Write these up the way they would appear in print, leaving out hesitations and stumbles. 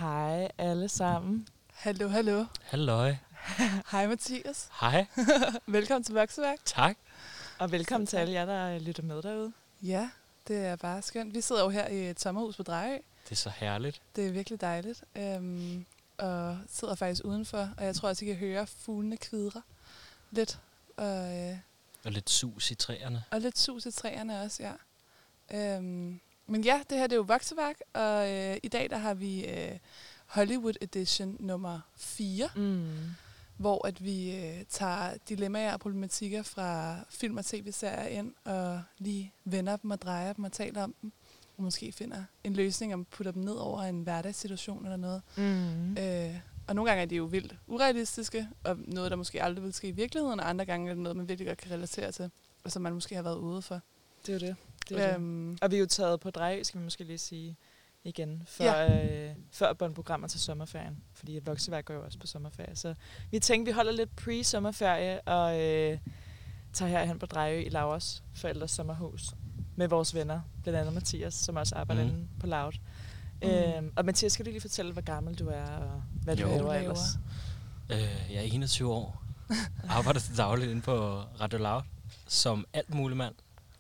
Hej alle sammen. Hallo, hallo. Halløj. Hej Mathias. Hej. Velkommen til Vokseværk. Tak. Og velkommen til alle jer, der lytter med derude. Ja, det er bare skønt. Vi sidder jo her i et sommerhus på Drejø. Det er så herligt. Det er virkelig dejligt. Og sidder faktisk udenfor, og jeg tror også, I kan høre fuglene kvidre lidt. Og lidt sus i træerne. Og lidt sus i træerne også, ja. Men ja, det her det er jo Vokseværk, og i dag der har vi Hollywood Edition nummer 4. Hvor at vi tager dilemmaer og problematikker fra film- og tv-serier ind, og lige vender dem og drejer dem og taler om dem. Og måske finder en løsning og putter dem ned over en hverdagssituation eller noget. Og nogle gange er de jo vildt urealistiske, og noget, der måske aldrig vil ske i virkeligheden, og andre gange er det noget, man virkelig godt kan relatere til, og som man måske har været ude for. Det er jo det. Og vi er jo taget på Drejø, skal vi måske lige sige igen, før båndprogrammer til sommerferien. Fordi Vokseværk går jo også på sommerferie. Så vi tænkte, vi holder lidt pre-sommerferie og tager herhen på Drejø i Lauras forældres sommerhus med vores venner, blandt andet Mathias, som også arbejder inde på Loud. Og Mathias, skal du lige fortælle, hvor gammel du er og hvad du laver ellers? Jeg er 21 år. Arbejder til dagligt inde på Radio Loud som alt muligt mand.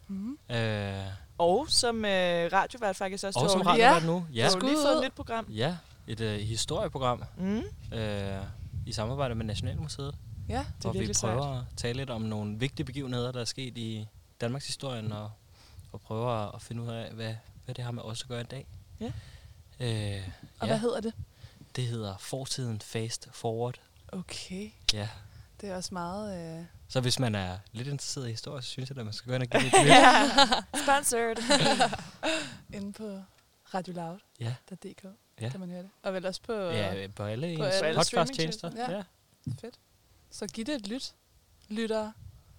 Og som radiovært faktisk også. Og som radiovært nu. Ja. Du har lige fået et nyt program. Ja, et historieprogram i samarbejde med Nationalmuseet. Ja, det hvor vi prøver at tale lidt om nogle vigtige begivenheder, der er sket i Danmarks historien, og prøver at finde ud af, hvad det har med os at gøre i dag. Ja. Og hvad hedder det? Det hedder Fortiden Fast Forward. Okay. Ja. Det er også meget... Så hvis man er lidt interesseret i historie, så synes jeg, at man skal gå ind og give det et lyt. Sponsored. Inde på Radio Loud. Ja. .dk. Ja. Kan man høre det. Og vel også på... Ja, på alle podcast-tjenester. Ja. Fedt. Så giv det et lyt. Lyttere.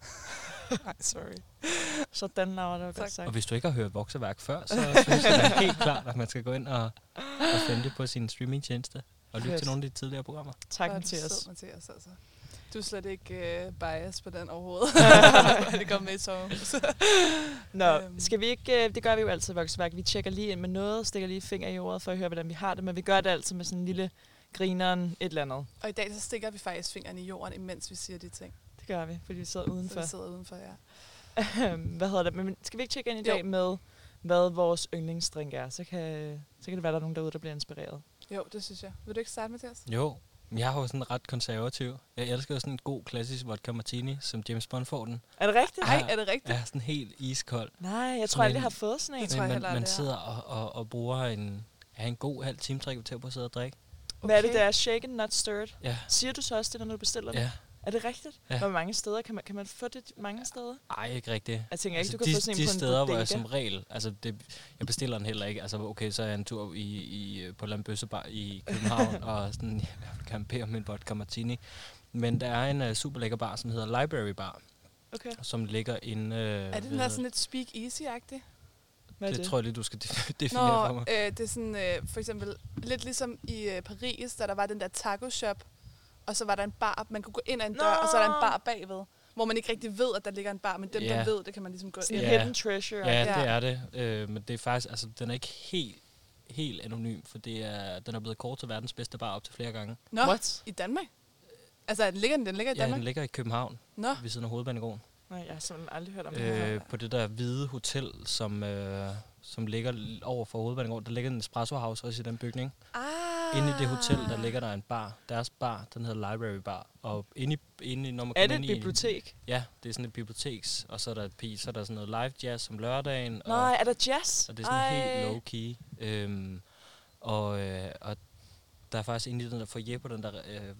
Nej, sorry. Sådan, Laura, det var godt sagt. Og hvis du ikke har hørt Vokseværk før, så synes jeg det er helt klart, at man skal gå ind og finde det på sin streamingtjeneste og lytte til nogle af de tidligere programmer. Tak, Mathias. Mathias altså. Du er slet ikke bias på den overhovedet. Det kommer med i sommerhus. Nå, skal vi ikke... Det gør vi jo altid i Vokseværk. Vi tjekker lige ind med noget, stikker lige finger i ordet for at høre, hvordan vi har det. Men vi gør det altid med sådan en lille grineren et eller andet. Og i dag så stikker vi faktisk fingeren i jorden, imens vi siger de ting. Det gør vi, fordi vi sidder udenfor. Så vi sidder udenfor, ja. Hvad hedder det? Men skal vi ikke tjekke ind i dag med, hvad vores yndlingsdrink er? Så kan det være, der er nogen derude, der bliver inspireret. Jo, det synes jeg. Vil du ikke starte, Mathias? Jo. Jeg er jo sådan ret konservativ. Jeg elsker jo sådan en god klassisk vodka martini, som James Bond får den. Er det rigtigt? Nej, er det rigtigt? Ja, sådan helt iskold. Nej, jeg tror aldrig, jeg har fået sådan en. Man sidder og bruger en god halv time til at sidde og drikke. Okay. Hvad er det der? Shaken, not stirred? Ja. Siger du så også det, når du bestiller det? Ja. Er det rigtigt? Ja. Hvor mange steder? Kan man få det mange steder? Nej, ikke rigtigt. Jeg tænker ikke, du kan få sådan en på en bodega. De steder, hvor jeg som regel... Altså, jeg bestiller den heller ikke. Altså, okay, så er jeg en tur på Lambøssebar i København, og sådan, jeg vil gerne bede om en vodka martini. Men der er en super lækker bar, som hedder Library Bar. Okay. Som ligger inde... er det den der sådan lidt speak easy-agtig? Det tror jeg lige, du skal definere for mig. Det er sådan, for eksempel, lidt ligesom i Paris, da der var den der taco-shop, og så var der en bar, man kunne gå ind ad en dør, og så er der en bar bagved, hvor man ikke rigtig ved, at der ligger en bar, men dem, der ved, det kan man ligesom gå ind. Hidden treasure. Ja, det er det. Men det er faktisk, altså, den er ikke helt anonym, for den er blevet kåret til verdens bedste bar op til flere gange. Nå, i Danmark? Altså, den ligger i Danmark? Ja, den ligger i København, ved siden af Hovedbanegården. Nej, jeg har simpelthen aldrig hørt om det. På det der hvide hotel, som ligger over for Hovedbanegården, der ligger en espresso house også i den bygning. Inde i det hotel, der ligger der en bar. Deres bar, den hedder Library Bar. Og inde i når man er det et bibliotek? Ja, det er sådan et biblioteks. Og så er der sådan noget live jazz om lørdagen. Nej, er der jazz? Og det er sådan helt low-key. Og der er faktisk inde i den der foyer på den der,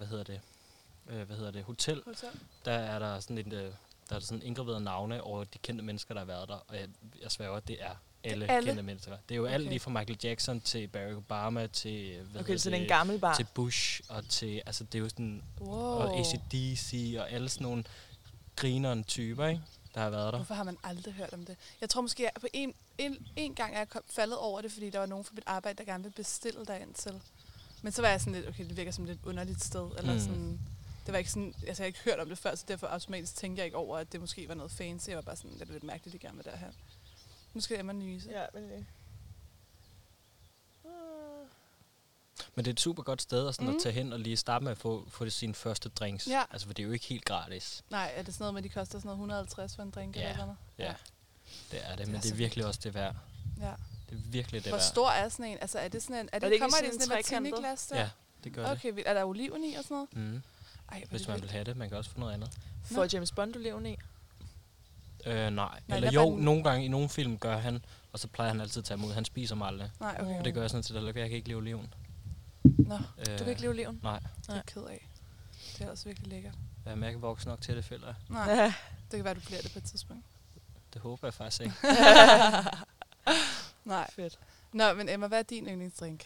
hvad hedder det, hotel. Der er der sådan der er sådan indgraverede navne over de kendte mennesker, der har været der. Og jeg sværger, at det er alle kendte mennesker. Det er jo alt lige fra Michael Jackson til Barack Obama til så det er en gammel bar. Til Bush og til altså det er jo sådan og AC/DC og alle sådan nogle grineren typer, ikke, der har været der. Hvorfor har man aldrig hørt om det? Jeg tror måske på en gang er jeg faldet over det, fordi der var nogen fra mit arbejde, der gerne ville bestille derind til. Men så var jeg sådan lidt, okay, det virker som et lidt underligt sted eller sådan. Det var ikke sådan, altså jeg har ikke hørt om det før, så derfor automatisk tænkte jeg ikke over, at det måske var noget fancy. Jeg var bare sådan, det er lidt mærkeligt, at de gerne vil derhen. Nu skal Emma nyse. Ja, men Men det er et super godt sted at, sådan at tage hen og lige starte med at få sine første drinks. Ja. Altså, for det er jo ikke helt gratis. Nej, er det sådan noget med, de koster sådan noget 150 for en drink eller sådan noget? Ja, det er det. Men det er virkelig også det værd. Ja. Det er virkelig det Hvor værd. stor er sådan en? Altså, er det sådan en... kommer det i sådan en martini-glas der? Ja, det gør det. Okay, er der oliven i og sådan noget? Mm. Ej, hvis man vil have det. Man kan også få noget andet. Får James Bond oliven i? Nej. Eller jo, nogle gange i nogle film gør han, og så plejer han altid at tage imod. Han spiser mig aldrig. Nej, okay. Og det gør jeg sådan til, at jeg kan ikke lide oliven. Nå, du kan ikke lide oliven? Nej. Det er ked af. Det er også virkelig lækkert. Ja, men jeg kan vokse nok til det, føler jeg. Nej, det kan være, du bliver det på et tidspunkt. Det håber jeg faktisk ikke. Nej. Fedt. Nå, men Emma, hvad er din yndlingsdrink?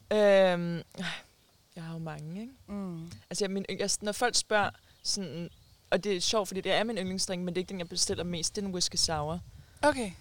Jeg har jo mange, ikke? Mm. Altså, når folk spørger, sådan, og det er sjovt, fordi det er min yndlingsdrink, men det er ikke den, jeg bestiller mest. Det er en whisky sour. Okay.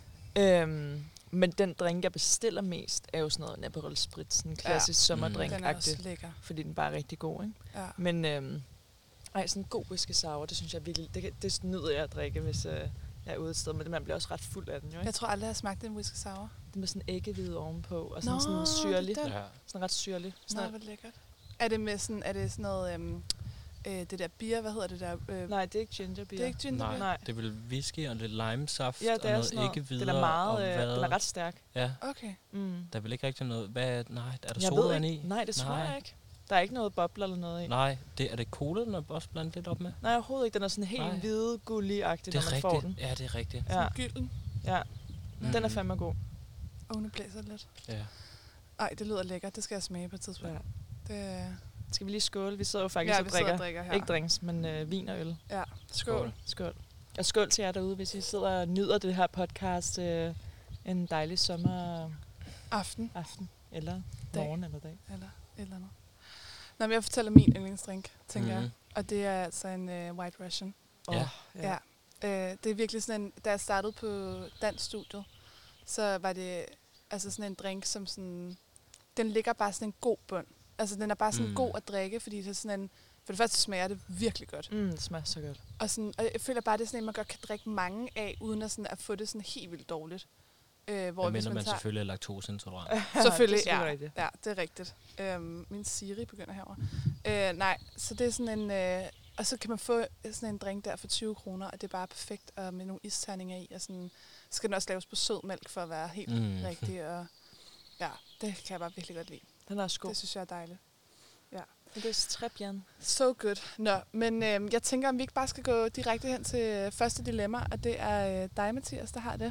Men den drink, jeg bestiller mest, er jo sådan noget Aperol Spritz, sådan en klassisk sommerdrink. Den er også lækker. Fordi den bare er rigtig god, ikke? Ja. Men sådan en god whisky sour, det synes jeg virkelig, det nyder jeg at drikke, hvis jeg er ude et sted. Men man bliver også ret fuld af den, jo, ikke? Jeg tror aldrig, jeg har smagt en whisky sour. Den med sådan æggehvide ovenpå, og sådan syrlig. Sådan ret syrlig. Nå, hvor lækkert. Er det sådan noget... det der bier, hvad hedder det der? Nej, det er ikke ginger beer. Det er ikke ginger beer? Nej, det er vel whisky og lidt limesaft og noget æggehvide. Den er meget, den er ret stærk. Ja. Okay. Der er vel ikke rigtig noget... er der sodavand i? Nej, det tror jeg ikke. Der er ikke noget bobler eller noget i. Nej, er det cola, den er også blandet lidt op med? Nej, overhovedet ikke. Den er sådan helt hvide, gullig-agtig, når man får den. Ja, det er rigtigt. Sådan gylden. Ja, den er fandme god. Nu blæser det lidt. Ja. Ej, det lyder lækkert. Det skal jeg smage på et tidspunkt. Ja. Skal vi lige skåle? Vi sidder jo faktisk og drikker her. Ikke drinks, men vin og øl. Ja, skål. Skål. Og skål til jer derude, hvis I sidder og nyder det her podcast en dejlig sommeraften. Eller morgen eller dag. Eller et eller andet. Nå, men jeg fortæller min yndlingsdrink, tænker jeg. Og det er altså en White Russian. Ja. Det er virkelig sådan en... Da jeg startede på dansstudiet, så var det altså sådan en drink, som sådan... Den ligger bare sådan en god bund. Altså, den er bare sådan god at drikke, fordi det er sådan en... For det første smager det virkelig godt. Det smager så godt. Og jeg føler bare, det er sådan en, man godt kan drikke mange af, uden at få det sådan helt vildt dårligt. Hvor hvis man selvfølgelig er laktoseintolerant. Selvfølgelig, ja, det er rigtigt. Min Siri begynder herovre. Nej, så det er sådan en... og så kan man få sådan en drink der for 20 kroner, og det er bare perfekt, og med nogle isterninger i. Og sådan, så skal den også laves på sødmælk for at være helt rigtig. Og ja, det kan jeg bare virkelig godt lide. Den er også god. Det synes jeg er dejligt. Ja. Det er Trebjan. So good. Nå, men jeg tænker, om vi ikke bare skal gå direkte hen til første dilemma, og det er dig, Mathias, der har det.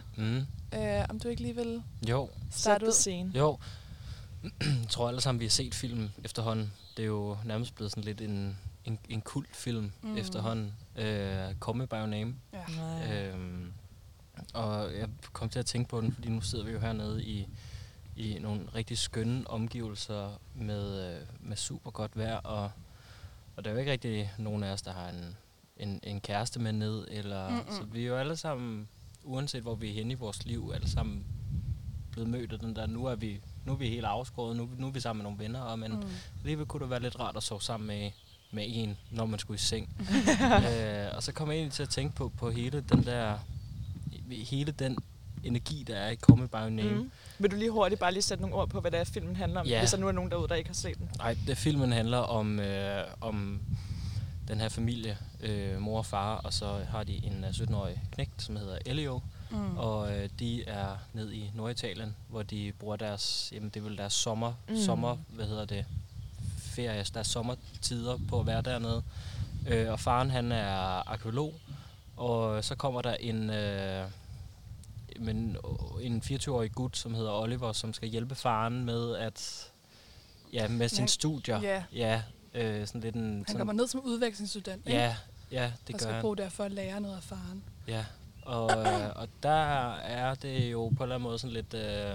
Om du ikke lige vil starte ud? Scene. Jo. Jeg tror alle sammen, vi har set filmen efterhånden. Det er jo nærmest blevet sådan lidt en kultfilm efterhånden. Call Me By Your Name. Ja. Og jeg kom til at tænke på den, fordi nu sidder vi jo hernede i nogle rigtig skønne omgivelser med super godt vejr, og der er jo ikke rigtig nogen af os, der har en kæreste med ned, eller så vi er jo alle sammen, uanset hvor vi er henne i vores liv, alle sammen blevet mødt af den der, nu er vi helt afskåret, nu er vi sammen med nogle venner, men alligevel kunne det være lidt rart at sove sammen med en, når man skulle i seng. Og så kom jeg egentlig til at tænke på hele den energi, der er i Call Me By Your Name. Vil du lige hurtigt bare lige sætte nogle ord på, hvad det er, filmen handler om, hvis der nu er nogen derude, der ikke har set den? Nej, filmen handler om den her familie, mor og far, og så har de en 17-årig knægt, som hedder Elio, og de er ned i Norditalien, hvor de bruger deres, det er vel deres ferie, deres sommertider på at være dernede. Og faren, han er arkæolog, og så kommer der en 24-årig gut, som hedder Oliver, som skal hjælpe faren med med sine studier. Sådan lidt han kommer ned som udvekslingsstudent, ikke? Ja, det gør han. Og skal bruge det for at lære noget af faren. Ja, og der er det jo på en eller anden måde sådan lidt,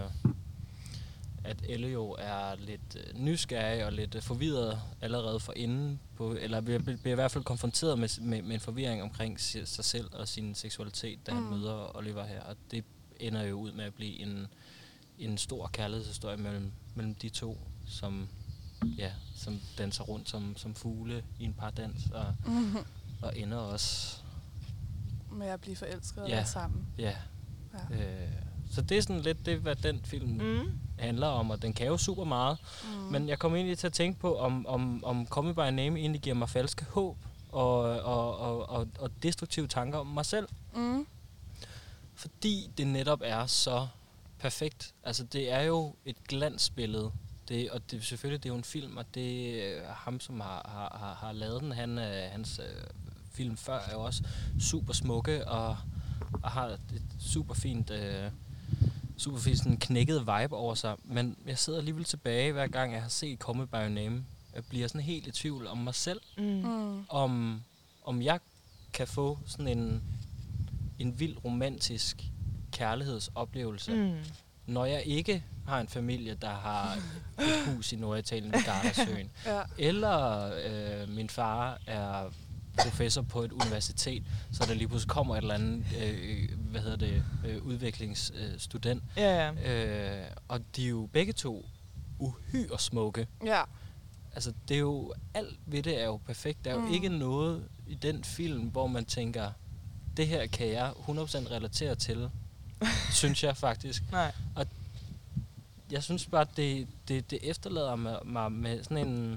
at Elio er lidt nysgerrig og lidt forvirret allerede for inden på, eller bliver i hvert fald konfronteret med en forvirring omkring sig selv og sin seksualitet, da han møder Oliver her. Og det ender jo ud med at blive en stor kærlighedshistorie mellem de to, som danser rundt som fugle i en pardans, og ender også med at blive forelsket og være sammen. Ja. Så det er sådan lidt det, hvad den film handler om, og den kan jo super meget. Men jeg kom egentlig til at tænke på, om Call Me By Name egentlig giver mig falske håb og destruktive tanker om mig selv. Fordi det netop er så perfekt. Altså, det er jo et glansbillede. Selvfølgelig, det er jo en film, og det er ham, som har lavet den. Hans film før er jo også super smukke, og har et super fint sådan knækket vibe over sig. Men jeg sidder alligevel tilbage, hver gang jeg har set Call Me By Your Name. Jeg bliver sådan helt i tvivl om mig selv. Om jeg kan få sådan en vild romantisk kærlighedsoplevelse, når jeg ikke har en familie, der har et hus i Norditalien ved Gardasøen. Eller min far er professor på et universitet, så der lige pludselig kommer et eller andet udviklingsstudent. Og de er jo begge to uhyre smukke. Altså, det er jo, alt ved det er jo perfekt. Der er jo ikke noget i den film, hvor man tænker, det her kan jeg 100% relatere til, synes jeg faktisk. Nej. Og jeg synes bare, det efterlader mig med sådan en...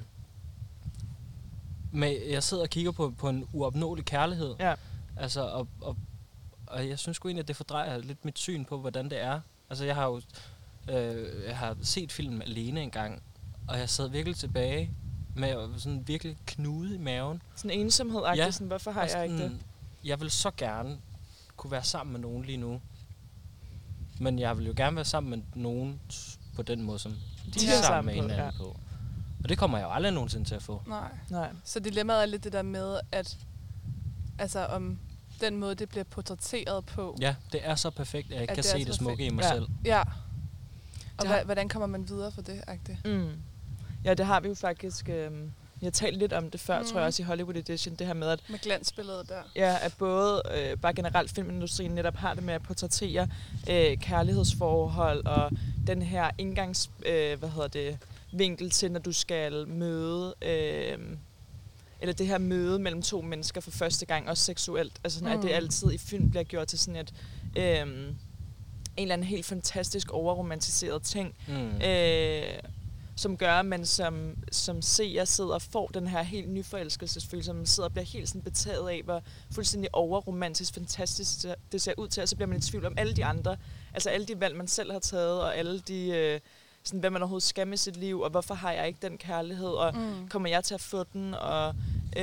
jeg sidder og kigger på en uopnåelig kærlighed. Ja. Altså, og jeg synes sgu egentlig, at det fordrejer lidt mit syn på, hvordan det er. Altså, jeg har jo jeg har set filmen alene engang, og jeg sad virkelig tilbage med sådan virkelig knude i maven. Sådan ensomhed-agtigt, sådan, hvorfor har jeg ikke det? Jeg vil så gerne kunne være sammen med nogen lige nu. Men jeg vil jo gerne være sammen med nogen på den måde, som de er sammen med hinanden på. Og det kommer jeg jo aldrig nogensinde til at få. Nej. Så dilemmaet er lidt det der med, at altså om den måde, det bliver portrætteret på. Ja, det er så perfekt, at jeg kan se det smukke i mig selv. Ja. Og hvordan kommer man videre for det, agtigt? Ja, det har vi jo faktisk... Jeg talte lidt om det før, tror jeg også i Hollywood Edition, det her med, at... Med glansbilledet der. Ja, at både bare generelt filmindustrien netop har det med at portrættere kærlighedsforhold og den her indgangs... vinkel til, når du skal møde... eller det her møde mellem to mennesker for første gang, også seksuelt. Altså sådan, at det altid i film bliver gjort til sådan et... en eller anden helt fantastisk overromantiseret ting. Som gør, at man som seer sidder og får den her helt nyforelskelsesfølelse, man sidder og bliver helt sådan betaget af, hvor fuldstændig overromantisk, fantastisk det ser ud til, og så bliver man i tvivl om alle de andre, altså alle de valg, man selv har taget, og alle de, sådan, hvad man overhovedet skal med sit liv, og hvorfor har jeg ikke den kærlighed, og kommer jeg til at få den, og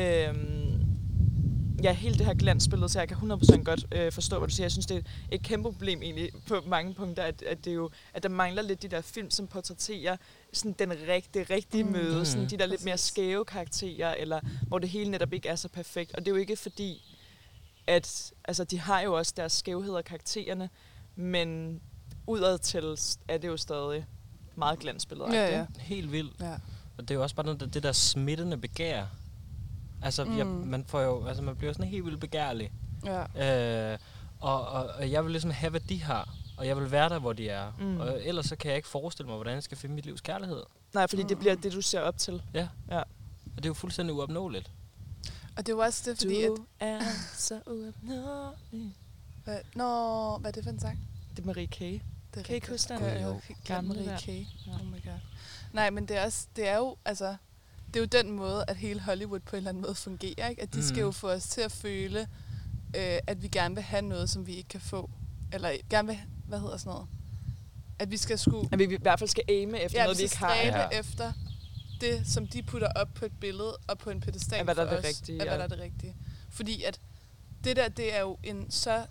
hele det her glansbillede, så jeg kan 100% godt forstå, hvad du siger. Jeg synes, det er et kæmpe problem egentlig på mange punkter, at der mangler lidt de der film, som portrætterer sådan det rigtige møde, sådan de der lidt mere skæve karakterer, eller hvor det hele netop ikke er så perfekt. Og det er jo ikke fordi, at altså, de har jo også deres skævheder af karaktererne, men udadtil er det jo stadig meget glansbillede. Ja. Helt vildt. Ja. Og det er jo også bare det der smittende begær. Altså, man bliver sådan helt vildt begærlig. Ja. Og jeg vil ligesom have, hvad de har. Og jeg vil være der, hvor de er. Og ellers så kan jeg ikke forestille mig, hvordan jeg skal finde mit livs kærlighed. Nej, fordi det bliver det, du ser op til. Ja. Og det er jo fuldstændig uopnåeligt. Og det er jo også det, fordi du er så uopnåelig. Hvad er det for en sang? Det er Marie K. Kan I ikke huske den? Marie K. Oh my god. Nej, men det er jo den måde, at hele Hollywood på en eller anden måde fungerer, ikke? At de skal jo få os til at føle, at vi gerne vil have noget, som vi ikke kan få. Eller gerne vil, hvad hedder sådan noget? At vi skal at vi i hvert fald skal aime efter noget, vi ikke har. Ja, efter det, som de putter op på et billede og på en pedestal for os. Hvad der er det rigtige. Fordi at det der, det er jo en så,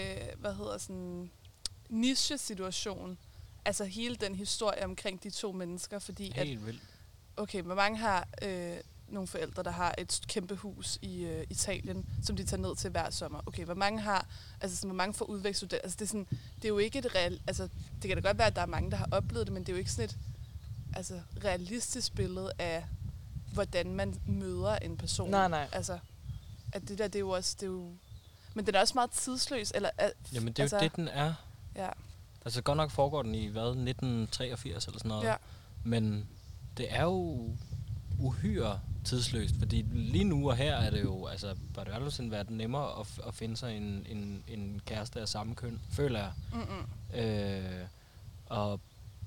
niche-situation. Altså hele den historie omkring de to mennesker, fordi helt vildt. Okay, hvor mange har nogle forældre, der har et kæmpe hus i Italien, som de tager ned til hver sommer. Okay, hvor mange har, hvor mange får udvekslingsstudenter. Altså det er jo ikke et reelt, altså det kan da godt være, at der er mange, der har oplevet det, men det er jo ikke sådan et realistisk billede af, hvordan man møder en person. Nej. Altså, at det der, det er jo også, men den er også meget tidsløs. Jamen det er jo det, den er. Ja. Altså godt nok foregår den i, 1983 eller sådan noget. Ja. Men det er jo uhyre tidsløst, fordi lige nu og her er det jo, altså, bør det aldrig været nemmere at finde sig en kæreste af samme køn, føler jeg. Og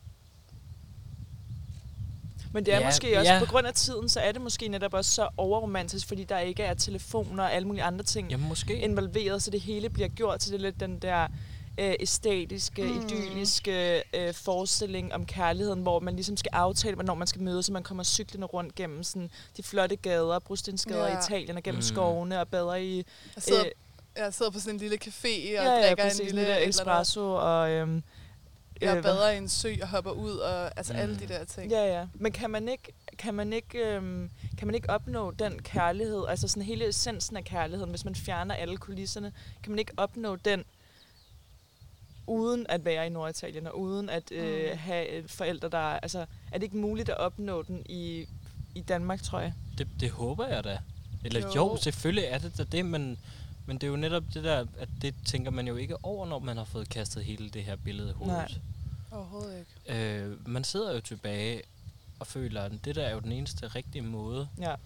men det er måske også, på grund af tiden, så er det måske netop også så overromantisk, fordi der ikke er telefoner og alle mulige andre ting involveret, så det hele bliver gjort til det lidt den der æstetiske, idylliske forestilling om kærligheden, hvor man ligesom skal aftale, hvornår man skal mødes, så man kommer cyklende rundt gennem sådan de flotte gader, brostensgader i Italien og gennem skovene og bader i... Jeg sidder på sådan en lille café og drikker en lille espresso og... jeg bader i en sø og hopper ud og altså alle de der ting. Ja. Men kan man ikke opnå den kærlighed, altså sådan hele essensen af kærligheden, hvis man fjerner alle kulisserne, kan man ikke opnå den uden at være i Norditalien og uden at have forældre, der... Altså, er det ikke muligt at opnå den i Danmark, tror jeg? Det håber jeg da. Eller jo, selvfølgelig er det da det, men det er jo netop det der, at det tænker man jo ikke over, når man har fået kastet hele det her billede i hovedet. Nej, overhovedet ikke. Man sidder jo tilbage og føler, at det der er jo den eneste rigtige måde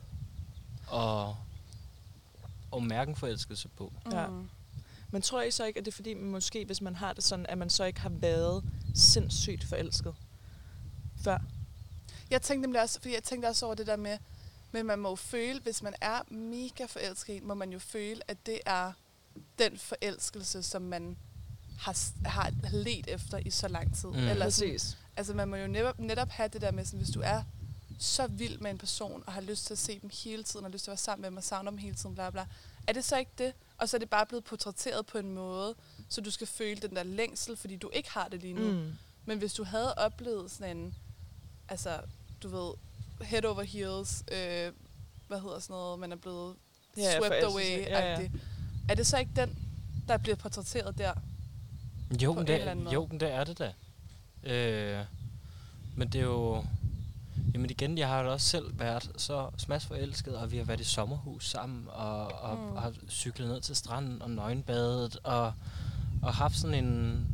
at mærke en forelskelse på. Ja. Men tror I så ikke, at det er fordi, måske hvis man har det sådan, at man så ikke har været sindssygt forelsket før? Jeg tænkte også over det der med, men man må jo føle, hvis man er mega forelsket, må man jo føle, at det er den forelskelse, som man har let efter i så lang tid. Eller præcis. Altså man må jo netop have det der med, sådan, hvis du er så vild med en person, og har lyst til at se dem hele tiden, og lyst til at være sammen med dem, og savne dem hele tiden, bla bla. Er det så ikke det? Og så er det bare blevet portrætteret på en måde, så du skal føle den der længsel, fordi du ikke har det lige nu. Men hvis du havde oplevet sådan en, altså, du ved, head over heels, hvad hedder sådan noget, man er blevet swept away-agtig. Er det så ikke den, der bliver portrætteret der? Jo, men det er det da. Men det er jo... Jamen igen, jeg har jo også selv været så smadsforelsket, og vi har været i sommerhus sammen, og har cyklet ned til stranden og nøgenbadet, og haft sådan en...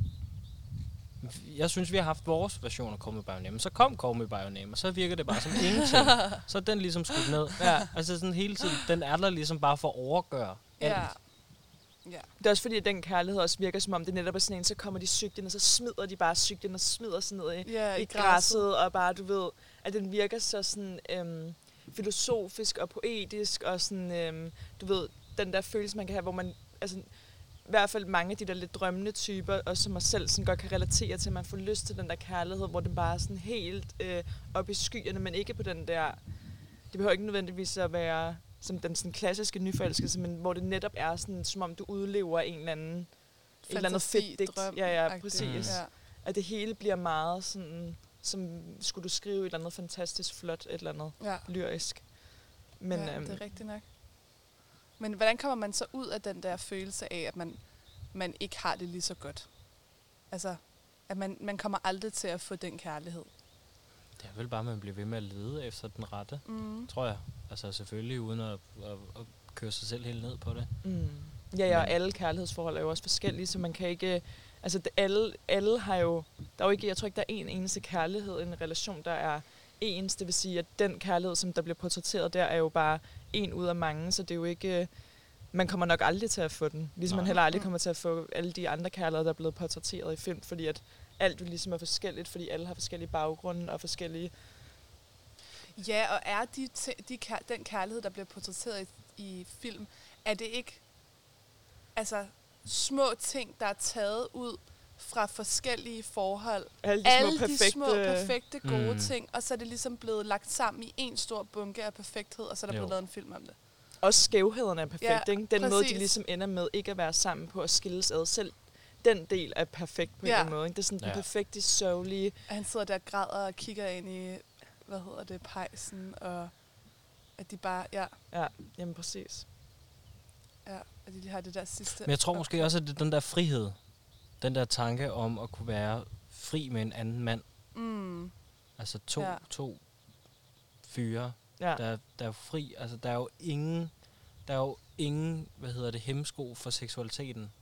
Jeg synes, vi har haft vores version af Call Me By Your Name, så kom Call Me By Your Name, og så virker det bare som ingenting. Så er den ligesom skudt ned. Ja. Altså sådan hele tiden, den er der ligesom bare for at overgøre alt. Ja. Det er også fordi, at den kærlighed også virker som om, det netop er sådan en, så kommer de cyklen, og så smider de bare cyklen, og smider sådan ned i græsset, og bare, du ved, at den virker så sådan filosofisk og poetisk, og sådan, du ved, den der følelse, man kan have, hvor man, altså, i hvert fald mange af de der lidt drømmende typer, og som mig selv sådan godt kan relatere til, at man får lyst til den der kærlighed, hvor det bare er sådan helt op i skyerne, men ikke på den der, det behøver ikke nødvendigvis at være som den sådan klassiske nyforelskelse, men hvor det netop er sådan, som om du udlever en eller anden et eller andet fedt digt. Ja, præcis. Ja. At det hele bliver meget sådan, som skulle du skrive et eller andet fantastisk flot, et eller andet lyrisk. Men, det er rigtigt nok. Men hvordan kommer man så ud af den der følelse af, at man ikke har det lige så godt? Altså, at man kommer aldrig til at få den kærlighed. Det er vel bare, at man bliver ved med at lede efter den rette, tror jeg. Altså selvfølgelig uden at køre sig selv helt ned på det. Ja, og alle kærlighedsforhold er jo også forskellige, så man kan ikke... Altså alle har jo... Der er jo ikke, jeg tror ikke, der er en eneste kærlighed, en relation, der er ens. Det vil sige, at den kærlighed, som der bliver portrætteret der, er jo bare en ud af mange, så det er jo ikke... Man kommer nok aldrig til at få den. Ligesom man heller aldrig kommer til at få alle de andre kærligheder, der er blevet portrætteret i film, fordi at alt jo ligesom er forskelligt, fordi alle har forskellige baggrunde og forskellige... Ja, og er den kærlighed, der bliver portrætteret i film, er det ikke altså små ting, der er taget ud fra forskellige forhold? Alle de små perfekte gode ting, og så er det ligesom blevet lagt sammen i en stor bunke af perfekthed, og så er der blevet lavet en film om det. Også skævhederne er perfekt, ikke? Den måde, de ligesom ender med ikke at være sammen på at skilles ad. Selv den del er perfekt på en eller anden måde. Ikke? Det er sådan den perfekte, sørgelige... Han sidder der og græder og kigger ind i, pejsen, og at de bare, Ja, jamen præcis. Ja, at de har det der sidste... Men jeg tror måske også, at det er den der frihed, den der tanke om at kunne være fri med en anden mand. Altså to fyre, der er fri. Altså der er jo ingen hemsko for seksualiteten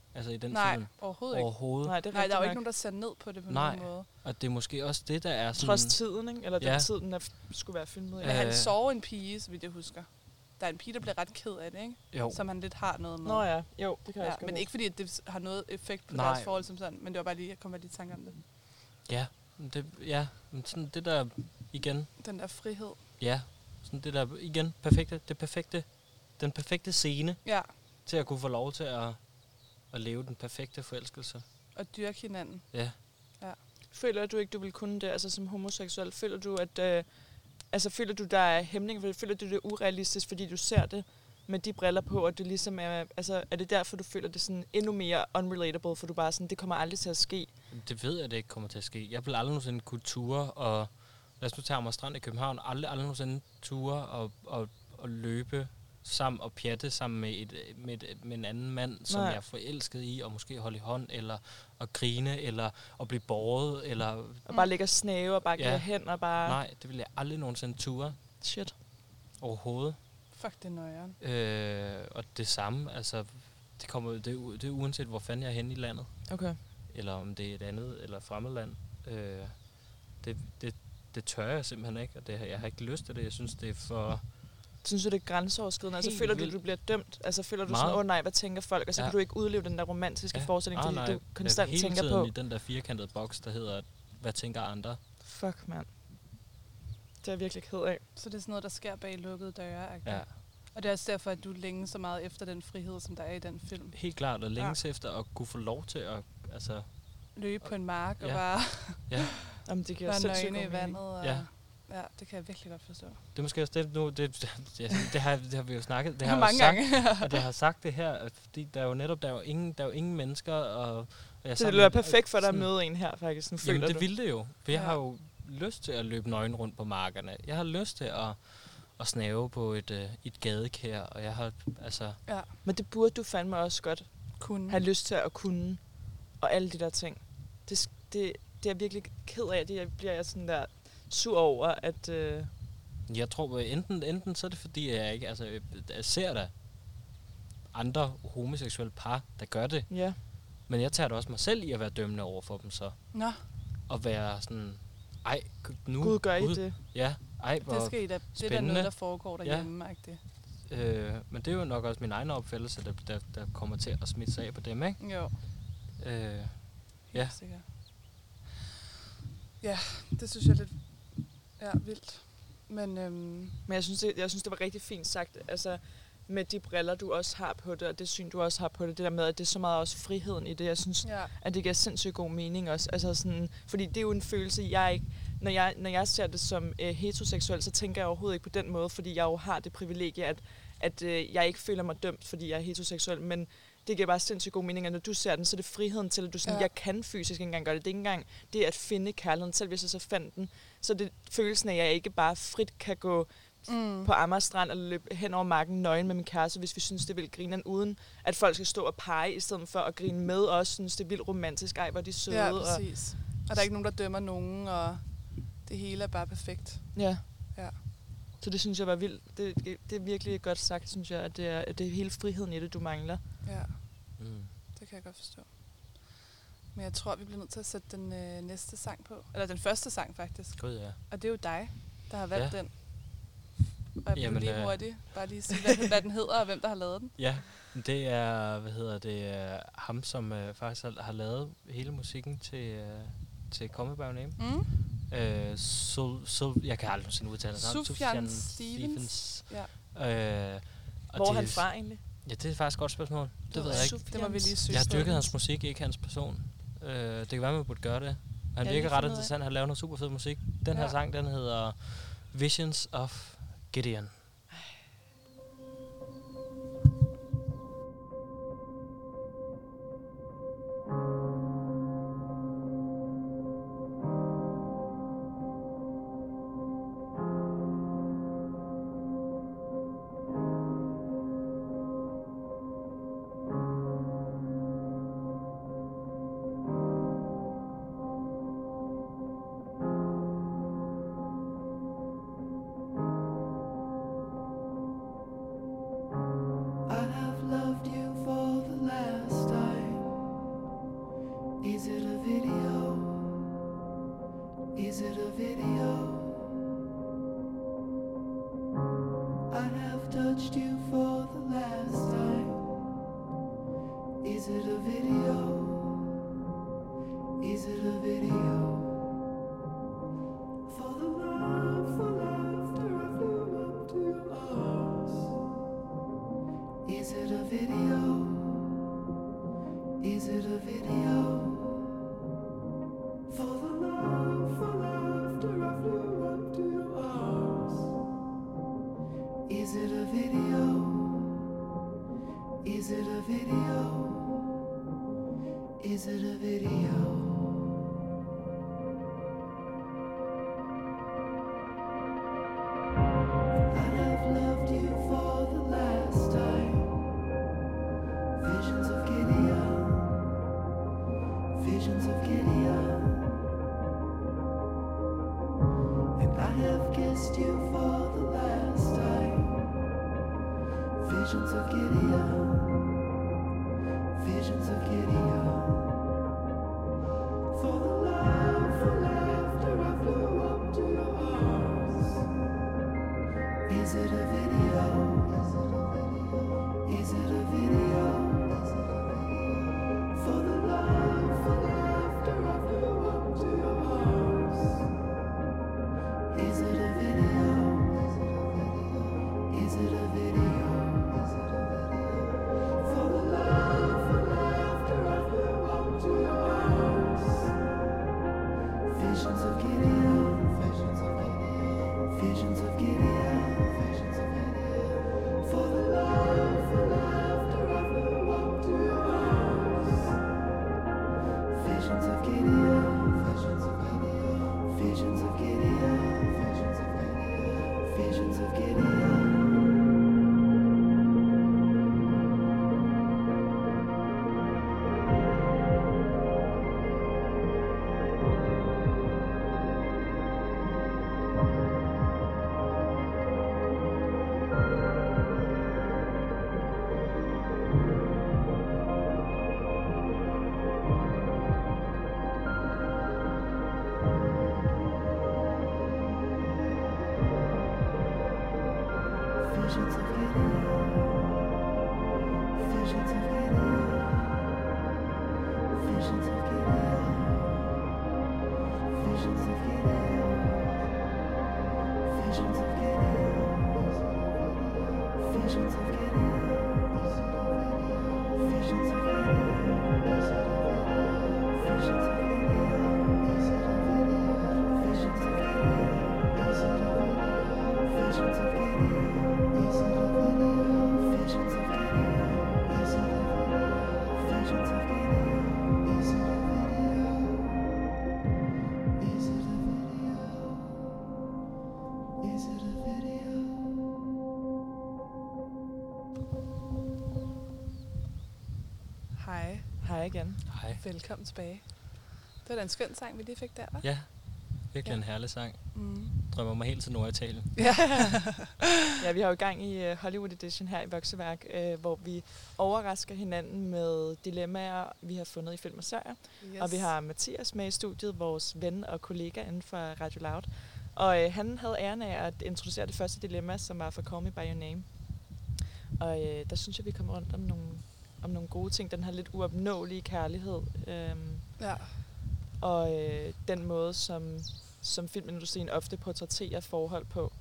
Altså i den Nej, film. overhovedet ikke. Overhovedet. Nej, der er jo ikke nogen, der ser ned på det på nogen måde. Og det er måske også det, der er sådan... Trods tiden, ikke? Eller den tid, den skulle være filmet. Men han sover en pige, så vidt jeg husker. Der er en pige, der bliver ret ked af det, ikke? Jo. Som han lidt har noget med. Nå ja, jo, det kan jeg også men ikke fordi, at det har noget effekt på Nej. deres forhold som sådan, men det var bare lige, jeg kom bare lige i tanke om det. Ja, men sådan det der igen... Den der frihed. Ja, sådan det der igen, den perfekte scene til at kunne få lov til at leve den perfekte forelskelse. Og dyrke hinanden. Ja. Føler du ikke, du vil kunne det, altså som homoseksuel? Føler du, at føler du, der er hæmning? Føler du, det er urealistisk, fordi du ser det med de briller på, og det ligesom er, altså, er det derfor, du føler det sådan endnu mere unrelatable, for du bare sådan, det kommer aldrig til at ske? Det ved jeg, det ikke kommer til at ske. Jeg vil aldrig nogensinde kunne ture, og lad os nu tage Amager Strand i København, aldrig nogensinde ture og løbe sammen og pjatte sammen med en anden mand, som jeg er forelsket i, og måske holde i hånd, eller at grine, eller at blive båret, eller... Og bare ligge og snave, og bare give hen, og bare... Nej, det vil jeg aldrig nogensinde ture. Shit. Overhovedet. Fuck, det er nøjeren. Og det samme, altså, det er uanset, hvor fanden jeg er henne i landet. Okay. Eller om det er et andet, eller fremmed land. Det tør jeg simpelthen ikke, og jeg har ikke lyst til det. Jeg synes, det er for... Synes du, det er grænseoverskridende? Altså, føler du bliver dømt? Altså, føler du sådan, nej, hvad tænker folk? Og så kan du ikke udleve den der romantiske forestilling, fordi du konstant tænker på... hele tiden i den der firkantede boks, der hedder, hvad tænker andre? Fuck, mand. Det er jeg virkelig ked af. Så det er sådan noget, der sker bag lukkede døre? Ja. Og det er også derfor, at du længes så meget efter den frihed, som der er i den film? Helt klart, og længes efter at kunne få lov til at... Altså, løbe på en mark og bare... Ja. Jamen, det giver bare nøgne i vandet. Og ja, det kan jeg virkelig godt forstå. Det er måske også det nu, det har vi jo snakket, det har mange gange. Og det har sagt det her, fordi der er jo ingen mennesker, og jeg det ville være perfekt for dig at møde en her, faktisk. Sådan, jamen, det ville det jo, for jeg har jo lyst til at løbe nøgen rundt på markerne. Jeg har lyst til at snave på et gadekær, og jeg har, altså... Ja. Men det burde du fandme også godt have lyst til at kunne, og alle de der ting. Det er virkelig ked af, det bliver jeg sådan der sur over, at... Jeg tror, enten så er det fordi, jeg ikke... Altså, jeg ser da andre homoseksuelle par, der gør det. Ja. Men jeg tager da også mig selv i at være dømmende over for dem så. Nå. Og være sådan... Ej, nu... Gud, gør I det? Ja. Ej, hvor det skal I da. Det er da noget, der foregår derhjemme, ja. Men det er jo nok også min egen opfattelse, der kommer til at smitte sig af på dem, ikke? Jo. Ja. Sikkert. Ja, det synes jeg er lidt vildt. Men jeg synes, det var rigtig fint sagt, altså med de briller, du også har på det, og det syn, du også har på det, det der med, at det er så meget også friheden i det. Jeg synes, at det giver sindssygt god mening også. Altså sådan, fordi det er jo en følelse, jeg ikke... Når jeg ser det som heteroseksuel, så tænker jeg overhovedet ikke på den måde, fordi jeg jo har det privilegie, at jeg ikke føler mig dømt, fordi jeg er heteroseksuel, men det giver bare sindssygt god mening, at når du ser den, så er det friheden til, at du sådan, jeg kan fysisk ikke engang gøre det. Det er ikke engang det at finde kærligheden, selv hvis jeg så fandt den. Så det følelsen af, at jeg ikke bare frit kan gå på Amager Strand og løbe hen over marken nøgen med min kæreste, hvis vi synes, det vil grine, uden at folk skal stå og pege, i stedet for at grine med os, synes det er vildt romantisk. Ej, hvor de søde. Ja, præcis. Og der er ikke nogen, der dømmer nogen, og det hele er bare perfekt. Ja. Så det synes jeg var vildt. Det er virkelig godt sagt, synes jeg, at det er hele friheden i det, du mangler. Ja, det kan jeg godt forstå. Men jeg tror, vi bliver nødt til at sætte den næste sang på. Eller den første sang, faktisk. God, ja. Og det er jo dig, der har valgt den. Og jeg vil lige hurtigt bare lige sige, hvad den hedder, og hvem der har lavet den. Ja, det er, ham, som faktisk har lavet hele musikken til Come By Your Name. Jeg kan aldrig nogensinde udtale det. Sufjan Stevens. Ja. Hvor er han fra egentlig? Ja, det er faktisk et godt spørgsmål. Det ved jeg ikke. Det må vi lige søge. Jeg har dyrket hans musik, ikke hans person. Det kan være, man burde gøre det. Han virker ret interessant. Han laver noget super fed musik. Den her sang, den hedder Visions of Gideon. Is it a video? For the love, for laughter, I flew up to your arms. Is it a video? Is it a video? For the love, for laughter, I flew up to your arms. Is it a video? Is it a video? Is it a video? I have loved you for the last time. Visions of Gideon, visions of Gideon. And I have kissed you for the last time. Visions of Gideon, visions of Gideon. For the love, for laughter, I flew up to your arms. Is it a video? Is it a video? For the love, for laughter, I flew up to your arms. Is it a video? Is it a video? For the love, for laughter, I flew up to your arms. Visions of Gideon, visions of Gideon, visions of Gideon, visions of Gideon. For the love, for laughter, I flew up to your arms. Visions of Gideon, visions of Gideon, visions of Gideon, visions of Gideon, visions of Gideon. Visions of Gideon, visions of Gideon, visions of Gideon, visions of Gideon, visions of Gideon, visions of Gideon, visions of Gideon, visions of Gideon, visions of Hej. Hej igen. Hej. Velkommen tilbage. Det var da en skøn sang, vi lige fik der, hva'? Ja, virkelig en herlig sang. Mm. Drømmer mig helt til Norditalien. Ja, vi har jo i gang i Hollywood Edition her i Vokseværk, hvor vi overrasker hinanden med dilemmaer, vi har fundet i film og serier. Yes. Og vi har Mathias med i studiet, vores ven og kollega inden for Radio Loud. Og han havde æren af at introducere det første dilemma, som var for Call Me By Your Name. Og der synes jeg, vi kommer rundt om nogle gode ting. Den her lidt uopnåelige kærlighed. Ja. Og den måde, som filmindustrien ofte portrætterer forhold på.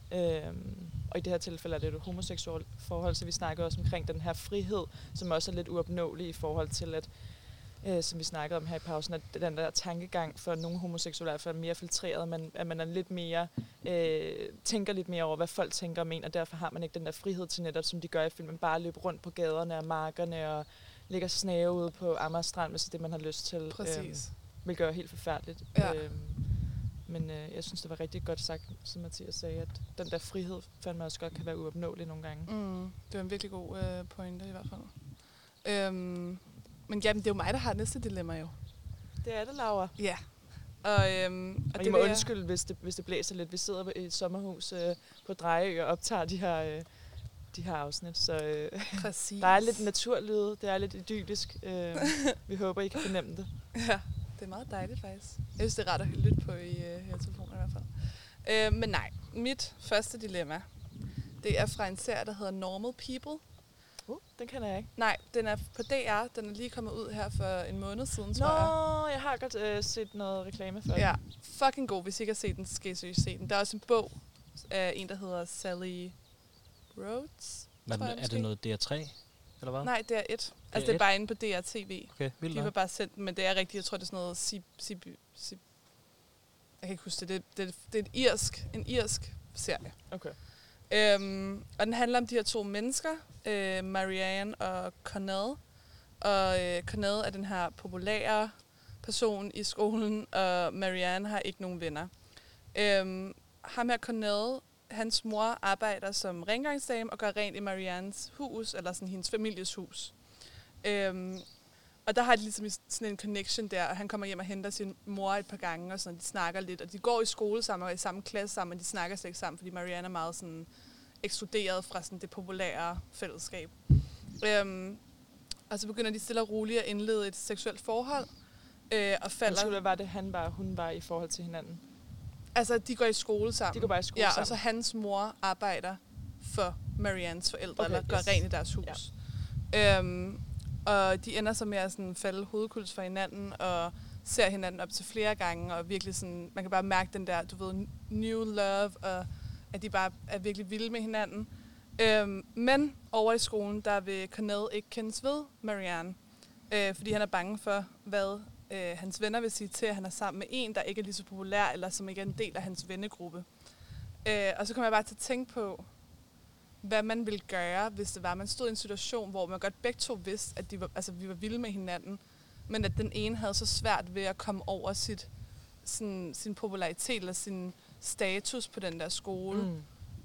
Og i det her tilfælde er det et homoseksuelt forhold, så vi snakker også omkring den her frihed, som også er lidt uopnåelig i forhold til, at som vi snakkede om her i pausen, at den der tankegang for nogle homoseksuelle er mere filtreret, men at man er lidt mere, tænker lidt mere over, hvad folk tænker om en, og derfor har man ikke den der frihed til netop, som de gør i filmen, bare løbe rundt på gaderne og markerne og ligger snæve ude på Amager Strand, hvis det er det, man har lyst til. Præcis. Vil gøre helt forfærdeligt. Ja. Men jeg synes, det var rigtig godt sagt, som Mathias sagde, at den der frihed fandme også godt kan være uopnåelig nogle gange. Det var en virkelig god pointe i hvert fald. Men jamen, det er jo mig, der har næste dilemma jo. Det er det, Laura. Ja. Og det I må undskylde, hvis det blæser lidt. Vi sidder i et sommerhus på Drejø og optager de her afsnit, så præcis. Der er lidt naturlyde, det er lidt idyllisk. Vi håber, I kan fornemme det. Ja, det er meget dejligt faktisk. Jeg synes, det er rart at lytte på i høretelefoner i hvert fald. Men nej, mit første dilemma, det er fra en serie, der hedder Normal People. Den kender jeg ikke. Nej, den er på DR. Den er lige kommet ud her for en måned siden, tror jeg. Jeg har godt set noget reklame for den. Ja, fucking god. Hvis I ikke har set den, så skal I seriøst se den. Der er også en bog af en, der hedder Sally Rhodes. Men er det noget DR3? Eller hvad? Nej, DR1. Altså, det er bare inde på DR TV. Okay, vildt De var bare sendt den, men det er rigtigt. Jeg tror, det er sådan noget jeg kan ikke huske det. Det er en irsk serie. Okay. Og den handler om de her to mennesker, Marianne og Cornell. Og Cornell er den her populære person i skolen, og Marianne har ikke nogen venner. Ham her Cornell, hans mor arbejder som rengøringsdame og gør rent i Mariannes hus, eller sådan hendes families hus. Og der har de ligesom sådan en connection der, og han kommer hjem og henter sin mor et par gange, og sådan, de snakker lidt, og de går i skole sammen og i samme klasse sammen, og de snakker slet ikke sammen, fordi Marianne er meget sådan ekskluderet fra sådan det populære fællesskab. Og så begynder de stille og roligt at indlede et seksuelt forhold, og falder... Hvad var det, hun var i forhold til hinanden? Altså, de går i skole sammen. De går bare i skole sammen. Og så hans mor arbejder for Mariannes forældre, eller gør rent i deres hus. Ja. Og de ender så med at sådan falde hovedkuls for hinanden, og ser hinanden op til flere gange, og virkelig sådan, man kan bare mærke den der, du ved, new love, og at de bare er virkelig vilde med hinanden. Men over i skolen, der vil Cornell ikke kendes ved Marianne, fordi han er bange for, hvad hans venner vil sige til, at han er sammen med en, der ikke er lige så populær, eller som ikke er en del af hans vennegruppe. Og så kommer jeg bare til at tænke på, hvad man ville gøre, hvis det var, man stod i en situation, hvor man godt begge to vidste, at vi var vilde med hinanden, men at den ene havde så svært ved at komme over sin popularitet, eller sin status på den der skole.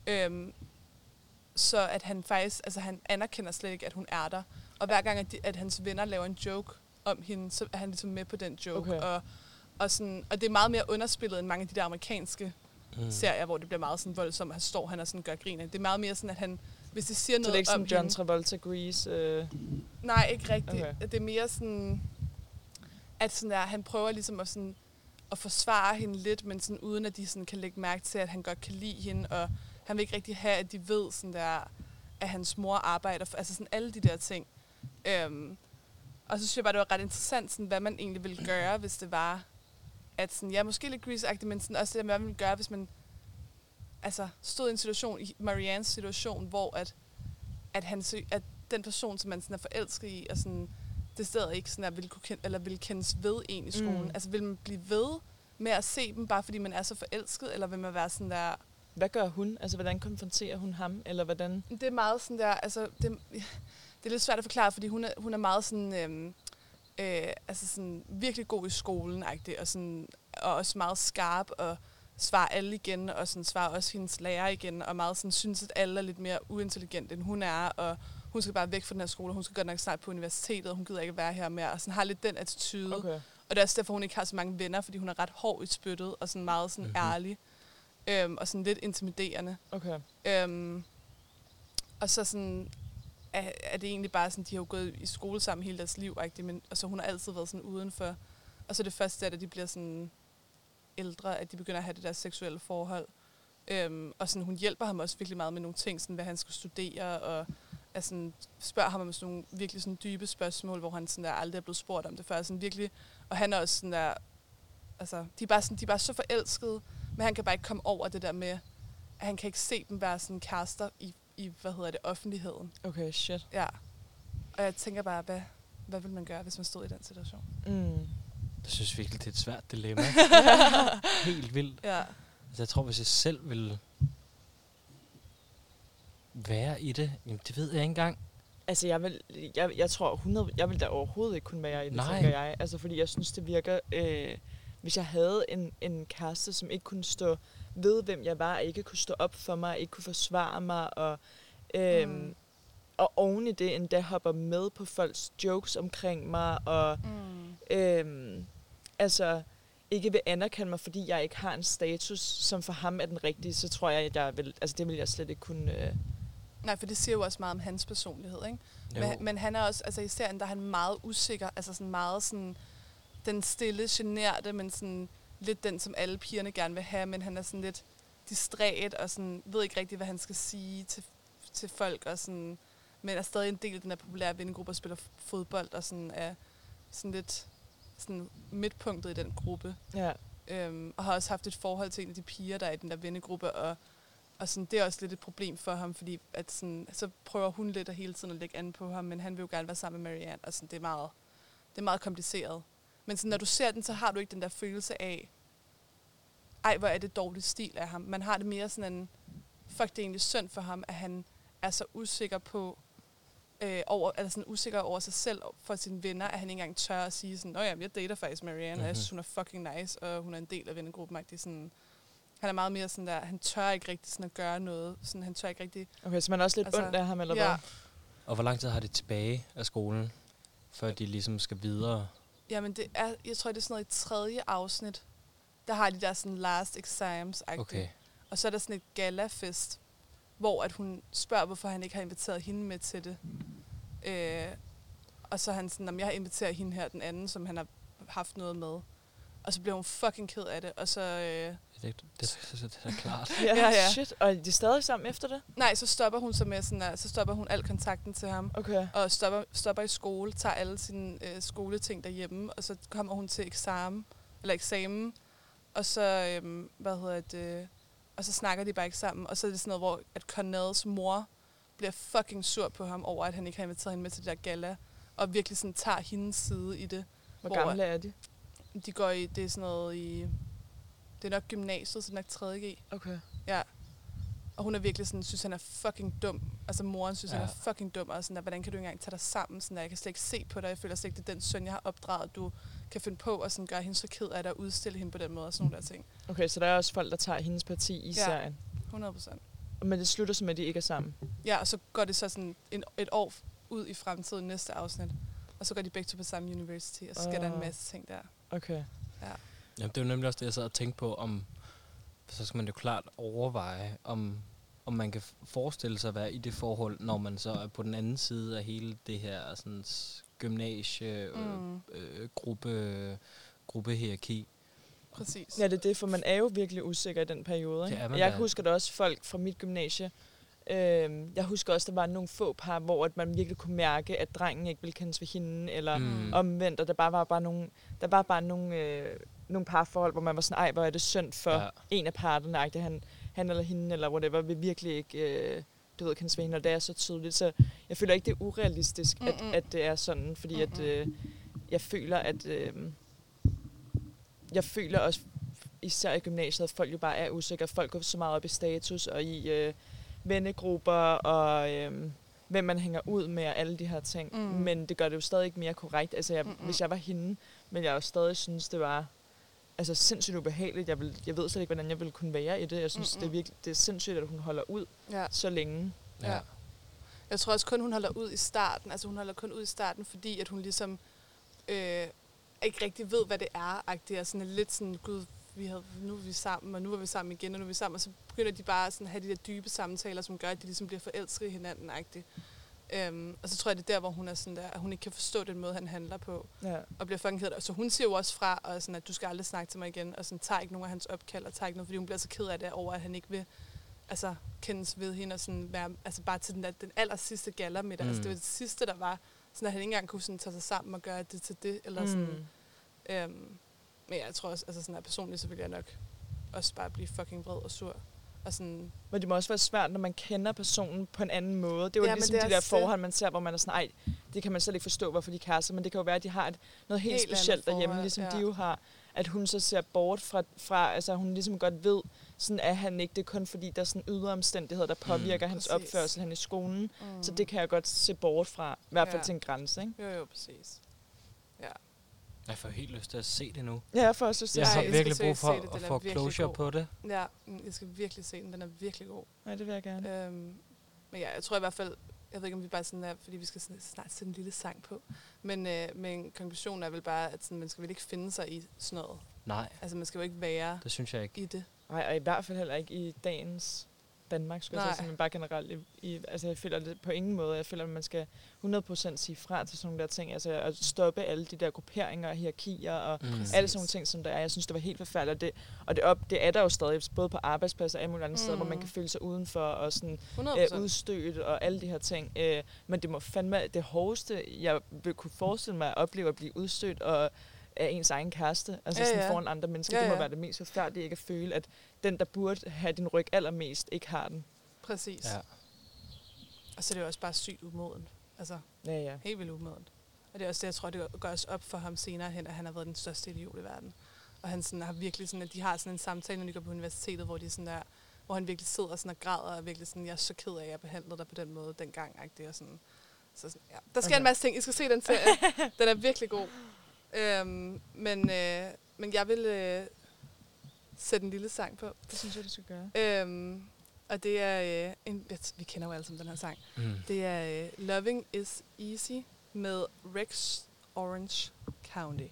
Så at han faktisk, altså han anerkender slet ikke, at hun er der. Og hver gang, at hans venner laver en joke om hende, så er han ligesom med på den joke. Okay. Og det er meget mere underspillet end mange af de der amerikanske serier, hvor det bliver meget sådan voldsomt, at han står og sådan gør grin. Det er meget mere sådan, at han, hvis det siger noget om det er ikke sådan John Travolta Grease? Nej, ikke rigtigt. Okay. Det er mere sådan, at sådan der, han prøver ligesom at forsvare hende lidt, men sådan, uden at de sådan kan lægge mærke til, at han godt kan lide hende, og han vil ikke rigtig have, at de ved, sådan der, at hans mor arbejder for, altså sådan alle de der ting. Og så synes jeg bare, det var ret interessant, sådan, hvad man egentlig ville gøre, hvis det var, at sådan, ja, måske lidt Grease-agtigt, men sådan også det der med, hvad man ville gøre, hvis man altså, stod i en situation, i Mariannes situation, hvor at den person, som man sådan er forelsket i, og sådan, det stedet ikke sådan, ville kendes ved en i skolen. Altså, vil man blive ved med at se dem, bare fordi man er så forelsket, eller vil man være sådan der... Hvad gør hun? Altså, hvordan konfronterer hun ham? Eller hvordan? Det er meget sådan der, altså, det er lidt svært at forklare, fordi hun er meget sådan, altså sådan virkelig god i skolen-agtig, og også meget skarp, og svarer alle igen, og sådan svarer også hendes lærer igen, og meget sådan synes, at alle er lidt mere uintelligent, end hun er, og hun skal bare væk fra den her skole, og hun skal godt nok snart på universitetet, og hun gider ikke være her mere, og sådan har lidt den attitude. Okay. Og det er også derfor, hun ikke har så mange venner, fordi hun er ret hård i spyttet, og sådan meget sådan ærlig, og sådan lidt intimiderende. Okay. Og så sådan er det egentlig bare sådan, de har jo gået i skole sammen hele deres liv, men og så hun har altid været sådan udenfor. Og så det første er, at de bliver sådan ældre, at de begynder at have det der seksuelle forhold. Og sådan, hun hjælper ham også virkelig meget med nogle ting, sådan, hvad han skal studere, og altså, spørger ham om sådan nogle virkelig sådan dybe spørgsmål, hvor han sådan der aldrig er blevet spurgt om det før. Sådan virkelig, og han er også sådan der, altså, de er bare så forelskede, men han kan bare ikke komme over det der med, at han kan ikke se dem være sådan kærester i offentligheden. Okay, shit. Ja. Og jeg tænker bare, hvad vil man gøre, hvis man stod i den situation? Jeg synes virkelig, det er et svært dilemma. Helt vildt. Ja. Altså, jeg tror, hvis jeg selv ville være i det, jamen, det ved jeg ikke engang. Altså, jeg tror, jeg vil da overhovedet ikke kunne være i det, tænker jeg. Altså, fordi jeg synes, det virker... hvis jeg havde en kæreste, som ikke kunne stå ved, hvem jeg var, ikke kunne stå op for mig, ikke kunne forsvare mig, og oven i det endda hopper med på folks jokes omkring mig, og altså ikke vil anerkende mig, fordi jeg ikke har en status, som for ham er den rigtige, så tror jeg, at det vil jeg slet ikke kunne... Nej, for det siger jo også meget om hans personlighed, ikke? Men han er også, altså i serien, der er han meget usikker, altså sådan meget sådan, den stille, generte, men sådan lidt den, som alle pigerne gerne vil have, men han er sådan lidt distræt, og sådan, ved ikke rigtig, hvad han skal sige til folk, og sådan, men er stadig en del af den der populære vennegruppe og spiller fodbold, og sådan er sådan lidt sådan midtpunktet i den gruppe. Ja. Og har også haft et forhold til en af de piger, der er i den der vennegruppe, og sådan, det er også lidt et problem for ham, fordi at sådan, så prøver hun lidt at hele tiden at lægge an på ham, men han vil jo gerne være sammen med Marianne, og sådan, det er meget kompliceret. Men sådan, når du ser den, så har du ikke den der følelse af, ej, hvor er det dårligt stil af ham. Man har det mere sådan en, fuck, det er egentlig synd for ham, at han er så usikker på, usikker over sig selv for sine venner, at han ikke engang tør at sige sådan, ja, jeg dater faktisk Marianne, og jeg synes, hun er fucking nice, og hun er en del af vennegruppen. Sådan, han er meget mere sådan der, han tør ikke rigtig sådan at gøre noget. Sådan, han tør ikke rigtig... Okay, så man er også lidt ondt af ham, eller hvad? Og hvor lang tid har det tilbage af skolen, før de ligesom skal videre? Jamen, jeg tror, det er sådan noget i 3. afsnit. Der har de der sådan last exams-agtigt. Okay. Og så er der sådan et galafest, hvor at hun spørger, hvorfor han ikke har inviteret hende med til det. Og så er han sådan, om jeg har inviteret hende her, den anden, som han har haft noget med. Og så bliver hun fucking ked af det, og så... Det er klart. ja. Shit. Og er de stadig sammen efter det? Nej, så stopper hun så med sådan, så stopper hun al kontakten til ham. Okay. Og stopper i skole, tager alle sine skoleting derhjemme, og så kommer hun til eksamen, og så, og så snakker de bare ikke sammen. Og så er det sådan noget, hvor at Cornels mor bliver fucking sur på ham over, at han ikke har inviteret hende med til det der gala, og virkelig sådan tager hendes side i det. Hvor gamle er de? De går i, det er sådan noget i... Det er nok gymnasiet, så det er nok 3. G. Okay. Ja. Og hun er virkelig sådan, synes han er fucking dum. Altså moren synes, han er fucking dum. Og sådan der, hvordan kan du ikke engang tage dig sammen? Sådan der, jeg kan slet ikke se på dig. Jeg føler slet ikke, det er den søn, jeg har opdraget, du kan finde på og sådan gøre hende så ked af det og udstille hende på den måde og sådan nogle der ting. Okay, så der er også folk, der tager hendes parti i serien? 100%. Men det slutter så med, at de ikke er sammen? Ja, og så går det så sådan et år ud i fremtiden næste afsnit. Og så går de begge to på samme university, og så sker der en masse ting der. Okay. Ja. Jamen, det er jo nemlig også det, jeg sad og tænkte på, så skal man jo klart overveje, om man kan forestille sig at være i det forhold, når man så er på den anden side af hele det her sådan, gymnasie, gruppehierarki. Præcis. Ja, det er det, for man er jo virkelig usikker i den periode. Ikke? Jeg husker da også folk fra mit gymnasie. Jeg husker også, der var nogle få par, hvor at man virkelig kunne mærke, at drengen ikke ville kendes ved hende, eller omvendt, og der var bare nogle parforhold, hvor man var sådan, ej, hvor er det synd for en af parterne, han eller hende, eller whatever, vil virkelig ikke kendes ved hende, og det er så tydeligt. Så jeg føler ikke, det er urealistisk, at det er sådan, fordi at jeg føler også, især i gymnasiet, at folk jo bare er usikre. Folk går så meget op i status og i vennegrupper og hvem man hænger ud med og alle de her ting. Men det gør det jo stadig ikke mere korrekt. Altså, hvis jeg var hende, men jeg jo stadig synes, det var sindssygt ubehageligt. Jeg ved slet ikke, hvordan jeg ville kunne være i det. Jeg synes, det er sindssygt, at hun holder ud så længe. Ja. Jeg tror også kun, hun holder ud i starten. Altså, hun holder kun ud i starten, fordi at hun ligesom ikke rigtig ved, hvad det er. Det er sådan lidt sådan, gud, nu er vi sammen, og nu er vi sammen igen, og nu er vi sammen. Og så begynder de bare sådan at have de der dybe samtaler, som gør, at de ligesom bliver forelskede i hinanden. Og så tror jeg, det er der, hvor hun er sådan der, at hun ikke kan forstå den måde, han handler på. Ja. Og bliver fucking ked af det. Så hun siger jo også fra, og sådan, at du skal aldrig snakke til mig igen, og sådan, tager ikke nogen af hans opkald, og tager ikke noget, fordi hun bliver så ked af det over, at han ikke vil kendes ved hende, og sådan være, bare til den aller sidste galla med det. Altså, det var det sidste, der var, sådan at han ikke engang kunne sådan, tage sig sammen og gøre det til det, eller sådan. Men jeg tror også, sådan personligt, så vil jeg nok også bare blive fucking vred og sur. Og sådan. Men det må også være svært, når man kender personen på en anden måde. Det er jo ligesom de der forhold, man ser, hvor man er sådan, ej, det kan man slet ikke forstå, hvorfor de kærester, men det kan jo være, at de har noget helt specielt derhjemme, ligesom de jo har. At hun så ser bort fra altså hun ligesom godt ved, sådan er han ikke, det er kun fordi, der er sådan ydre omstændigheder, der påvirker hans opførsel hen i skolen. Så det kan jeg godt se bort fra, i hvert fald til en grænse, ikke? Jo, præcis. Ja. Jeg får helt lyst til at se det nu. Ja, jeg får også lyst til at se det. Jeg har virkelig brug for at få closure på det. Ja, jeg skal virkelig se den. Den er virkelig god. Ja, det vil jeg gerne. Men ja, jeg tror i hvert fald, jeg ved ikke, om vi bare sådan er, fordi vi skal snart sætte en lille sang på. Men konklusionen er vel bare, at sådan, man skal vel ikke finde sig i sådan noget. Nej. Altså, man skal jo ikke være det synes jeg ikke. I det. Nej, og i hvert fald heller ikke i dagens Danmark, skulle jeg sige, men bare generelt. Altså, jeg føler det på ingen måde. Jeg føler, at man skal 100% sige fra til sådan nogle der ting. Altså, at stoppe alle de der grupperinger og hierarkier og alle sådan nogle ting, som der er. Jeg synes, det var helt forfærdeligt. Det er der jo stadig, både på arbejdspladser og alle mulige andre steder, hvor man kan føle sig udenfor og sådan udstødt og alle de her ting. Men det må fandme det hårdeste, jeg vil kunne forestille mig at opleve at blive udstødt og af ens egen kæreste, altså sådan foran andre mennesker. Det må være det mest forfærdelige, ikke at føle, at den, der burde have din ryg allermest, ikke har den. Præcis. Ja. Og så er det jo også bare sygt umoden. Altså, helt vildt umoden. Og det er også det, jeg tror, det gør os op for ham senere hen, at han har været den største idiot i verden. Og han sådan har virkelig sådan, at de har sådan en samtale, når de går på universitetet, hvor de sådan der, hvor han virkelig sidder sådan og græder, og virkelig sådan, jeg er så ked af, at jeg behandlede dig på den måde dengang. Det er sådan, så sådan, ja. Der sker en masse ting. I skal se den serie. Den er virkelig god. Men jeg vil sætte en lille sang på. Det synes jeg, du skal gøre. Og det er vi kender jo alle sammen den her sang. Det er Loving is Easy med Rex Orange County.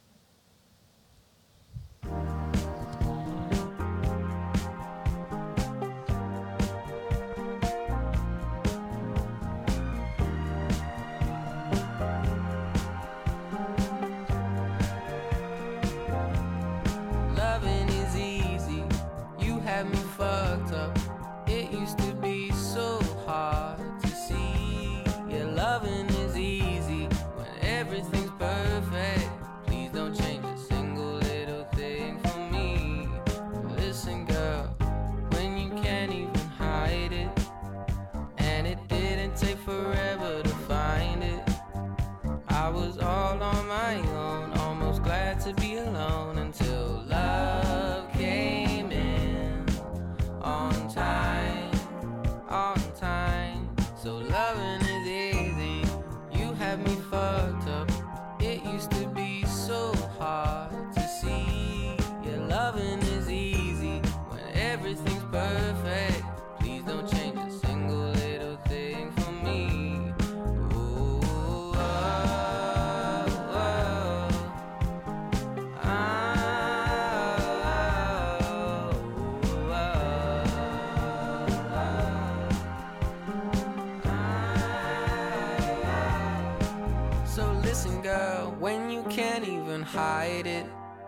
Hide it,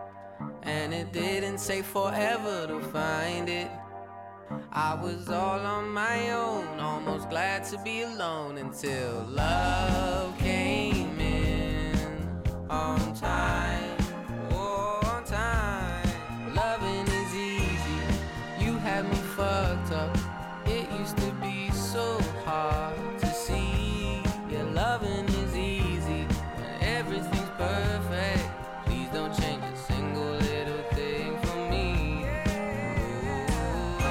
and it didn't take forever to find it. I was all on my own, almost glad to be alone until love came in on time. Oh, on time. Loving is easy. You had me fucked up. It used to be so hard to see. Yeah, loving is easy when everything's perfect. Don't change a single little thing for me. Ooh,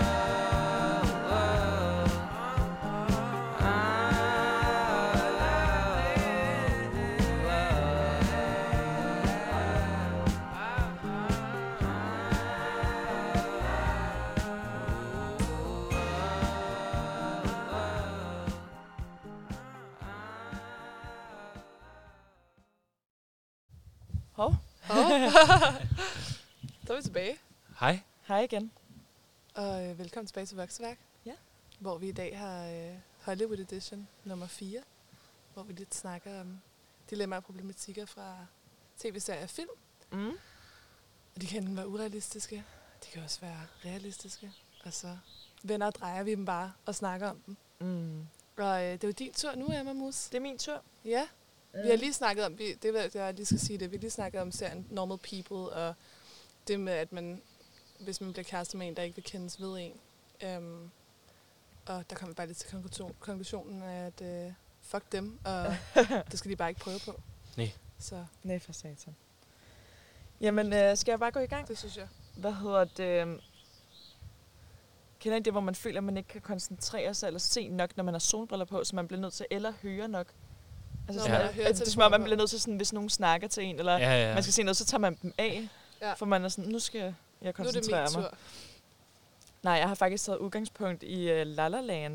Så er vi tilbage. Hej. Hej igen. Og velkommen tilbage til Vokseværk. Ja. Hvor vi i dag har Hollywood Edition nummer 4. Hvor vi lidt snakker om dilemmaer og problematikker fra tv-serier og film. Og de kan være urealistiske. De kan også være realistiske. Og så vender og drejer vi dem bare og snakker om dem. Og det er jo din tur nu, Emma Mus. Det er min tur. Ja. Vi har lige snakket om, jeg lige skal sige det, vi har lige snakket om serien Normal People, og det med, at man, hvis man bliver kærester med en, der ikke vil kendes ved en. Og der kommer bare lidt til konklusionen, at fuck dem, og det skal de bare ikke prøve på. Nej. Så. Nej, for satan. Jamen, skal jeg bare gå i gang? Det synes jeg. Hvad hedder det? Kender I det, hvor man føler, at man ikke kan koncentrere sig eller se nok, når man har solbriller på, så man bliver nødt til eller høre nok? Altså, det er som om, man bliver nødt til, sådan, hvis nogen snakker til en, eller man skal se noget, så tager man dem af. Ja. For man er sådan, nu skal jeg koncentrere mig. Nej, jeg har faktisk taget udgangspunkt i La La Land.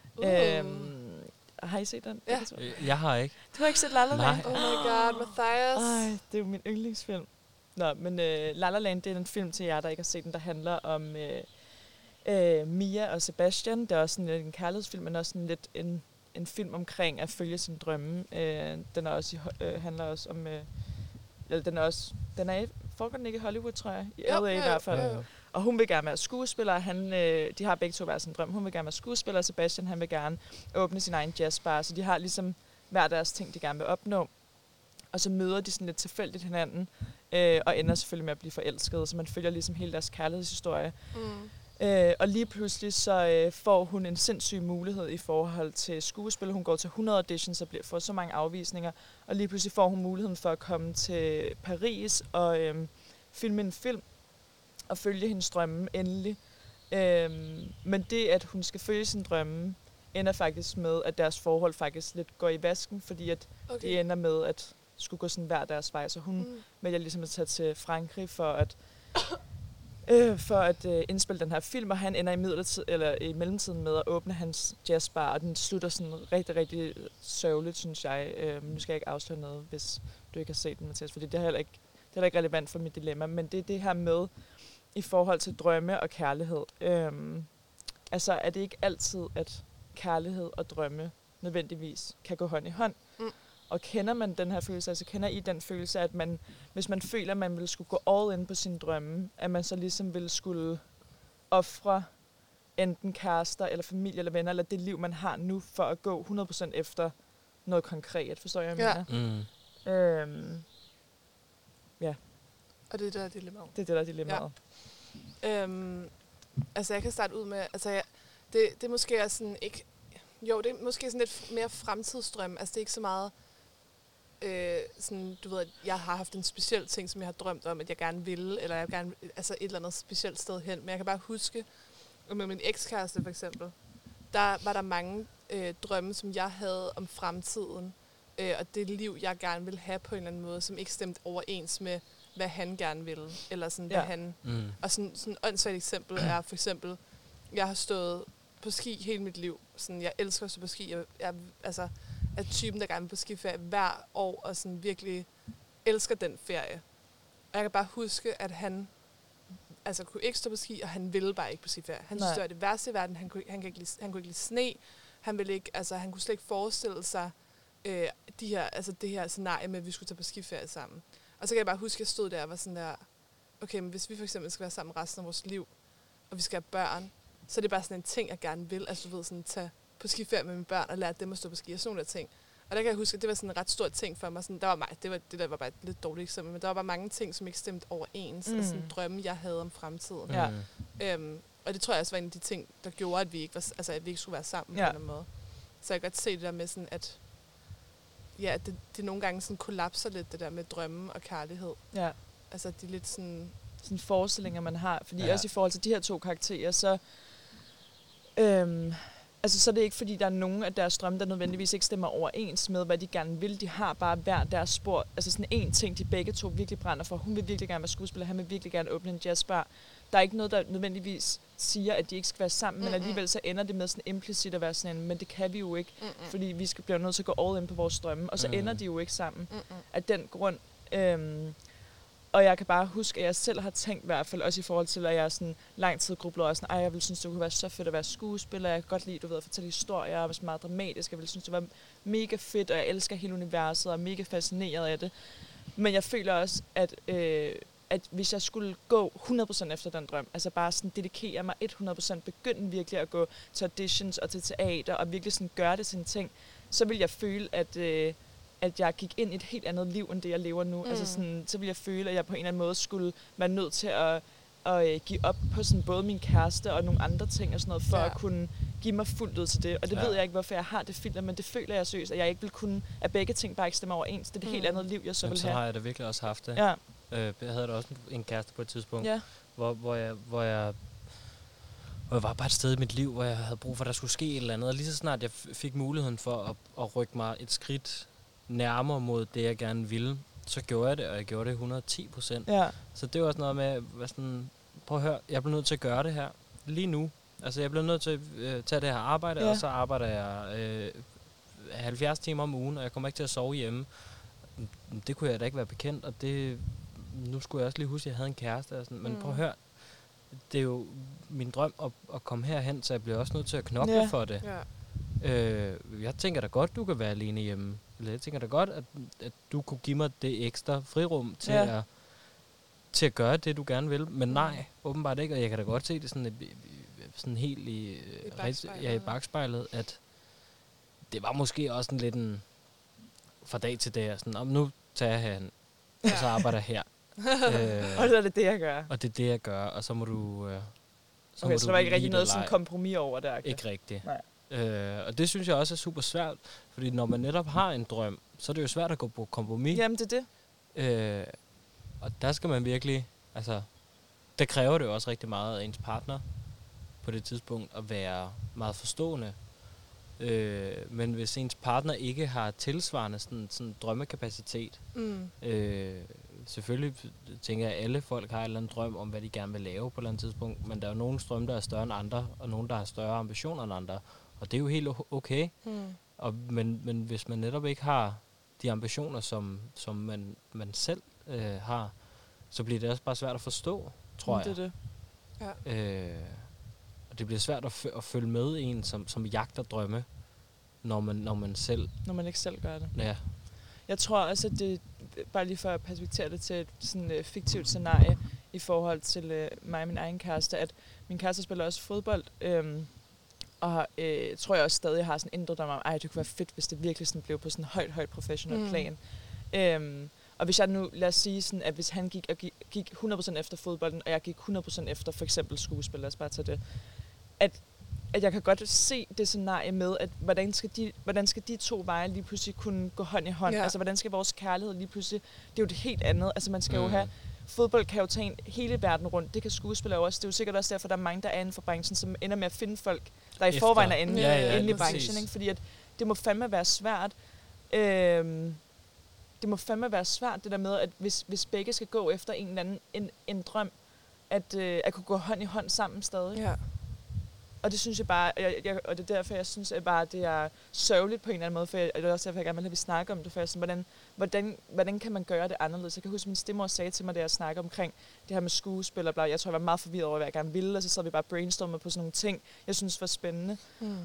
Har I set den? Ja. Jeg har ikke. Du har ikke set La La Land? Oh my god, Mathias. Ej, det er jo min yndlingsfilm. Nå, men La La Land, det er en film til jer, der ikke har set den, der handler om Mia og Sebastian. Det er også sådan en kærlighedsfilm, men også sådan lidt en film omkring at følge sin drømme. Den er også handler også om... foregår den ikke i Hollywood, tror jeg. I LA i hvert fald. Jo. Og hun vil gerne være skuespiller. De har begge to hver sin drøm. Hun vil gerne være skuespiller, og Sebastian han vil gerne åbne sin egen jazzbar. Så de har ligesom hver deres ting, de gerne vil opnå. Og så møder de sådan lidt tilfældigt hinanden, og ender selvfølgelig med at blive forelskede. Så man følger ligesom hele deres kærlighedshistorie. Og lige pludselig så får hun en sindssyg mulighed i forhold til skuespil. Hun går til 100 auditions og får så mange afvisninger. Og lige pludselig får hun muligheden for at komme til Paris og filme en film og følge hendes drømme endelig. Men det, at hun skal følge sin drømme, ender faktisk med, at deres forhold faktisk lidt går i vasken, fordi at de ender med at skulle gå sådan hver deres vej. Så hun vælger ligesom at tage til Frankrig for at indspille den her film, og han ender i mellemtiden med at åbne hans jazzbar, og den slutter sådan rigtig, rigtig sørgeligt, synes jeg. Nu skal jeg ikke afsløre noget, hvis du ikke har set den, Mathias, fordi det er heller ikke relevant for mit dilemma, men det er det her med, i forhold til drømme og kærlighed. Altså er det ikke altid, at kærlighed og drømme nødvendigvis kan gå hånd i hånd. Og kender man den her følelse, altså kender I den følelse, at man, hvis man føler, at man ville skulle gå all in på sin drømme, at man så ligesom ville skulle ofre enten kærester, eller familie, eller venner, eller det liv, man har nu, for at gå 100% efter noget konkret. Forstår jeg, hvad jeg mener? Ja. Og det er det, der er dilemmaet. Det er det, der er dilemmaet. Ja. Altså, jeg kan starte ud med... Altså, det er måske er sådan ikke... Jo, det er måske sådan lidt mere fremtidsdrøm. Altså, det er ikke så meget... sådan, du ved, at jeg har haft en speciel ting, som jeg har drømt om, at jeg gerne ville, eller jeg gerne... Altså, et eller andet specielt sted hen. Men jeg kan bare huske, med min ekskæreste for eksempel, der var der mange drømme, som jeg havde om fremtiden, og det liv, jeg gerne ville have på en eller anden måde, som ikke stemte overens med, hvad han gerne ville, eller sådan, hvad han... Og sådan et åndssvagt eksempel er for eksempel, jeg har stået på ski hele mit liv. Sådan, jeg elsker at stå på ski. Jeg altså, er typen, der gerne vil på skiferie hver år, og sådan virkelig elsker den ferie. Og jeg kan bare huske, at han altså kunne ikke stå på ski, og han ville bare ikke på skiferie. Han synes, det var det værste i verden. Han kunne ikke lide sne. Han ville ikke, altså, han kunne slet ikke forestille sig det her scenarie med, at vi skulle tage på skiferie sammen. Og så kan jeg bare huske, at jeg stod der og var sådan der, okay, men hvis vi for eksempel skal være sammen resten af vores liv, og vi skal have børn, så er det bare sådan en ting, jeg gerne vil. Altså, du ved, sådan tage på skiferie med mine børn og lære dem at stå på ski og sådan nogle ting. Og der kan jeg huske, at det var sådan en ret stor ting for mig. Sådan, det der var bare et lidt dårligt eksempel, men der var bare mange ting, som ikke stemte overens. Og sådan drømme, jeg havde om fremtiden. Og det tror jeg også var en af de ting, der gjorde, at vi ikke skulle være sammen på en eller anden måde. Så jeg kan godt se det der med sådan, at ja, det nogle gange sådan kollapser lidt, det der med drømme og kærlighed. Ja. Altså, de er lidt sådan forestillinger, man har. Fordi også i forhold til de her to karakterer, så så er det ikke, fordi der er nogen af deres drømme, der nødvendigvis ikke stemmer overens med, hvad de gerne vil. De har bare hver deres spor. Altså sådan en ting, de begge to virkelig brænder for. Hun vil virkelig gerne være skuespiller, han vil virkelig gerne åbne en jazzbar. Der er ikke noget, der nødvendigvis siger, at de ikke skal være sammen, men alligevel så ender det med sådan implicit at være sådan en, men det kan vi jo ikke, fordi vi skal blive nødt til at gå all in på vores drømme, og så ender de jo ikke sammen. Af den grund. Og jeg kan bare huske, at jeg selv har tænkt i hvert fald, også i forhold til, at jeg sådan lang tid grubler og sådan, jeg ville synes, det kunne være så fedt at være skuespiller, jeg kan godt lide, du ved, at fortælle historier, og være meget dramatisk, jeg ville synes, det var mega fedt, og jeg elsker hele universet, og er mega fascineret af det. Men jeg føler også, at hvis jeg skulle gå 100% efter den drøm, altså bare sådan dedikere mig 100%, begynde virkelig at gå til auditions og til teater, og virkelig sådan gøre det sin ting, så ville jeg føle, at jeg gik ind i et helt andet liv, end det, jeg lever nu. Altså sådan, så ville jeg føle, at jeg på en eller anden måde skulle være nødt til at give op på sådan både min kæreste og nogle andre ting og sådan noget, for at kunne give mig fuldt ud til det. Og det ved jeg ikke, hvorfor jeg har det filter, men det føler jeg seriøst, at jeg ikke vil kunne, at begge ting bare ikke stemmer overens. Det er et helt andet liv, jeg så vil have. Så har jeg da virkelig også haft det. Ja. Jeg havde da også en kæreste på et tidspunkt, hvor jeg var bare et sted i mit liv, hvor jeg havde brug for, at der skulle ske et eller andet. Og lige så snart jeg fik muligheden for at rykke mig et skridt nærmere mod det, jeg gerne ville, så gjorde jeg det, og jeg gjorde det 110%. Ja. Så det var også noget med, sådan, prøv at høre, jeg bliver nødt til at gøre det her lige nu. Altså, jeg bliver nødt til at tage det her arbejde, og så arbejder jeg 70 timer om ugen, og jeg kommer ikke til at sove hjemme. Det kunne jeg da ikke være bekendt, og nu skulle jeg også lige huske, at jeg havde en kæreste. Og sådan. Men prøv at høre, det er jo min drøm at komme herhen, så jeg bliver også nødt til at knokle for det. Ja. Jeg tænker da godt, du kan være alene hjemme. Eller jeg tænker da godt, at du kunne give mig det ekstra frirum til at gøre det, du gerne vil. Men nej, åbenbart ikke. Og jeg kan da godt se det sådan helt i bagspejlet, at det var måske også en lidt en fra dag til dag. Sådan, nu tager jeg herhen, og så arbejder jeg her. Og så er det det, jeg gør. Og det er det, jeg gør. Og så må du... så der var ikke rigtig noget sådan kompromis over det. Ikke rigtigt. Og det synes jeg også er super svært, fordi når man netop har en drøm, så er det jo svært at gå på kompromis. Jamen, det er det. Og der skal man virkelig, altså, der kræver det jo også rigtig meget af ens partner på det tidspunkt at være meget forstående. Men hvis ens partner ikke har tilsvarende sådan drømmekapacitet, selvfølgelig tænker jeg, at alle folk har en eller anden drøm om, hvad de gerne vil lave på et eller andet tidspunkt, men der er jo nogle drømme, der er større end andre, og nogle, der har større ambitioner end andre, og det er jo helt okay. Men hvis man netop ikke har de ambitioner, som man selv har, så bliver det også bare svært at forstå, tror jeg. Det er det. Ja. Og det bliver svært at følge med en, som jagter drømme, når man selv... Når man ikke selv gør det. Ja. Jeg tror også, at det, bare lige for at perspektere det til et sådan fiktivt scenarie i forhold til mig og min egen kæreste, at min kæreste spiller også fodbold, og tror jeg også stadig har sådan indre drøm om, det kunne være fedt, hvis det virkelig sådan blev på sådan en højt professionel plan. Og hvis jeg nu, lad os sige sådan, at hvis han gik 100% efter fodbolden, og jeg gik 100% efter for eksempel skuespil, lad os bare tage det, at jeg kan godt se det scenarie med, at hvordan skal de to veje lige pludselig kunne gå hånd i hånd? Ja. Altså, hvordan skal vores kærlighed lige pludselig... Det er jo det helt andet. Altså, man skal jo have... Fodbold kan jo tage hele verden rundt. Det kan skuespillere også. Det er jo sikkert også derfor, der er mange, der er inden for branchen, som ender med at finde folk, der i forvejen er inde i branchen. Ikke? Fordi at det må fandme være svært. Det må fandme være svært, det der med, at hvis begge skal gå efter en eller anden en drøm, at kunne gå hånd i hånd sammen stadig. Ja. Og det synes jeg bare, og det er derfor, jeg synes at bare, det er sørgeligt på en eller anden måde, for det er også derfor, jeg gerne vil have, vi snakke om det, for jeg sådan, hvordan kan man gøre det anderledes? Jeg kan huske, min stemmer sagde til mig, da jeg snakkede omkring det her med skuespil og bla. Jeg tror, jeg var meget forvirret over, hvad jeg gerne ville, og så sad vi bare brainstormet på sådan nogle ting, jeg synes var spændende.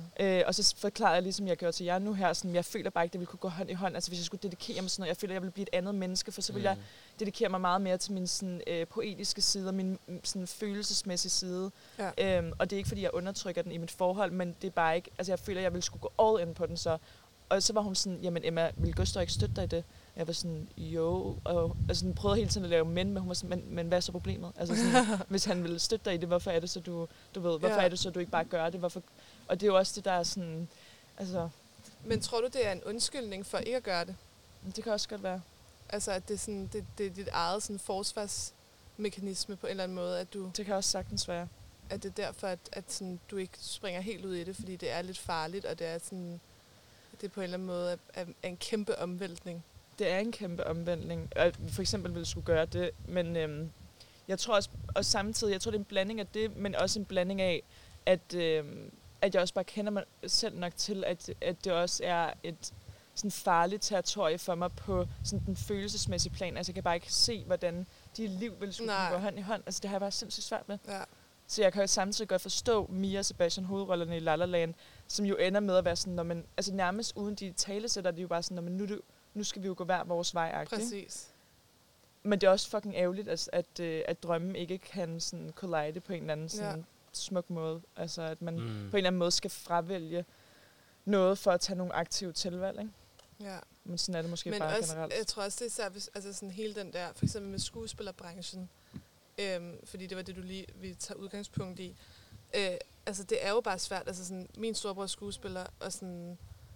Og så forklarede jeg, ligesom jeg gjorde til jer nu her, sådan, jeg føler bare ikke, det ville kunne gå hånd i hånd. Altså, hvis jeg skulle dedikere mig sådan noget, jeg føler, jeg ville blive et andet menneske, for så ville jeg dedikere mig meget mere til min sådan, poetiske side og min sådan, følelsesmæssige side. Ja. Og det er ikke, fordi jeg undertrykker den i mit forhold, men det er bare ikke, altså jeg føler, jeg ville skulle gå all in på den så. Og så var hun sådan, jamen Emma, vil Gustav ikke støtte dig i det? Jeg var sådan, jo, og altså, prøvede hele tiden at lave men hun var sådan, men hvad er så problemet? Altså sådan, hvis han ville støtte dig i det, hvorfor er det så, du ved, hvorfor er det så, du ikke bare gør det? Hvorfor? Og det er jo også det, der er sådan, altså... Men tror du, det er en undskyldning for ikke at gøre det? Det kan også godt være. Altså, at det er, sådan, det er dit eget sådan, forsvarsmekanisme på en eller anden måde, at du... Det kan også sagtens være. At det er derfor, at sådan, du ikke springer helt ud i det, fordi det er lidt farligt, og det er sådan... Det er på en eller anden måde er en kæmpe omvæltning. Det er en kæmpe omvæltning. At vi for eksempel ville skulle gøre det, men jeg tror også samtidig, jeg tror det er en blanding af det, men også en blanding af, at jeg også bare kender mig selv nok til, at det også er et sådan farligt territorie for mig på sådan den følelsesmæssige plan. Altså jeg kan bare ikke se, hvordan de liv ville skulle kunne gå hånd i hånd. Altså det har jeg bare sindssygt svært med. Ja. Så jeg kan jo samtidig godt forstå Mia og Sebastian, hovedrollerne i La La Land, som jo ender med at være sådan, når man, altså nærmest uden de talesætter, det er jo bare sådan, når man, nu skal vi jo gå hver vores vej. Præcis. Men det er også fucking ærgerligt, at drømmen ikke kan sådan collide på en eller anden sådan smuk måde. Altså at man på en eller anden måde skal fravælge noget for at tage nogle aktive tilvalg, ikke? Ja. Men sådan er det måske bare også, generelt. Jeg tror også, det er især, altså sådan hele den der, for eksempel med skuespillerbranchen, fordi det var det, vi tager udgangspunkt i. Altså, det er jo bare svært. Altså, sådan, min storebror er skuespiller, og sådan,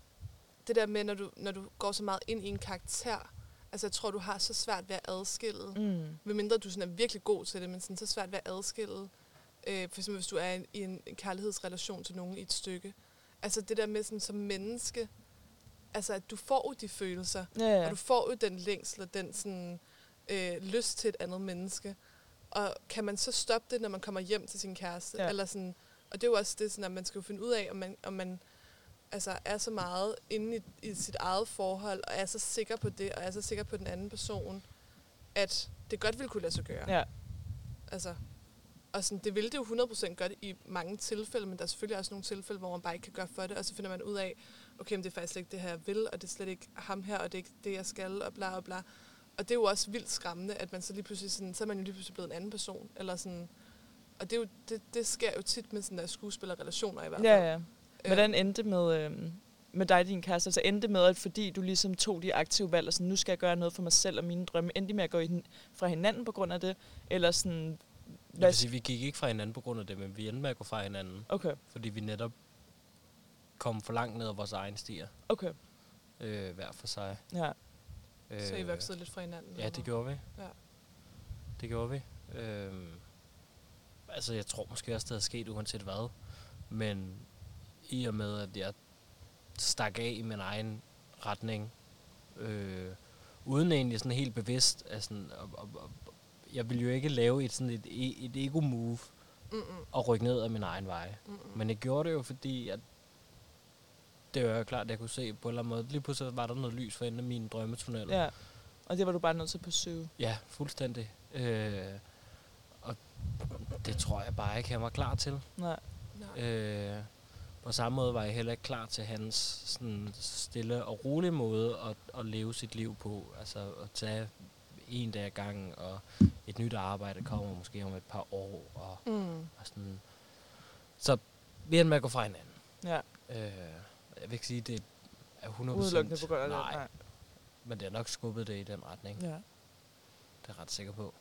det der med, når du går så meget ind i en karakter, altså, jeg tror, du har så svært ved at adskille, medmindre du sådan er virkelig god til det, men sådan, så svært ved at adskille, for eksempel hvis du er i en kærlighedsrelation til nogen i et stykke. Altså, det der med sådan, som menneske, altså, at du får jo de følelser, og du får jo den længsel og den sådan, lyst til et andet menneske. Og kan man så stoppe det, når man kommer hjem til sin kæreste? Ja. Eller sådan, og det er jo også det, sådan, at man skal jo finde ud af, om man altså, er så meget inde i sit eget forhold, og er så sikker på det, og er så sikker på den anden person, at det godt ville kunne lade sig gøre. Ja. Altså. Og sådan, det ville det jo 100% godt i mange tilfælde, men der er selvfølgelig også nogle tilfælde, hvor man bare ikke kan gøre for det, og så finder man ud af, okay, men det er faktisk ikke det her, jeg vil, og det er slet ikke ham her, og det er ikke det, jeg skal, og bla og bla. Og det er jo også vildt skræmmende, at man så lige pludselig sådan, så er man jo lige pludselig blevet en anden person, eller sådan. Og det, er jo, det sker jo tit med sådan der skuespillerrelationer i hvert fald. Ja. Hvordan endte med dig og din kæreste? Altså endte med, at fordi du ligesom tog de aktive valg, og sådan, nu skal jeg gøre noget for mig selv og mine drømme, endte med at gå fra hinanden på grund af det? Eller sådan... Jeg vil sige, vi gik ikke fra hinanden på grund af det, men vi endte med at gå fra hinanden. Okay. Fordi vi netop kom for langt ned ad vores egen stier. Okay. Hver for sig. Ja. Så I voksede lidt fra hinanden? Ja, det gjorde vi. Ja. Det gjorde vi. Altså, jeg tror måske også, det havde sket uanset hvad. Men i og med, at jeg stak af i min egen retning, uden egentlig sådan helt bevidst, altså, jeg ville jo ikke lave et ego-move og rykke ned ad min egen vej. Men jeg gjorde det jo, fordi at det var jo klart, at jeg kunne se på en eller anden måde. Lige pludselig var der noget lys for enden af mine drømmetunnel. Ja, og det var du bare nødt til at pursue. Ja, fuldstændig. Og det tror jeg bare ikke, jeg var klar til. Nej. På samme måde var jeg heller ikke klar til hans sådan stille og rolige måde at leve sit liv på. Altså at tage en dag ad gangen, og et nyt arbejde kommer måske om et par år. Og sådan. Så vi endte med at gå fra hinanden. Ja. Jeg vil ikke sige, det er 100%. Udelukkende på grund af det. Nej. Men det er nok skubbet det i den retning. Ja. Det er jeg ret sikker på.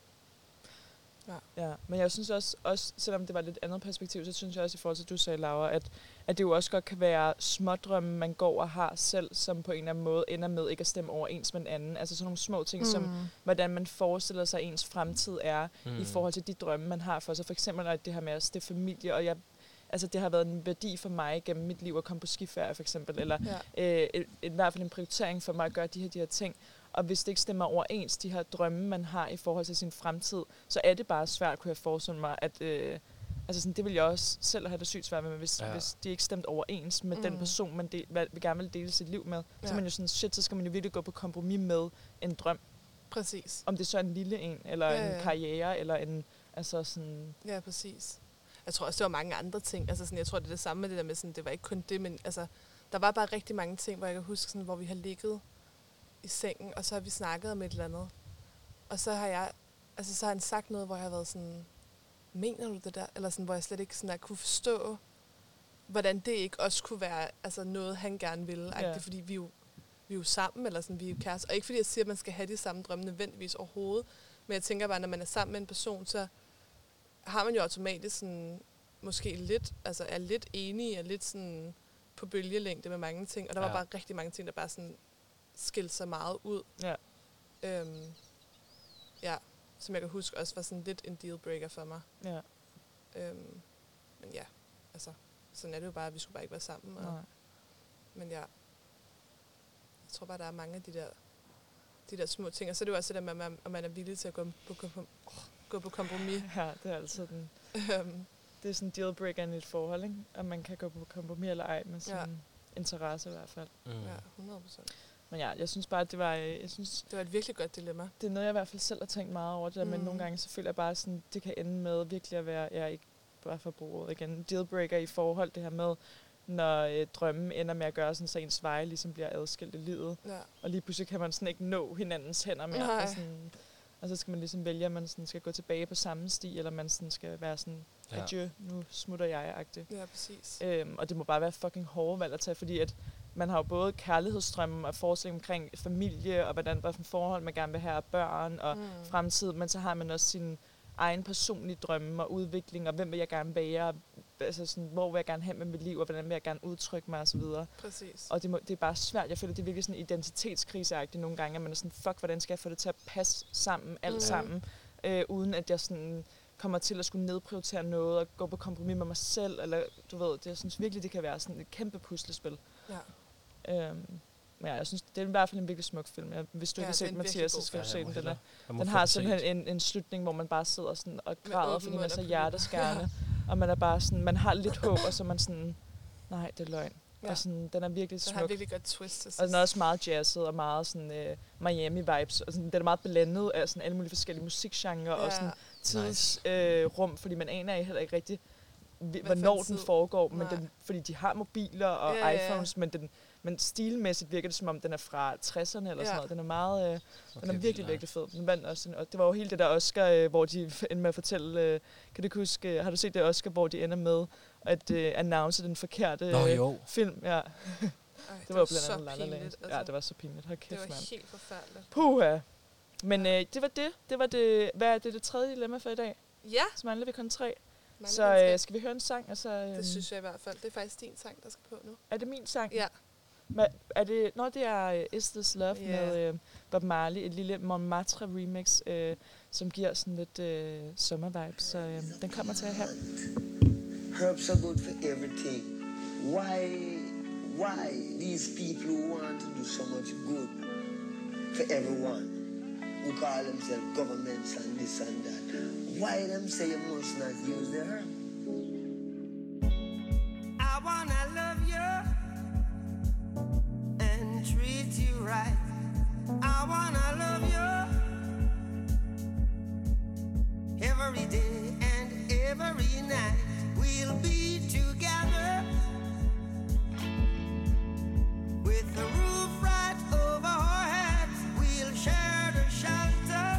Ja, men jeg synes også, selvom det var et lidt andet perspektiv, så synes jeg også i forhold til, at du sagde, Laura, at det jo også godt kan være smådrømme, man går og har selv, som på en eller anden måde ender med ikke at stemme overens med den anden. Altså sådan nogle små ting, som hvordan man forestiller sig, ens fremtid er i forhold til de drømme, man har for sig. For eksempel det her med at stifte familie, og det har været en værdi for mig gennem mit liv at komme på skiferie, for eksempel, eller i hvert fald en prioritering for mig at gøre de her ting. Og hvis det ikke stemmer overens, de her drømme, man har i forhold til sin fremtid, så er det bare svært, kunne jeg forestille mig, at det vil jeg også selv have det sygt svært med, hvis de ikke stemt overens med den person, man vil gerne vil dele sit liv med. Så er man jo sådan, så skal man jo virkelig gå på kompromis med en drøm. Præcis. Om det så er en lille en, eller en karriere, eller en, altså sådan... Ja, præcis. Jeg tror også, det var mange andre ting. Altså sådan, jeg tror, det er det samme med det der med sådan, det var ikke kun det, men altså, der var bare rigtig mange ting, hvor jeg kan huske sådan, hvor vi har ligget i sengen, og så har vi snakket om et eller andet. Og så har han sagt noget, hvor jeg har været sådan, mener du det der? Eller sådan, hvor jeg slet ikke sådan, kunne forstå, hvordan det ikke også kunne være altså noget, han gerne ville. Yeah. Fordi vi er jo sammen, eller sådan, vi er jo kærester. Og ikke fordi jeg siger, at man skal have de samme drømme nødvendigvis overhovedet, men jeg tænker bare, når man er sammen med en person, så har man jo automatisk sådan, måske lidt, altså er lidt enige, og lidt sådan på bølgelængde med mange ting. Og der var bare rigtig mange ting, der bare sådan skilte sig meget ud. Ja. Som jeg kan huske også var sådan lidt en dealbreaker for mig. Ja. Men ja, altså, sådan er det jo bare, at vi skulle bare ikke være sammen. Men ja, jeg tror bare, der er mange af de der små ting. Og så er det jo også det der med, at man er villig til at gå på kompromis. Ja, det er altså den. Det er sådan en dealbreaker i et forhold, ikke? At man kan gå på kompromis eller ej med sin interesse i hvert fald. Ja, 100%. Men ja, jeg synes bare, at det var et virkelig godt dilemma. Det er noget, jeg i hvert fald selv har tænkt meget over det der, men nogle gange så føler jeg bare sådan, det kan ende med virkelig at være, jeg ikke bare for bruget igen, dealbreaker i forhold, det her med, når drømmen ender med at gøre sådan, så ens veje ligesom bliver adskilt i livet. Ja. Og lige pludselig kan man sådan ikke nå hinandens hænder mere. Og så skal man ligesom vælge, at man sådan skal gå tilbage på samme sti, eller man sådan skal være sådan, adieu, nu smutter jeg-agtigt. Ja, præcis. Og det må bare være fucking hårde valg at tage, fordi at man har jo både kærlighedsdrømme og forestilling omkring familie, og hvad for forhold man gerne vil have af børn og fremtid, men så har man også sin egen personlige drømme og udvikling, og hvem vil jeg gerne være, altså sådan, hvor vil jeg gerne have med mit liv, og hvordan vil jeg gerne udtrykke mig, og så videre. Præcis. Og det er bare svært. Jeg føler, det er virkelig sådan identitetskriseagtigt nogle gange, at man er sådan, fuck, hvordan skal jeg få det til at passe sammen, alt sammen, uden at jeg sådan kommer til at skulle nedprioritere noget, og gå på kompromis med mig selv, eller du ved, jeg synes virkelig, det kan være sådan et kæmpe puslespil. Ja. Ja, jeg synes, det er i hvert fald en virkelig smuk film. Hvis du ikke har set Mathias, så skal du se den. Den har simpelthen en slutning, hvor man bare sidder sådan og græder, fordi man er så hjerteskærende. Og man er bare sådan, man har lidt håb, og så er man sådan, nej, det er løgn. Ja. Og sådan, den er virkelig smuk. Den har virkelig godt twist. Og den er også meget jazzet og meget sådan, Miami-vibes. Og sådan, den er meget blandet af sådan alle mulige forskellige musikgenre og sådan tidsrum, fordi man aner heller ikke rigtigt, hvornår den foregår. Men fordi de har mobiler og iPhones, men stilmæssigt virker det, som om den er fra 60'erne eller sådan noget. Den er meget, den er virkelig, virkelig fed. Den vandt også, og det var jo hele det der Oscar, hvor de endte med at fortælle, kan du huske, har du set det Oscar, hvor de ender med at announce den forkerte film? Ja. Det var jo blandt andet La La Land. Altså. Ja, det var så pinligt. Hold kæft, det var mand. Helt forfærdeligt. Puha. Men det var det. Det var det. Hvad er det tredje dilemma for i dag? Ja. Så mangler vi kun 3. Så skal vi høre en sang? Og så, det synes jeg i hvert fald. Det er faktisk din sang, der skal på nu. Er det min sang? Ja. Er det, det er Is This Love med Bob Marley, et lille Montmartre remix, som giver sådan lidt sommervibes. Så den kommer til her. Herbs are good for everything. Why these people who want to do so much good for everyone, who call themselves governments and this and that, why them say you must not use the herb? I wanna love you and treat you right. I wanna love you every day and every night. We'll be together with the roof right over our heads. We'll share the shelter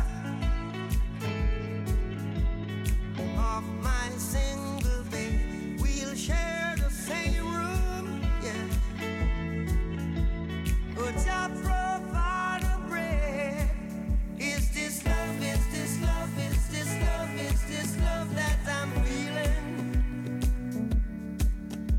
of my single bed. We'll share the same room, yeah. But I provide a bread. Is this love? Is this love? Is this love? Is this love that I'm feeling?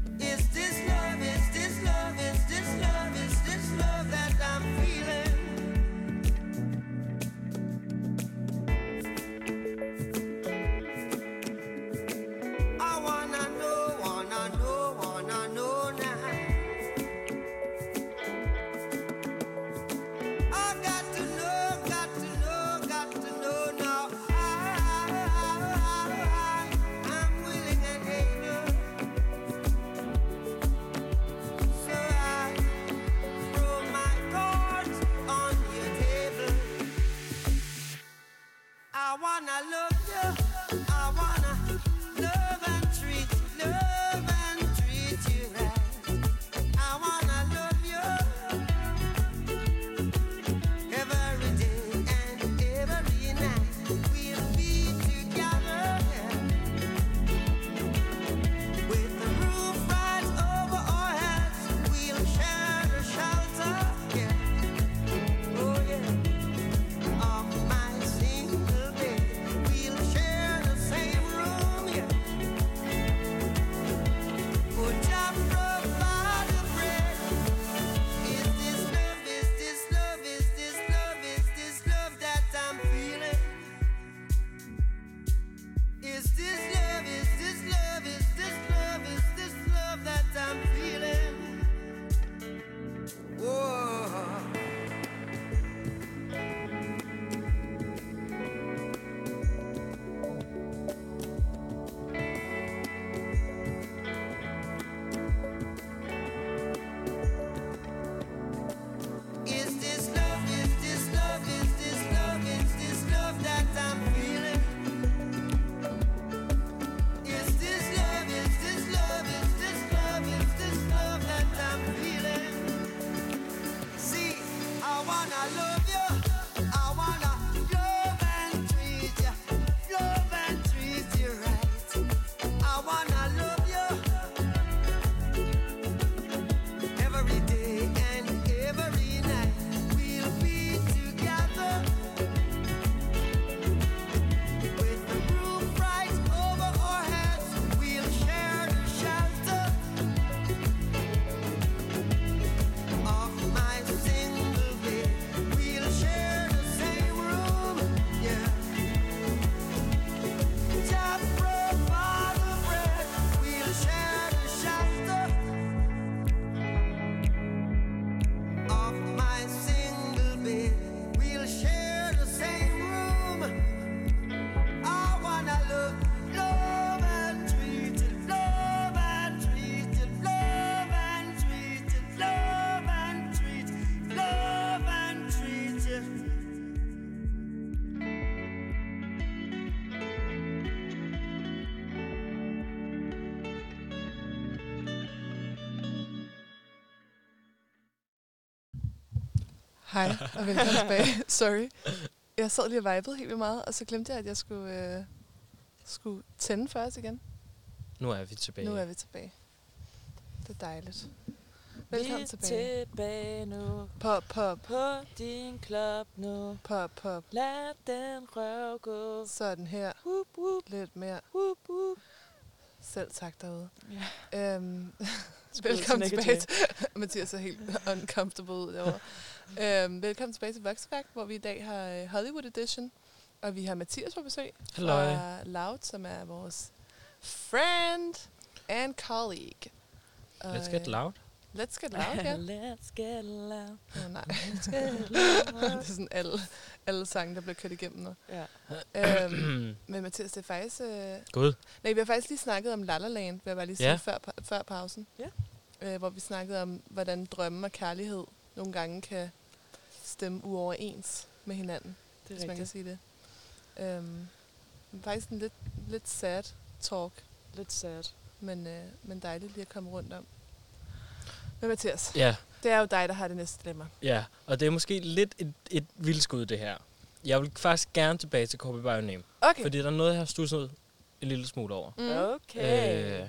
Hej, og velkommen tilbage. Sorry. Jeg sad lige og vibede helt vildt meget, og så glemte jeg, at jeg skulle tænde først igen. Nu er vi tilbage. Nu er vi tilbage. Det er dejligt. Velkommen tilbage. tilbage nu. Pop, pop, På din klub nu. pop, pop. Lad den røv gå. Sådan her. Whoop, whoop, Lidt mere. whoop, whoop. Selv tak derude. Ja. Velkommen Snikke tilbage til... Mathias er helt uncomfortable ud derovre. Velkommen tilbage til Voxeværk, hvor vi i dag har Hollywood Edition. Og vi har Mathias på besøg fra Loud, som er vores friend and colleague. Let's get loud. Let's get loud, ja. Let's get loud. Nej, Let's get loud. det er sådan alle sange, der bliver kørt igennem nu. Ja. Men Mathias, det er faktisk... Gud. Nej, vi har faktisk lige snakket om La La Land, vil jeg bare lige sige, før pausen. Ja. Hvor vi snakkede om, hvordan drømme og kærlighed nogle gange kan stemme uoverens med hinanden, Det hvis er man kan rigtigt. sige det. Faktisk en lidt sad talk, Lidt sad. men dejligt lige at komme rundt om. Men Mathias, Ja, det er jo dig, der har det næste dilemma. ja. Og det er måske lidt et vildskud, det her. Jeg vil faktisk gerne tilbage til Call Me By Your Name. Okay. Fordi der er noget, jeg har studset en lille smule over. Okay.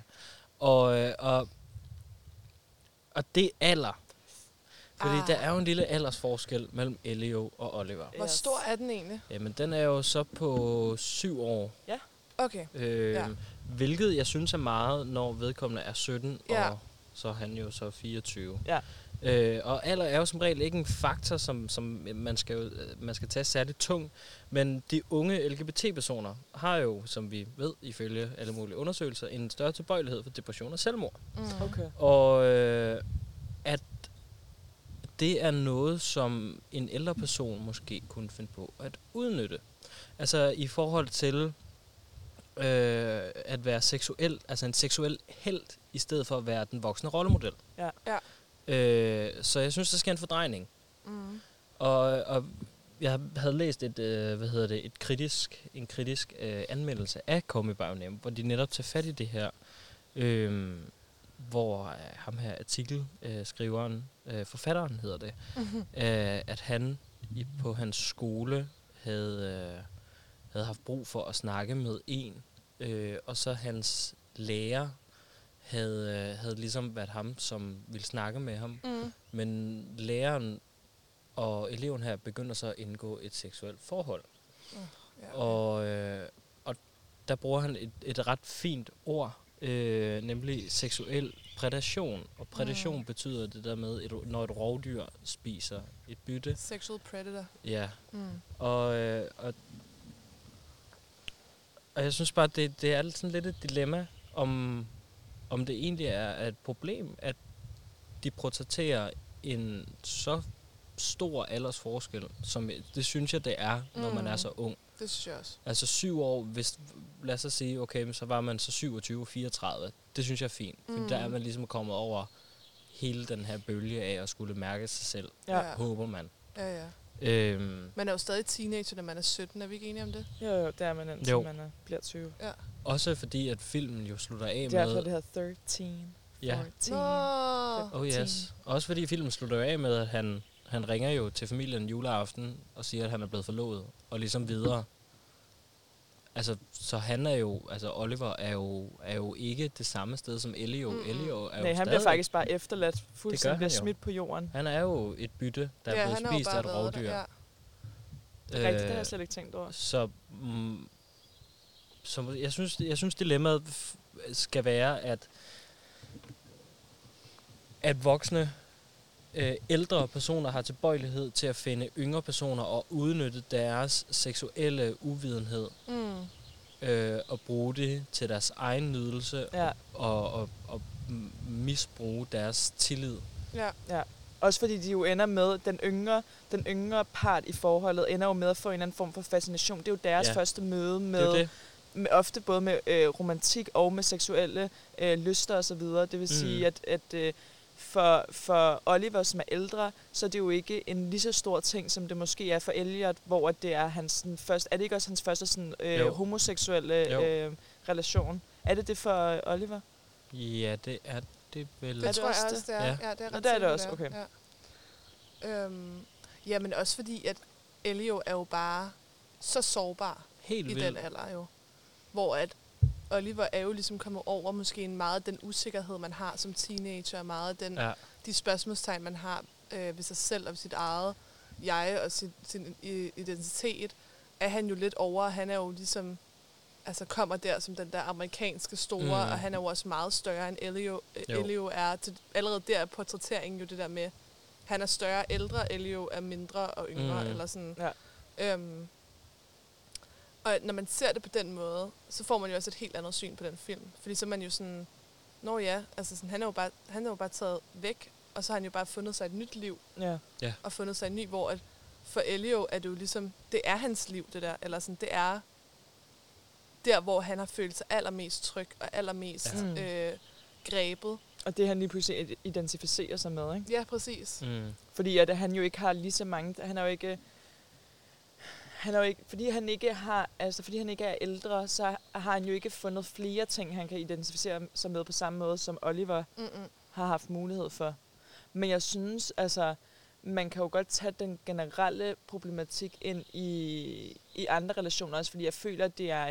Og det er alder. Fordi der er jo en lille aldersforskel mellem Elio og Oliver. Hvor stor er den egentlig? Jamen, den er jo så på 7 år. Okay. Ja. Hvilket jeg synes er meget, når vedkommende er 17, og så er han jo så 24. Ja. Og alder er jo som regel ikke en faktor, som man skal tage særligt tung. Men de unge LGBT-personer har jo, som vi ved ifølge alle mulige undersøgelser, en større tilbøjelighed for depression og selvmord. Okay. Og at det er noget, som en ældre person måske kunne finde på at udnytte. Altså i forhold til at være seksuel, altså en seksuel helt, i stedet for at være den voksne rollemodel. Ja. Så jeg synes, der sker en fordrejning. Og jeg havde læst en kritisk anmeldelse af Call Me By Your Name, hvor de netop tager fat i det her, hvor ham her artikelskriveren, forfatteren hedder det, at han på hans skole havde haft brug for at snakke med en, og så hans lærer havde ligesom været ham, som ville snakke med ham. Men læreren og eleven her begynder så at indgå et seksuelt forhold. Og der bruger han et ret fint ord, nemlig seksuel prædation. Og prædation betyder det der med, når et rovdyr spiser et bytte. Sexual predator. Ja. Og jeg synes bare, det er sådan lidt et dilemma, om det egentlig er et problem, at de portrætterer en så stor aldersforskel, som det synes jeg, det er, når man er så ung. Det synes jeg også. Altså 7 år, hvis, lad os sige, okay, så var man så 27, 34. Det synes jeg er fint, for der er man ligesom kommet over hele den her bølge af at skulle mærke sig selv. Håber man. Ja. Man er jo stadig teenager, når man er 17. Er vi ikke enige om det? Jo, det er man indtil man bliver 20. Ja. Også fordi, at filmen jo slutter af med... Det er derfor, det hedder 13. Ja. 14. Oh yes. Også fordi filmen slutter af med, at han ringer jo til familien juleaften og siger, at han er blevet forlovet. Og ligesom videre. Altså, så han er jo... Altså, Oliver er jo ikke det samme sted som Elio. Elio er jo han bliver faktisk bare efterladt. Fuldstændig bliver smidt på jorden. Han er jo et bytte, der er blevet spist af et rovdyr. Det er rigtigt, det har jeg slet ikke tænkt over. Så jeg synes dilemmaet skal være, at voksne ældre personer har tilbøjelighed til at finde yngre personer og udnytte deres seksuelle uvidenhed og bruge det til deres egen nydelse og misbruge deres tillid. Ja. Også fordi de jo ender med, den yngre part i forholdet ender jo med at få en eller anden form for fascination. Det er jo deres første møde med ofte både med romantik og med seksuelle lyster osv. Det vil sige, at for Oliver, som er ældre, så er det jo ikke en lige så stor ting, som det måske er for Elliot, hvor det er hans første... Er det ikke også hans første sådan, homoseksuelle relation? Er det for Oliver? Ja, det er det vel. Det tror jeg også, det er. Ja, det er ret det er det også, okay. Ja. Ja, men også fordi, at Elio er jo bare så sårbar Helt i vildt. den alder jo. Hvor at Oliver er jo ligesom kommet over måske en meget af den usikkerhed, man har som teenager, og meget af den, de spørgsmålstegn, man har ved sig selv og ved sit eget jeg og sin identitet, er han jo lidt over. Han er jo ligesom, altså kommer der som den der amerikanske store, og han er jo også meget større end Elio. Elio er allerede der er portrætteringen jo det der med, han er større, ældre, Elio er mindre og yngre, eller sådan. Ja. Og når man ser det på den måde, så får man jo også et helt andet syn på den film. Fordi så er man jo sådan, nå ja, altså sådan, han er jo bare taget væk, og så har han jo bare fundet sig et nyt liv. Ja. Og fundet sig en ny, hvor at for Elio er det jo ligesom, det er hans liv, det der. Eller sådan, det er der, hvor han har følt sig allermest tryg og allermest grebet. Og det han lige pludselig identificerer sig med, ikke? Ja, præcis. Fordi at han jo ikke har lige så mange, han er jo ikke, fordi han ikke er ældre, så har han jo ikke fundet flere ting, han kan identificere sig med på samme måde, som Oliver har haft mulighed for. Men jeg synes, altså, man kan jo godt tage den generelle problematik ind i andre relationer også, fordi jeg føler,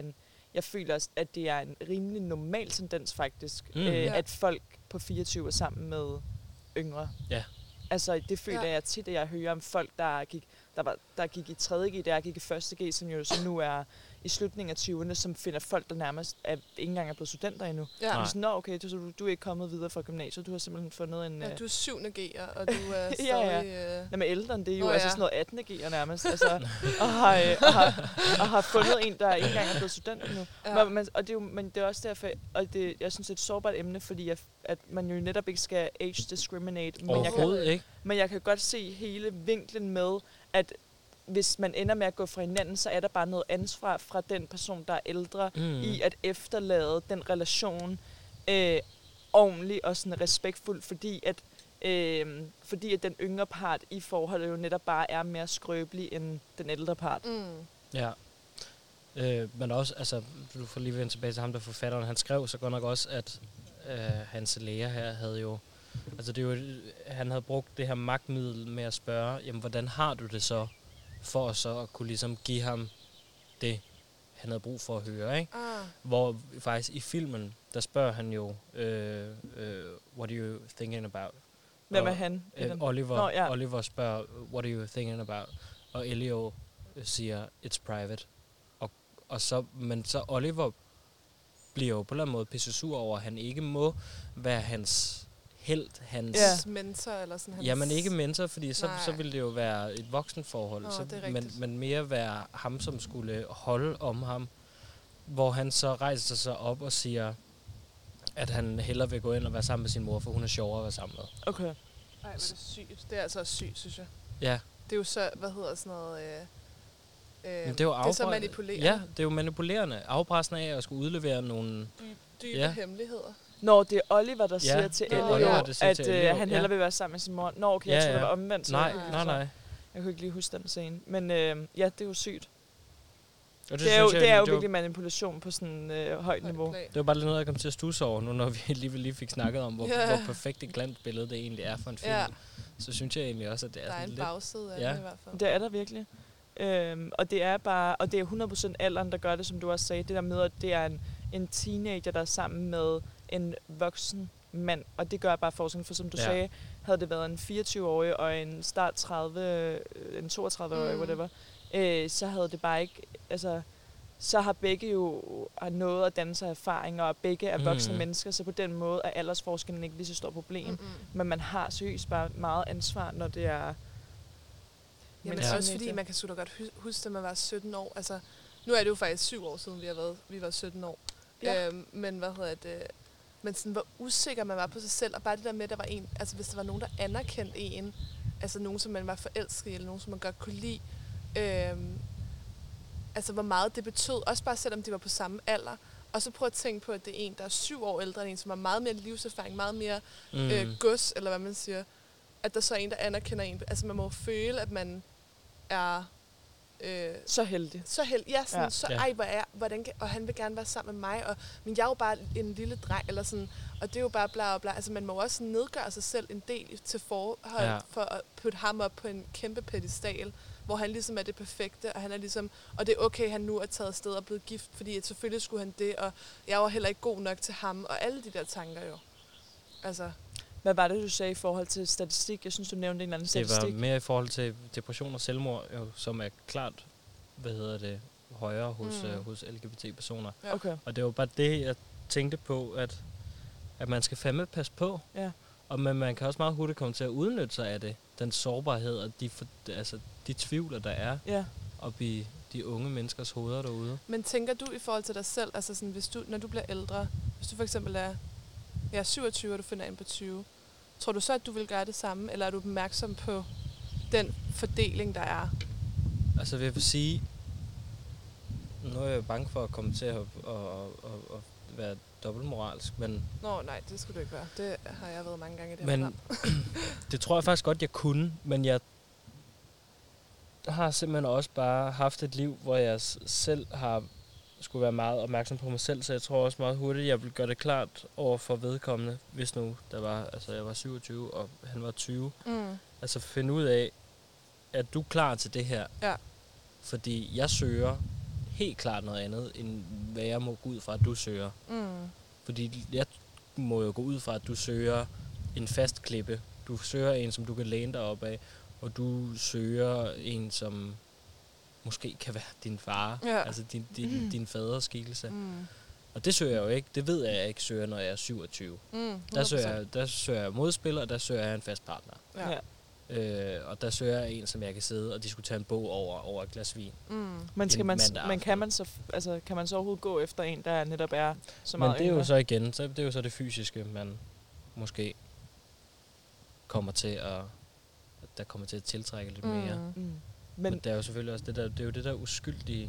at det er en rimelig normal tendens faktisk, at folk på 24 er sammen med yngre. Ja. Altså, det føler jeg tit, at jeg hører om folk, der gik i 3.G, der gik i 1.G, som jo så nu er i slutningen af 20'erne, som finder folk, der nærmest ikke engang er blevet studenter endnu. Ja. Sådan, okay, du er ikke kommet videre fra gymnasiet, du har simpelthen fundet en... Ja, du er 7.G'er, og du er stadig... Ja, men ældre end det er jo altså sådan noget 18.G'er nærmest, altså, og har fundet en, der ikke engang er blevet student endnu. Ja. Men det er også derfor, og jeg synes, det er et sårbart emne, fordi at man jo netop ikke skal age discriminate, men jeg kan godt se hele vinklen med, at hvis man ender med at gå fra hinanden, så er der bare noget ansvar fra den person, der er ældre, i at efterlade den relation ordentligt og sådan respektfuldt, fordi at den yngre part i forholdet jo netop bare er mere skrøbelig end den ældre part. Ja. Men også, altså, du får lige vendt tilbage til ham, der forfatteren, han skrev så godt nok også, at hans læger her havde jo, altså det er jo, han havde brugt det her magtmiddel med at spørge, jamen hvordan har du det så, for så at kunne ligesom give ham det, han havde brug for at høre, ikke? Hvor faktisk i filmen, der spørger han jo, what are you thinking about? Hvem er han? Oliver spørger, what are you thinking about? Og Elio siger, it's private. Og så, men så Oliver bliver jo på en eller anden måde pisse sur over, at han ikke må være hans hans mentor eller sådan hans... Ja, men ikke mentor, fordi så ville det jo være et voksenforhold, men mere være ham, som skulle holde om ham, hvor han så rejser sig op og siger, at han hellere vil gå ind og være sammen med sin mor, for hun er sjovere at være sammen med. Okay. Ej, hvor er det sygt. Det er altså også sygt, synes jeg. Ja. Det er jo så, hvad hedder sådan noget... det er jo det er så manipulerende. Ja, det er jo manipulerende. Afpressende af at skulle udlevere nogle... Dybe hemmeligheder. Når det er Oliver, der siger til Elio, at han hellere vil være sammen med sin mor. Nå, okay, jeg tror, det var omvendt. Nej. Jeg kunne ikke lige huske den scene. Men det er jo sygt. Det er jo virkelig manipulation på sådan højt niveau. Det var bare lidt noget, jeg kom til at studse over nu, når vi lige fik snakket om, hvor perfekt et glant billede det egentlig er for en film. Ja. Så synes jeg egentlig også, at det er sådan lidt... Der er en bagside af det i hvert fald. Det er der virkelig. Og det er bare, og det er 100% alderen, der gør det, som du også sagde. Det der med, at det er en teenager, der er sammen med en voksen mand, og det gør bare forskellen, for som du sagde, havde det været en 24-årig og en start 30, en 32-årig, whatever, så havde det bare ikke, altså, så har begge jo noget at danne sig erfaringer, og begge er voksne mennesker, så på den måde er aldersforskellen ikke lige så stort problem, men man har seriøst bare meget ansvar, når det er... Jamen også fordi, man kan sgu da godt huske, at man var 17 år, altså, nu er det jo faktisk 7 år siden, vi var 17 år, men hvad hedder det... Men sådan, hvor usikker man var på sig selv, og bare det der med, at der var en, altså hvis der var nogen, der anerkendte en, altså nogen, som man var forelsket i, eller nogen, som man godt kunne lide, altså hvor meget det betød, også bare selvom de var på samme alder, og så prøv at tænke på, at det er en, der er 7 år ældre end en, som har meget mere livserfaring, meget mere gods, eller hvad man siger, at der så er en, der anerkender en, altså man må føle, at man er så heldig. Ja, sådan, hvordan og han vil gerne være sammen med mig, men jeg er jo bare en lille dreng, eller sådan, og det er jo bare bla bla. Altså, man må også nedgøre sig selv en del til forhold, for at putte ham op på en kæmpe pedestal, hvor han ligesom er det perfekte, og han er ligesom, og det er okay, han nu er taget afsted og blevet gift, fordi at selvfølgelig skulle han det, og jeg var heller ikke god nok til ham, og alle de der tanker jo. Altså. Hvad var det, du sagde i forhold til statistik? Jeg synes, du nævnte en eller anden statistik. Det var mere i forhold til depression og selvmord, jo, som er klart, højere hos LGBT-personer. Ja. Okay. Og det var bare det, jeg tænkte på, at man skal fandme passe på. Ja. Og man kan også meget hurtigt komme til at udnytte sig af det. Den sårbarhed og de tvivler, der er op i de unge menneskers hoveder derude. Men tænker du i forhold til dig selv, altså sådan, når du bliver ældre, hvis du for eksempel er 27, og du finder en på 20, tror du så, at du vil gøre det samme, eller er du opmærksom på den fordeling, der er? Altså vil jeg sige, nu er jeg bange for at komme til at være dobbeltmoralsk, men... Nå, nej, det skulle du ikke være. Det har jeg været mange gange i det men, program. det tror jeg faktisk godt, jeg kunne, men jeg har simpelthen også bare haft et liv, hvor jeg selv har skulle være meget opmærksom på mig selv, så jeg tror også meget hurtigt, jeg vil gøre det klart over for vedkommende, hvis nu jeg var 27, og han var 20. Altså finde ud af, at du er klar til det her. Ja. Fordi jeg søger helt klart noget andet, end hvad jeg må gå ud fra, at du søger. Fordi jeg må jo gå ud fra, at du søger en fast klippe. Du søger en, som du kan læne dig op af, og du søger en, som måske kan være din far, altså din faders skikkelse. Og det søger jeg jo ikke. Det ved jeg ikke søger, når jeg er 27. Der søger jeg modspiller, og der søger jeg en fast partner. Ja. Og der søger jeg en, som jeg kan sidde og diskutere en bog over et glas vin. Men kan man så overhovedet gå efter en, der netop er så meget? Men det er jo så igen, det er jo så det fysiske, man måske kommer til at tiltrække lidt mere. Men det er jo selvfølgelig også det er jo det der uskyldige,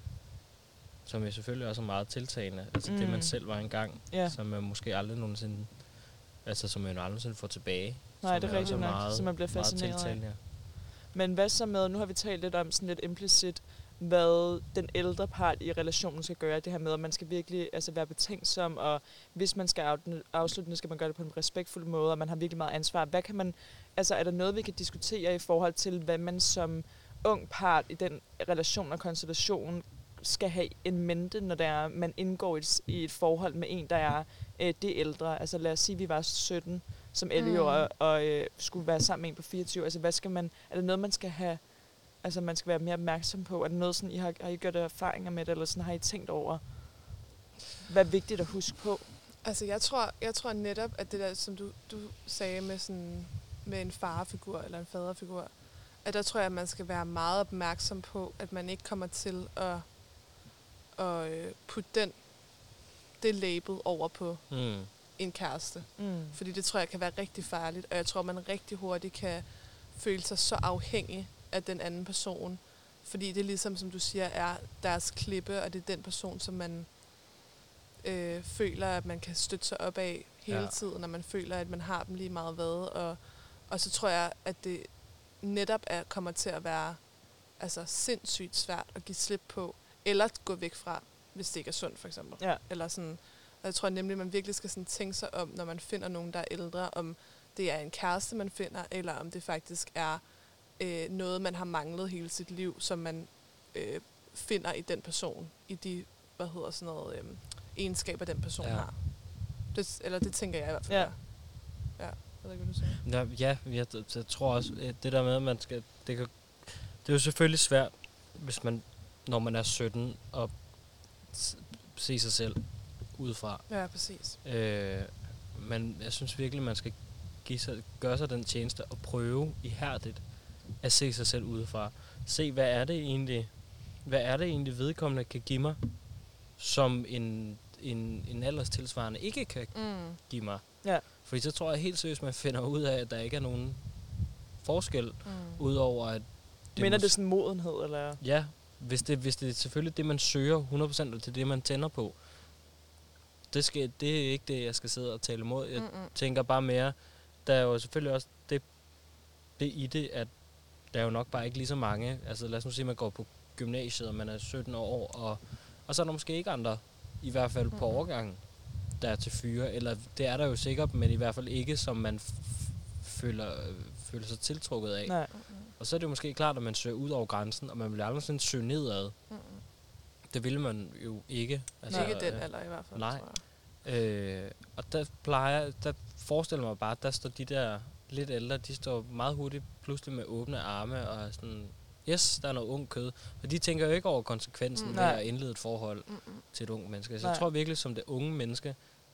som jo selvfølgelig også er meget tiltagende. Altså det, man selv var engang, som man måske aldrig nogensinde, altså som man aldrig nogensinde får tilbage. Nej, det er rigtigt nok, så man bliver fascineret af. Ja. Men hvad så med, nu har vi talt lidt om sådan lidt implicit, hvad den ældre part i relationen skal gøre, det her med, at man skal virkelig være betænksom, og hvis man skal afslutte det, skal man gøre det på en respektfuld måde, og man har virkelig meget ansvar. Hvad kan man, er der noget, vi kan diskutere i forhold til, hvad man som ung part i den relation og konstellation skal have en mente, når man indgår i et forhold med en, der er det ældre? Altså lad os sige, at vi var 17 som 11-år og skulle være sammen med en på 24. Altså hvad skal man, er det noget, man skal have, altså man skal være mere opmærksom på? Er det noget, sådan, har I gjort erfaringer med det, eller sådan, har I tænkt over, hvad er vigtigt at huske på? Altså jeg tror netop, at det der, som du sagde med en farfigur eller en faderfigur, at der tror jeg, at man skal være meget opmærksom på, at man ikke kommer til at putte det label over på en kæreste. Fordi det tror jeg kan være rigtig farligt, og jeg tror, man rigtig hurtigt kan føle sig så afhængig af den anden person. Fordi det ligesom, som du siger, er deres klippe, og det er den person, som man føler, at man kan støtte sig op af hele tiden, og man føler, at man har dem lige meget hvad. Og så tror jeg, at det netop kommer til at være sindssygt svært at give slip på, eller gå væk fra, hvis det ikke er sundt, for eksempel. Ja. Eller sådan, og jeg tror nemlig, at man virkelig skal tænke sig om, når man finder nogen, der er ældre, om det er en kæreste, man finder, eller om det faktisk er noget, man har manglet hele sit liv, som man finder i den person, i de, egenskaber, den person har. Det tænker jeg i hvert fald. Ja. Jeg ved ikke, hvad du siger. Jeg tror også, det der med, at man skal, det er jo selvfølgelig svært, hvis man, når man er 17, at se sig selv udefra. Ja, præcis. Men jeg synes virkelig, man skal gøre sig den tjeneste og prøve ihærdigt at se sig selv udefra. Se, hvad er det egentlig vedkommende kan give mig, som en alderstilsvarende ikke kan give mig. Ja. Fordi så tror jeg helt seriøst, man finder ud af, at der ikke er nogen forskel, udover at... Mener det sådan modenhed, eller? Ja, hvis det er selvfølgelig det, man søger 100%, og det er det, man tænder på. Det er ikke det, jeg skal sidde og tale imod. Jeg tænker bare mere, der er jo selvfølgelig også det i det, at der er jo nok bare ikke lige så mange. Altså lad os nu sige, at man går på gymnasiet, og man er 17 år, og så er der måske ikke andre, i hvert fald på overgangen, der er til fyre. Eller det er der jo sikkert, men i hvert fald ikke, som man føler sig tiltrukket af. Nej. Og så er det jo måske klart, at man søger ud over grænsen, og man vil aldrig sådan søge nedad. Det ville man jo ikke. Altså, ikke den alder i hvert fald, nej. tror jeg. Og der forestiller mig bare, at der står de der lidt ældre, de står meget hurtigt pludselig med åbne arme og sådan, yes, der er noget ung kød. Og de tænker jo ikke over konsekvensen ved at indlede et forhold til et ung menneske. Så jeg tror virkelig, som det unge menneske,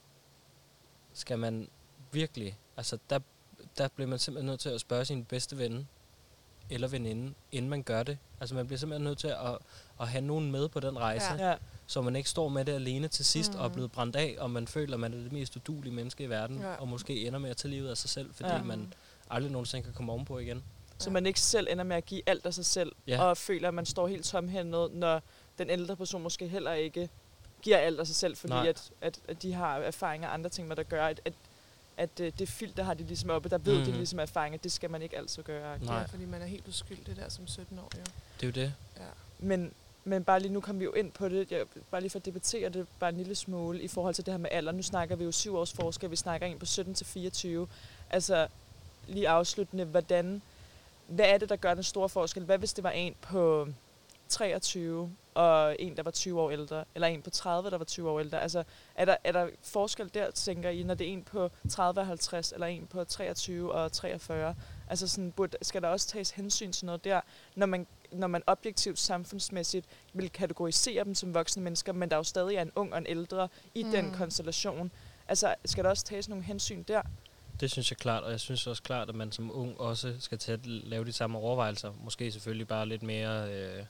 skal man virkelig, altså der bliver man simpelthen nødt til at spørge sin bedste ven eller veninde, inden man gør det. Altså man bliver simpelthen nødt til at have nogen med på den rejse, så man ikke står med det alene til sidst og er blevet brændt af, og man føler, at man er det mest uduelige menneske i verden, og måske ender med at tage livet af sig selv, fordi man aldrig nogensinde kan komme ovenpå igen. Så man ikke selv ender med at give alt af sig selv, og føler, at man står helt tomhændet, når den ældre person måske heller ikke giver alt af sig selv, fordi at de har erfaringer og andre ting, hvad der gør, at det filter har de ligesom oppe, der ved de ligesom erfaringer, det skal man ikke altid gøre. Nej, fordi man er helt uskyldig der som 17 år, jo. Det er jo det. Ja. Men bare lige nu kom vi jo ind på det, bare lige for at debattere det bare en lille smule i forhold til det her med alder. Nu snakker vi jo 7 års forskel, vi snakker en på 17 til 24. Altså lige afsluttende, hvad er det, der gør den store forskel? Hvad hvis det var en på 23 og en, der var 20 år ældre, eller en på 30, der var 20 år ældre? Altså, er der forskel der, tænker I, når det er en på 30 og 50, eller en på 23 og 43? Altså, sådan, skal der også tages hensyn til noget der, når man objektivt samfundsmæssigt vil kategorisere dem som voksne mennesker, men der jo stadig er en ung og en ældre i den konstellation? Altså, skal der også tages nogle hensyn der? Det synes jeg klart, og jeg synes også klart, at man som ung også skal til at lave de samme overvejelser. Måske selvfølgelig bare lidt mere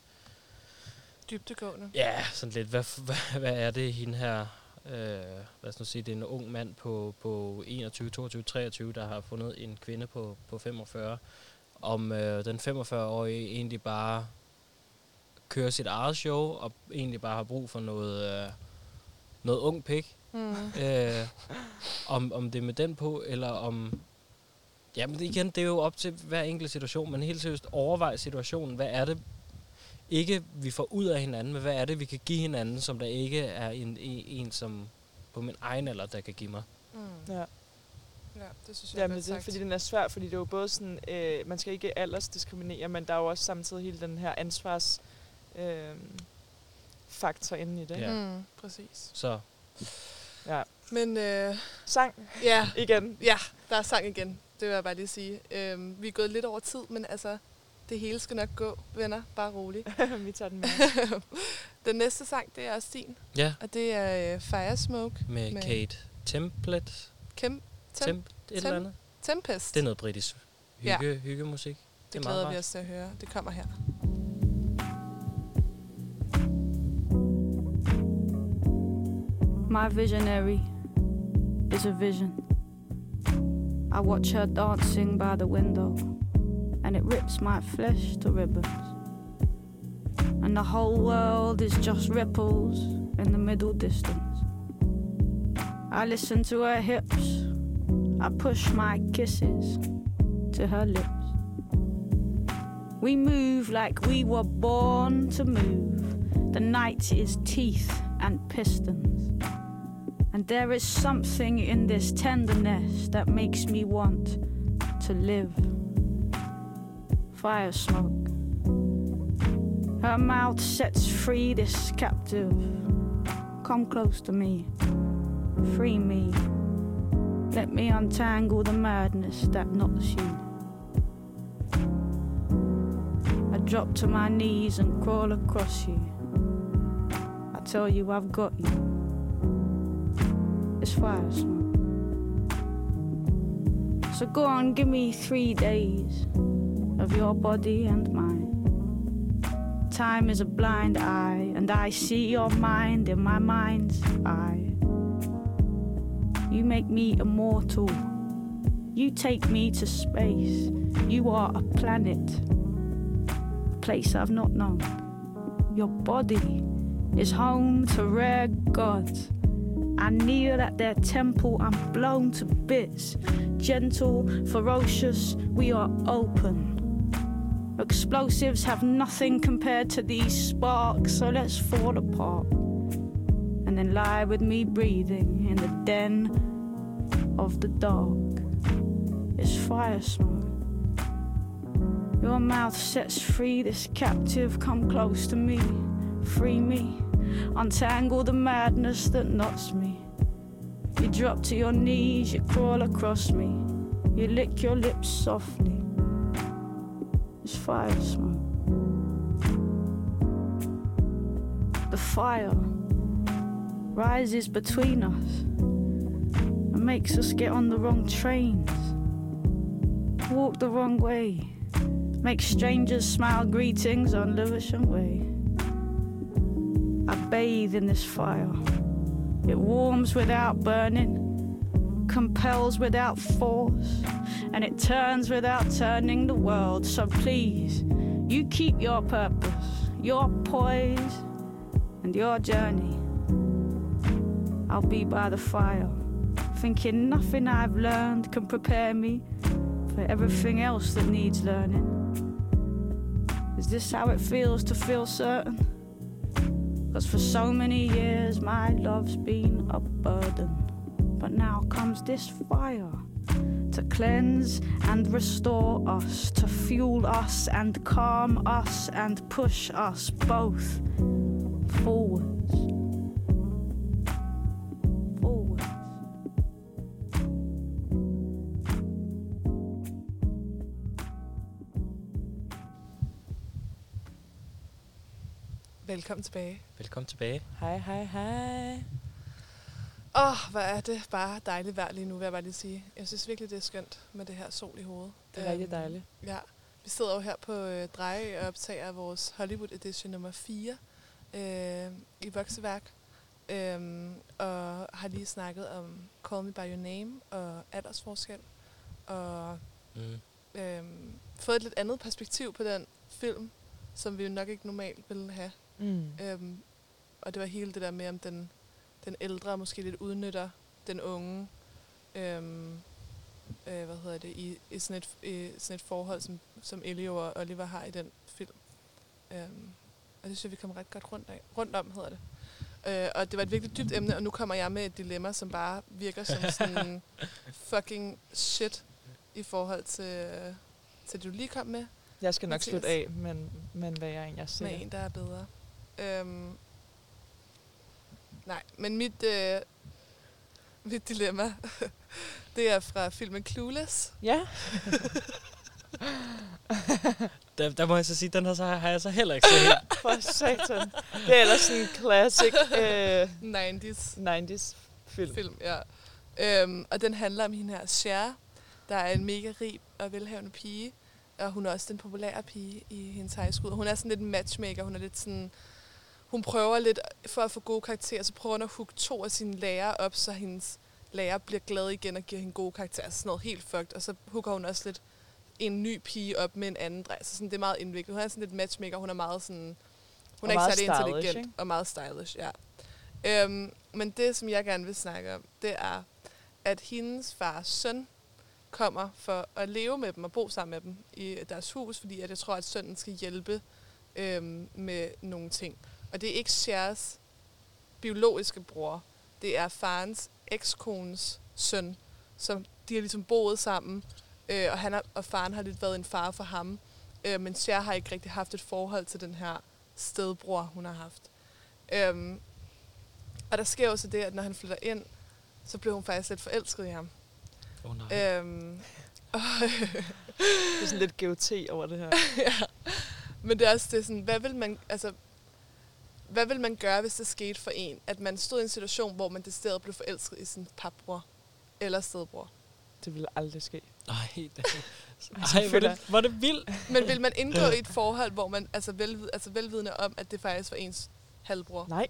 dybdegående. Ja, sådan lidt. Hvad er det hende her? Lad os nu sige, det er en ung mand på 21, 22, 23, der har fundet en kvinde på 45. Om den 45-årige egentlig bare kører sit eget show, og egentlig bare har brug for noget ung pik. Om det er med den på, eller om... Jamen igen, det er jo op til hver enkelt situation, men helt seriøst overvej situationen. Hvad er det, ikke vi får ud af hinanden, men hvad er det, vi kan give hinanden, som der ikke er en som på min egen alder, der kan give mig. Ja. Ja, det synes jeg det er, fordi den er svær, fordi det er jo både sådan, man skal ikke aldersdiskriminere, men der er jo også samtidig hele den her ansvars faktor inde i det. Ja. Præcis. Så. Ja. Men sang igen. Ja, der er sang igen. Det vil jeg bare lige sige. Vi er gået lidt over tid, men altså, det hele skal nok gå, venner. Bare roligt. Vi tager den med. Den næste sang, det er også din. Ja. Og det er Fire Smoke. Med Kate Tempest. Et eller andet. Tempest. Det er noget britisk hyggemusik. Det glæder vi os til at høre. Det kommer her. My visionary is a vision. I watch her dancing by the window, and it rips my flesh to ribbons. And the whole world is just ripples in the middle distance. I listen to her hips, I push my kisses to her lips. We move like we were born to move. The night is teeth and pistons. And there is something in this tenderness that makes me want to live. Fire smoke. Her mouth sets free this captive. Come close to me. Free me. Let me untangle the madness that knots you. I drop to my knees and crawl across you. I tell you I've got you. It's fire smoke. So go on, give me 3 days of your body and mine. Time is a blind eye, and I see your mind in my mind's eye. You make me immortal. You take me to space. You are a planet, a place I've not known. Your body is home to rare gods. I kneel at their temple, I'm blown to bits. Gentle, ferocious, we are open. Explosives have nothing compared to these sparks, so let's fall apart and then lie with me breathing in the den of the dark. It's fire smoke. Your mouth sets free this captive. Come close to me, free me, untangle the madness that knots me. You drop to your knees, you crawl across me, you lick your lips softly. It's fire smoke. The fire rises between us and makes us get on the wrong trains, walk the wrong way, make strangers smile greetings on Lewisham Way. I bathe in this fire. It warms without burning, compels without force, and it turns without turning the world. So please, you keep your purpose, your poise, and your journey. I'll be by the fire, thinking nothing I've learned can prepare me for everything else that needs learning. Is this how it feels to feel certain? 'Cause for so many years my love's been a burden, but now comes this fire to cleanse and restore us, to fuel us and calm us and push us both forwards. Forwards. Velkommen tilbage. Velkommen tilbage. Hej, hej, hej. Hvor er det bare dejligt vejr lige nu, vil jeg bare lige sige. Jeg synes virkelig, det er skønt med det her sol i hovedet. Det er rigtig dejligt. Ja, vi sidder jo her på Drejø og optager vores Hollywood Edition nummer 4 i vokseværk. Og har lige snakket om Call Me By Your Name og aldersforskel. Og fået et lidt andet perspektiv på den film, som vi jo nok ikke normalt ville have. Og det var hele det der med, om den ældre måske lidt udnytter den unge i sådan et forhold, som Elio og Oliver har i den film. Og det synes jeg, vi kom ret godt rundt om, hedder det. Og det var et virkelig dybt emne, og nu kommer jeg med et dilemma, som bare virker som sådan fucking shit i forhold til det, du lige kom med. Jeg skal nok slutte af, men hvad er en, jeg siger? Med en, der er bedre. Nej, men mit dilemma, det er fra filmen Clueless. Ja. Der må jeg så sige, den her så har jeg så heller ikke set. For satan. Det er ellers sådan en classic 90's film. Ja. Og den handler om hende her, Cher, der er en mega rig og velhavende pige, og hun er også den populære pige i hendes high school. Hun er sådan lidt en matchmaker, hun er lidt sådan... Hun prøver lidt, for at få gode karakterer, så prøver hun at hooke 2 af sine lærere op, så hendes lærer bliver glad igen og giver hende gode karakterer. Sådan noget helt fucked. Og så hooker hun også lidt en ny pige op med en anden dreng. Så sådan, det er meget indviklet. Hun er sådan lidt matchmaker. Hun er meget sådan... Hun er ikke særlig intelligent. Ikke? Og meget stylish, ja. Men det, som jeg gerne vil snakke om, det er, at hendes fars søn kommer for at leve med dem og bo sammen med dem i deres hus, fordi at jeg tror, at sønnen skal hjælpe med nogle ting. Og det er ikke Chers biologiske bror. Det er farens ekskones søn, som de har ligesom boet sammen, og faren har lidt været en far for ham. Men Cher har ikke rigtig haft et forhold til den her stedbror, hun har haft. Og der sker også det, at når han flytter ind, så bliver hun faktisk lidt forelsket i ham. Nej. Det er sådan lidt GOT over det her. Ja. Men det er også det sådan, hvad vil man gøre, hvis det skete for en, at man stod i en situation, hvor man decideret blev forelsket i sin papbror eller stedbror? Det ville aldrig ske. Nej, hvor er det vildt. Men vil man indgå i et forhold, hvor man velvidende om, at det faktisk var ens halvbror? Nej.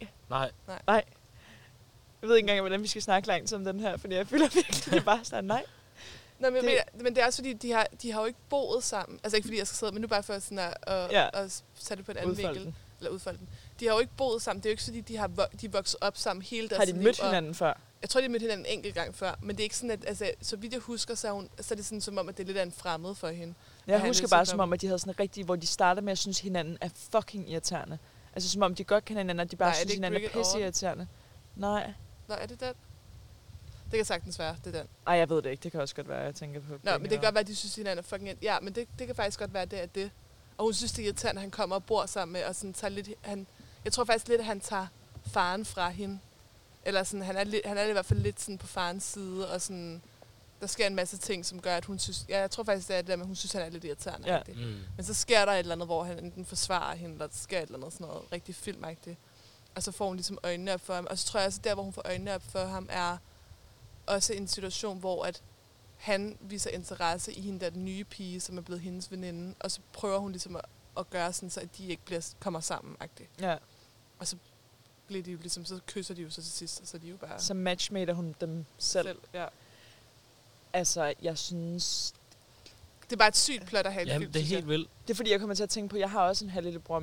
Jeg ved ikke engang, hvordan vi skal snakke langt om den her, fordi jeg føler virkelig, det er bare sådan, nej. Nå, men det er også fordi, de har jo ikke boet sammen. Altså ikke fordi jeg skal sidde, men nu bare for sådan at sætte det på en anden vinkel. Eller udfolde den. De har jo ikke boet sammen. Det er jo ikke fordi, de er vokset op sammen hele deres liv. Har de mødt hinanden før? Jeg tror, de mødte hinanden en enkelt gang før, men det er ikke sådan, at altså, så vidt jeg husker, så er det sådan som om, at det er lidt af en fremmed for hende. Jeg husker bare som om, at de havde sådan rigtig, hvor de starter med at synes, hinanden er fucking irriterende. Altså som om de godt kan hinanden, at de bare synes, hinanden er pisseirriterende. Nej. Nå, er det den? Det kan sagtens være, det er den. Ej, jeg ved det ikke. Det kan også godt være, jeg tænker på. Nå, men det kan godt være, at de synes, hinanden er fucking... Ja, men det kan faktisk godt være, det er det. Og hun synes, det er irriterende, at han kommer og bor sammen med, og sådan tager lidt... Jeg tror faktisk lidt, at han tager faren fra hende. Eller sådan, han er i hvert fald lidt sådan på farens side, og sådan... Der sker en masse ting, som gør, at hun synes... Ja, jeg tror faktisk, det er det der med, at hun synes, han er lidt irriterende. Ja. Men så sker der et eller andet, hvor han enten forsvarer hende, eller der sker et eller andet sådan noget rigtig filmagtigt. Og så får hun ligesom øjnene op for ham. Og så tror jeg også, der, hvor hun får øjnene op for ham, er også en situation, hvor at han viser interesse i hende, der den nye pige, som er blevet hendes veninde. Og så prøver hun ligesom at gøre sådan, så at de ikke kommer sammen-agtigt. Ja. Og så bliver de jo ligesom, så kysser de jo så til sidst, og så er de jo bare... Så matchmater hun dem selv. Ja. Altså, jeg synes... Det er bare et sygt plot at have. Jamen, det er helt vildt. Det er fordi, jeg kommer til at tænke på, jeg har også en halvlillebror.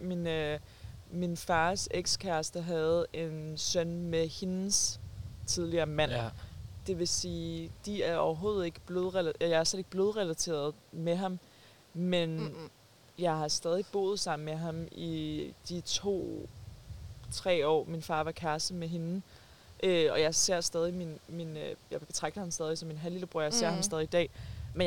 Min fars ekskæreste havde en søn med hendes tidligere mand. Ja. Det vil sige, de er overhovedet ikke jeg er slet ikke blodrelateret med ham, men jeg har stadig boet sammen med ham i de 2-3 år, min far var kæreste med hende. Og jeg ser stadig jeg betragter ham stadig som min halvlillebror, jeg ser ham stadig i dag. Men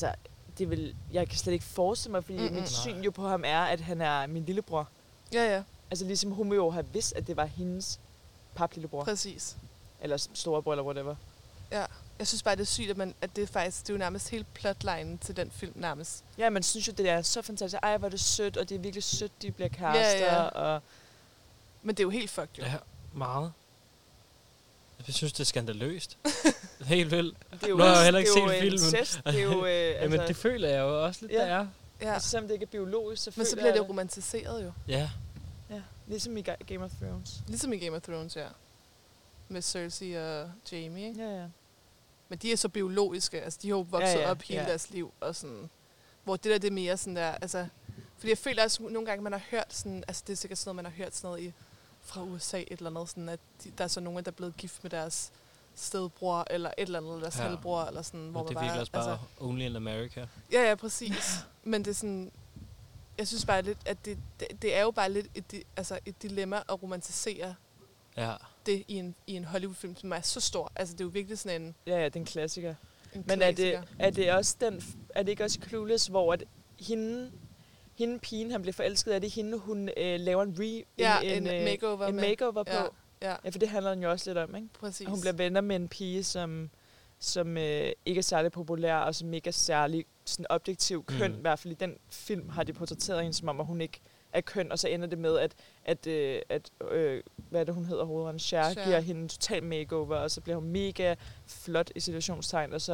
jeg kan slet ikke forestille mig, fordi mit syn jo på ham er, at han er min lillebror. Ja, ja. Altså ligesom hun må jo have vidst, at det var hendes paplillebror. Præcis. Eller storebror, eller whatever. Ja, jeg synes bare, det er sygt, at det er jo nærmest hele plotline til den film nærmest. Ja, man synes jo, det er så fantastisk. Ej, hvor er det sødt, og det er virkelig sødt, de bliver kærester. Ja. Og men det er jo helt fucked, jo. Ja, meget. Jeg synes, det er skandaløst. Helt vildt. Nu har jeg heller ikke set filmen. Det er jo jamen, det føler jeg jo også lidt, der er. Ja. Altså, selvom det ikke er biologisk, så men så bliver det romantiseret jo. Ja. Ja, ligesom i Game of Thrones. Ligesom i Game of Thrones, ja. Med Cersei og Jaime, ikke? Ja, ja. Men de er så biologiske, altså de har jo vokset op hele deres liv, og sådan, hvor det er mere sådan der, altså, fordi jeg føler også nogle gange, man har hørt sådan, altså det er sikkert sådan noget, man har hørt sådan noget fra USA, et eller andet, sådan at der er så nogen, der er blevet gift med deres stedbror, eller et eller andet, deres halvbror, eller sådan, hvor det man er virkelig også bare only in America. Ja, præcis. Men det er sådan, jeg synes bare lidt, at det er jo bare lidt et dilemma at romantisere det i en Hollywood-film, som er så stor. Altså, det er jo virkelig sådan en... Ja, det er en klassiker. Men er det også er det ikke også Clueless, hvor at hende pigen, han bliver forelsket, er det hende, hun laver en makeover på? Ja, for det handler den jo også lidt om, ikke? Præcis. Hun bliver venner med en pige, som ikke er særlig populær, og som ikke er særlig sådan objektiv køn. I hvert fald i den film har de portrætteret hende, som om, at hun ikke er køn, og så ender det med, at hvad er det, hun hedder, hovedånden? Cher giver hende en total makeover, og så bliver hun mega flot i situationstegn, og så...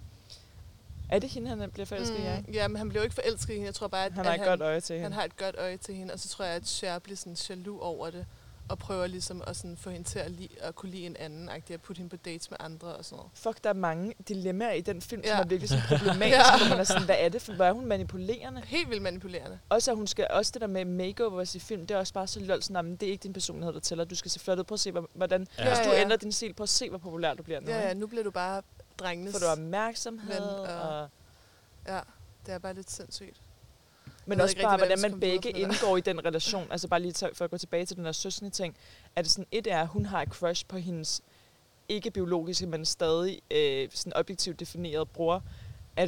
er det hende, han bliver forelsket i? Ja, men han bliver jo ikke forelsket i hende. Jeg tror bare, at han har et godt øje til hende. Han har et godt øje til hende, og så tror jeg, at Cher bliver sådan jaloux over det, og prøver ligesom at sådan få hende til at kunne lide en anden, at putte hende på dates med andre og sådan noget. Fuck, der er mange dilemmaer i den film, som er virkelig sådan problematiske, hvor man er sådan, hvad er det? Hvor er hun manipulerende? Helt vildt manipulerende. Også det der med makeovers i film, det er også bare så lol, sådan, det er ikke din personlighed, der tæller. Du skal se flot ud. Prøv at se, hvordan hvis du ændrer din stil, prøv at se, hvor populær du bliver nu. Ja, nu bliver du bare drengenes. For du har opmærksomhed. Og ja, det er bare lidt sindssygt. Men også bare, hvordan man begge indgår i den relation. Altså bare lige for at gå tilbage til den der søskende ting. Er det sådan, at hun har et crush på hendes ikke biologiske, men stadig sådan objektivt defineret bror. At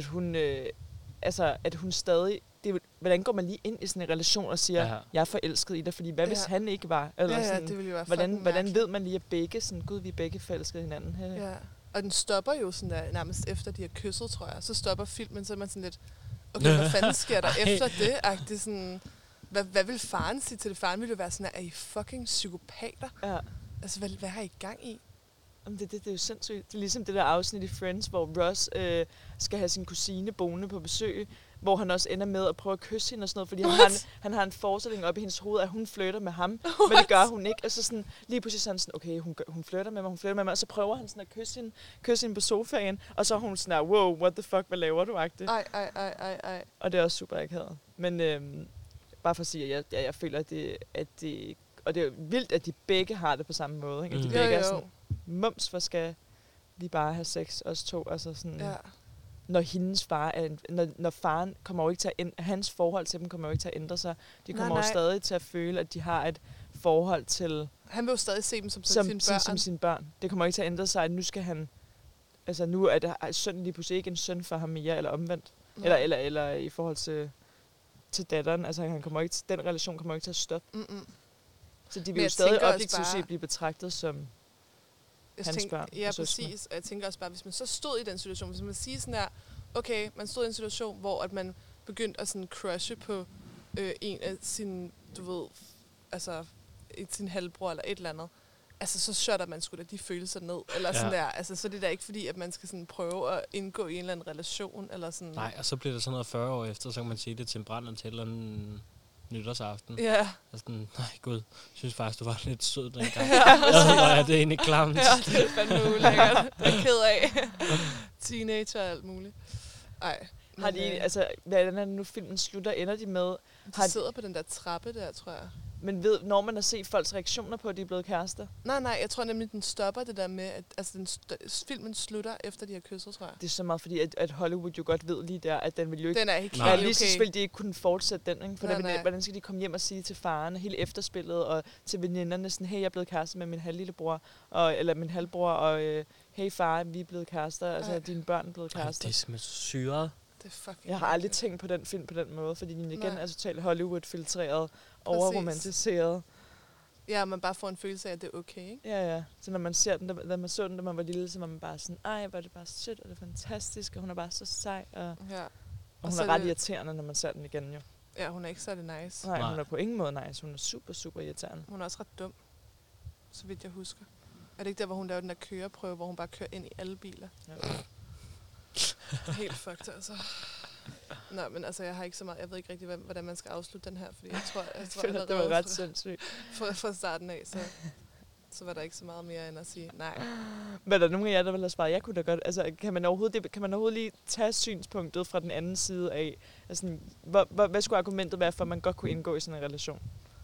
hun stadig... hvordan går man lige ind i sådan en relation og siger, jeg er forelsket i dig? Fordi hvad hvis han ikke var? Eller sådan, det ville jo være hvordan ved man lige, at begge sådan, gud, vi er begge forelskede hinanden? Ja. Og den stopper jo sådan der, nærmest efter de har kysset, tror jeg. Så stopper filmen, så er man sådan lidt, okay, hvad fanden sker der efter det? Sådan, hvad vil faren sige til det? Faren ville jo være sådan, er I fucking psykopater? Ja. Altså, hvad har I gang i? Det er jo sindssygt. Det er ligesom det der afsnit i Friends, hvor Ross skal have sin kusine boende på besøg, hvor han også ender med at prøve at kysse hende og sådan noget, fordi han har en forestilling op i hendes hoved, at hun flirter med ham, men det gør hun ikke. Og så sådan, lige pludselig sådan, okay, hun flirter med mig, og så prøver han sådan at kysse hende på sofaen, og så er hun sådan, wow, what the fuck, hvad laver du, agtigt? Ej. Og det er også super akavet. Men bare for at sige, at jeg føler, at det og det er vildt, at de begge har det på samme måde, ikke? At de begge er sådan, mums, hvor skal vi bare have sex, os to, altså sådan... Ja. Når hendes far når faren kommer jo ikke til at hans forhold til dem kommer jo ikke til at ændre sig. De kommer jo stadig til at føle, at de har et forhold til... Han vil jo stadig se dem som sine børn. Som sine børn. Det kommer ikke til at ændre sig, at nu skal han... Altså nu er det sønnen lige pludselig ikke en søn for ham mere, eller omvendt. Ja. Eller i forhold til datteren. Altså den relation kommer ikke til at stoppe. Mm-mm. Så de vil jo stadig objektivt set blive betragtet som hans børn. Ja, præcis. Og jeg tænker også bare, hvis man så stod i den situation, hvis man siger sådan her, okay, man stod i en situation, hvor at man begyndte at sådan crushe på en af sine, du ved, altså sin halvbror eller et eller andet, altså så shotter man sgu da de følelser ned, eller sådan der. Altså så er det da ikke fordi, at man skal sådan prøve at indgå i en eller anden relation, eller sådan. Nej, og så bliver det sådan noget 40 år efter, så kan man sige det til en brænder til en nytårsaften. Ja. Og sådan, nej gud, jeg synes faktisk, du var lidt sød dengang. Ja, det er egentlig klamt. Ja, det er fandme ulækkert. Det er ked af. Teenager og alt muligt. Ej. Har de, altså, hvordan er det nu filmen slutter, ender de med... De sidder på den der trappe der, tror jeg. Men når man har set folks reaktioner på, at de er blevet kærester? Nej, jeg tror nemlig, den stopper det der med, at altså, filmen slutter, efter de har kysset, tror jeg. Det er så meget, fordi at Hollywood jo godt ved lige der, at den vil jo ikke... Den er ikke realistisk vil de ikke kunne fortsætte den, ikke? For hvordan skal de komme hjem og sige til faren, hele efterspillet, og til veninderne, sådan, hey, jeg er blevet kærester med min halvlillebror, eller min halvbror, og hey far, vi er blevet kærester, altså dine børn er blevet kærester. Det er simpelthen syret. Jeg har aldrig tænkt på den film på den måde, fordi den igen er totalt Hollywood-filtreret, overromantiseret. Ja, man bare får en følelse af, at det er okay, ikke? Ja. Så når man ser den, da man så den, da man var lille, så var man bare sådan, ej, hvor er det bare sødt, og det er fantastisk, og hun er bare så sej, og hun er ret irriterende, når man ser den igen, jo. Ja, hun er ikke særlig nice. Nej, hun er på ingen måde nice. Hun er super, super irriterende. Hun er også ret dum, så vidt jeg husker. Er det ikke der, hvor hun laver den der køreprøve, hvor hun bare kører ind i alle biler? Ja. Helt fucked, altså. Nå, men altså, jeg har ikke så meget... Jeg ved ikke rigtig, hvordan man skal afslutte den her, fordi jeg tror det var ret sindssygt. Fra starten af, så var der ikke så meget mere end at sige nej. Men er der nogen af jer, der vil have svaret? Jeg kunne da godt... Altså, kan man overhovedet lige tage synspunktet fra den anden side af? Altså, hvad skulle argumentet være, for at man godt kunne indgå i sådan en relation?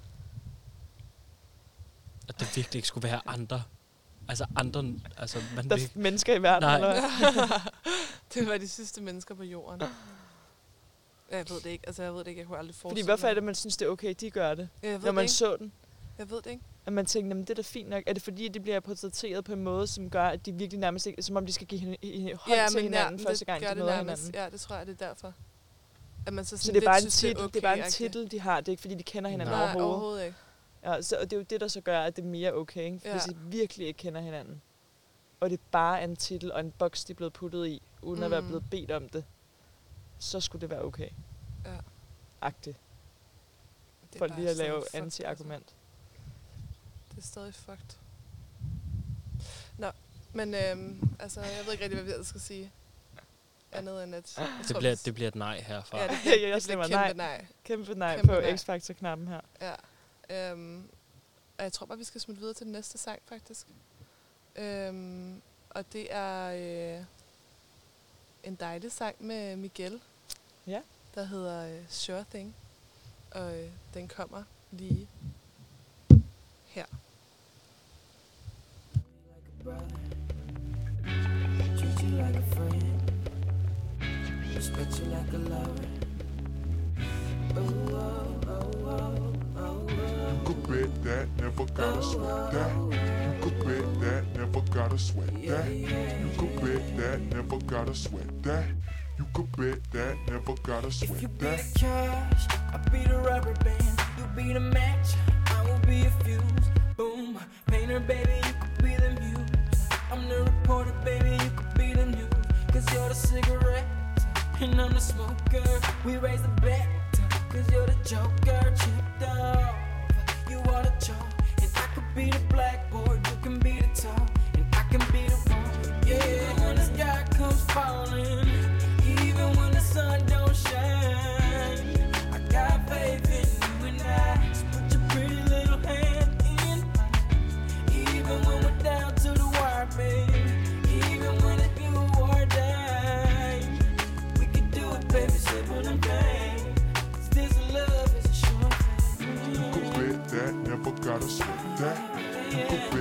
At det virkelig ikke skulle være andre. Altså andre... Altså, man der er mennesker i verden, eller hvad? Det var de sidste mennesker på jorden. Jeg ved det ikke. Altså, jeg kunne aldrig forestille. Fordi hvorfor er det, man synes, det er okay, de gør det, når man så den? Jeg ved det ikke. At man tænker, det er da fint nok. Er det fordi, at de bliver portrætteret på en måde, som gør, at de virkelig nærmest ikke... Som om de skal give hånd til hinanden første gang, de møder hinanden? Ja, det tror jeg, det er derfor. At man så det er bare en titel, det er bare en titel, de har. Det er ikke fordi, de kender hinanden overhovedet. Nej, overhovedet ikke. Ja, så det er jo det, der så gør, at det er mere okay, ikke? Hvis de virkelig ikke kender hinanden. Og det er bare en titel og en boks, de er blevet puttet i, uden at være blevet bedt om det, så skulle det være okay. Ja. Agtigt. For lige at lave anti-argument. Altså. Det er stadig fucked. Nå, men altså, jeg ved ikke rigtig, hvad vi skal sige. Andet end at... Det bliver et nej herfra. Ja, det bliver kæmpe nej. Kæmpe nej på X-Factor-knappen her. Ja. Og jeg tror bare, vi skal smutte videre til den næste sang, faktisk. Og det er en dejlig sang med Miguel, der hedder Sure Thing. Og den kommer lige her. Treat you like a friend, respect you like a lover. Oh, oh, oh, oh, oh. You could bet that, never gotta sweat that. You could bet that, never gotta sweat that. You could bet that, never gotta sweat that. You could bet that, never gotta sweat that. If you be the cash, I'll be the rubber band. You be the match, I will be a fuse. Boom, painter, baby, you could be the muse. I'm the reporter, baby, you could be the news. Cause you're the cigarette, and I'm the smoker. We raise the bet, cause you're the joker. Chipped off, you are the chalk. And I could be the blackboard, you can be the top. And I can be the one, yeah, when the sky comes falling. Even when the sun don't shine, I got faith in you and I. So put your pretty little hand in mine. Even when we're down to the wire, baby. Even when it's you or die, we can do it, baby, simple and plain. 'Cause this love is a sure thing. You could bet that, never gotta sweat that. You could bet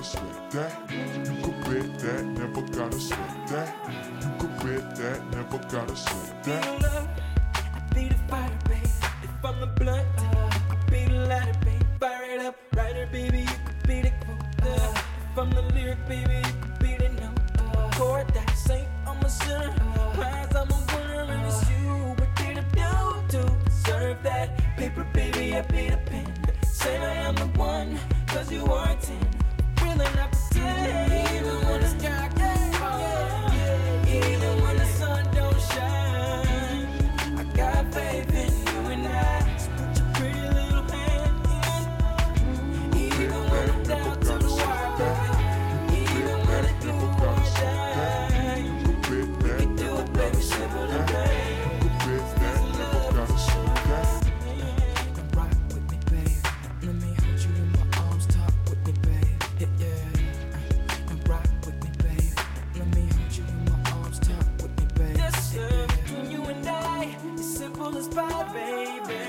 sweat that. You could bet that, never gotta sweat that. You could bet that, never gotta sweat that. Be the fire, baby. If I'm the blunt, you could be the lighter, baby. Fire it up, writer, baby. You could be the quote. If I'm the lyric, baby, you could be the note. Chord that saint, I'm a sinner. Prize, I'm a winner, and it's you. What did I do to deserve that? Paper, baby, I be the pen. Say I am the one, cause you are a 10. Really not pretend. Even when the sky can't fall, even when the sun don't shine, I got faith in you and I. So put your pretty little hand in. Even when I'm down to the wire, baby. Even when I do or die, we can do it, baby, simple and plain. There's love to show that. Rock with me, baby. Let me hold you in my arms, talk with me, baby. Yeah. And rock with me, baby. Let me hold you in my arms, talk with me, baby. Yes, sir. Between you and I, it's simple as pie, baby.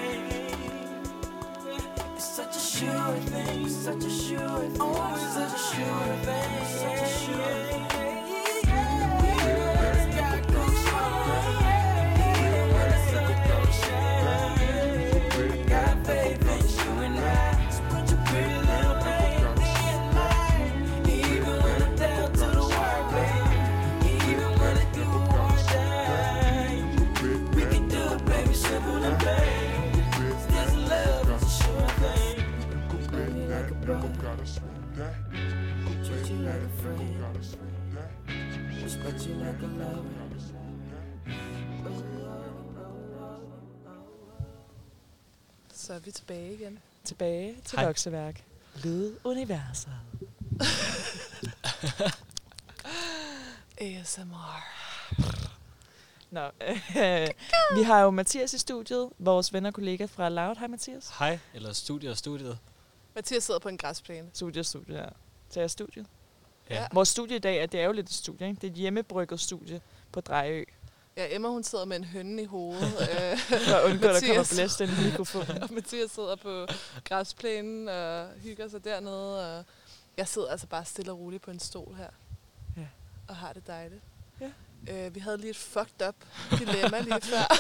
It's such a sure thing, such a sure thing. Always such a sure thing, such a sure thing. Even when the sky goes shine, even when the sun don't shine, I got faith in you and I. So put your pretty little hand in mine. Even when I'm down to the wire, baby. Even when I do or die, we can do it, baby, simple and plain. This love is a sure thing. Love me like a brother, treat you like a friend, respect you like a lover. Så er vi tilbage igen. Tilbage til Hej. Vokseværk. Lyduniverset. ASMR. Nå, vi har jo Mathias i studiet, vores ven og kollega fra Loud. Hej Mathias. Hej, eller studiet. Mathias sidder på en græsplæne. Studie, ja. Tager jeg studiet. Ja. Vores studie i dag, det er jo lidt et studie, ikke? Det er et hjemmebrygget studie på Drejø. Ja, Emma hun sidder med en høne i hovedet. For at undgå, at der kommer blæst ind i mikrofonen. Og Mathias sidder på græsplænen og hygger sig dernede. Og jeg sidder altså bare stille og roligt på en stol her. Ja. Og har det dejligt. Ja. Vi havde lige et fucked up dilemma lige før.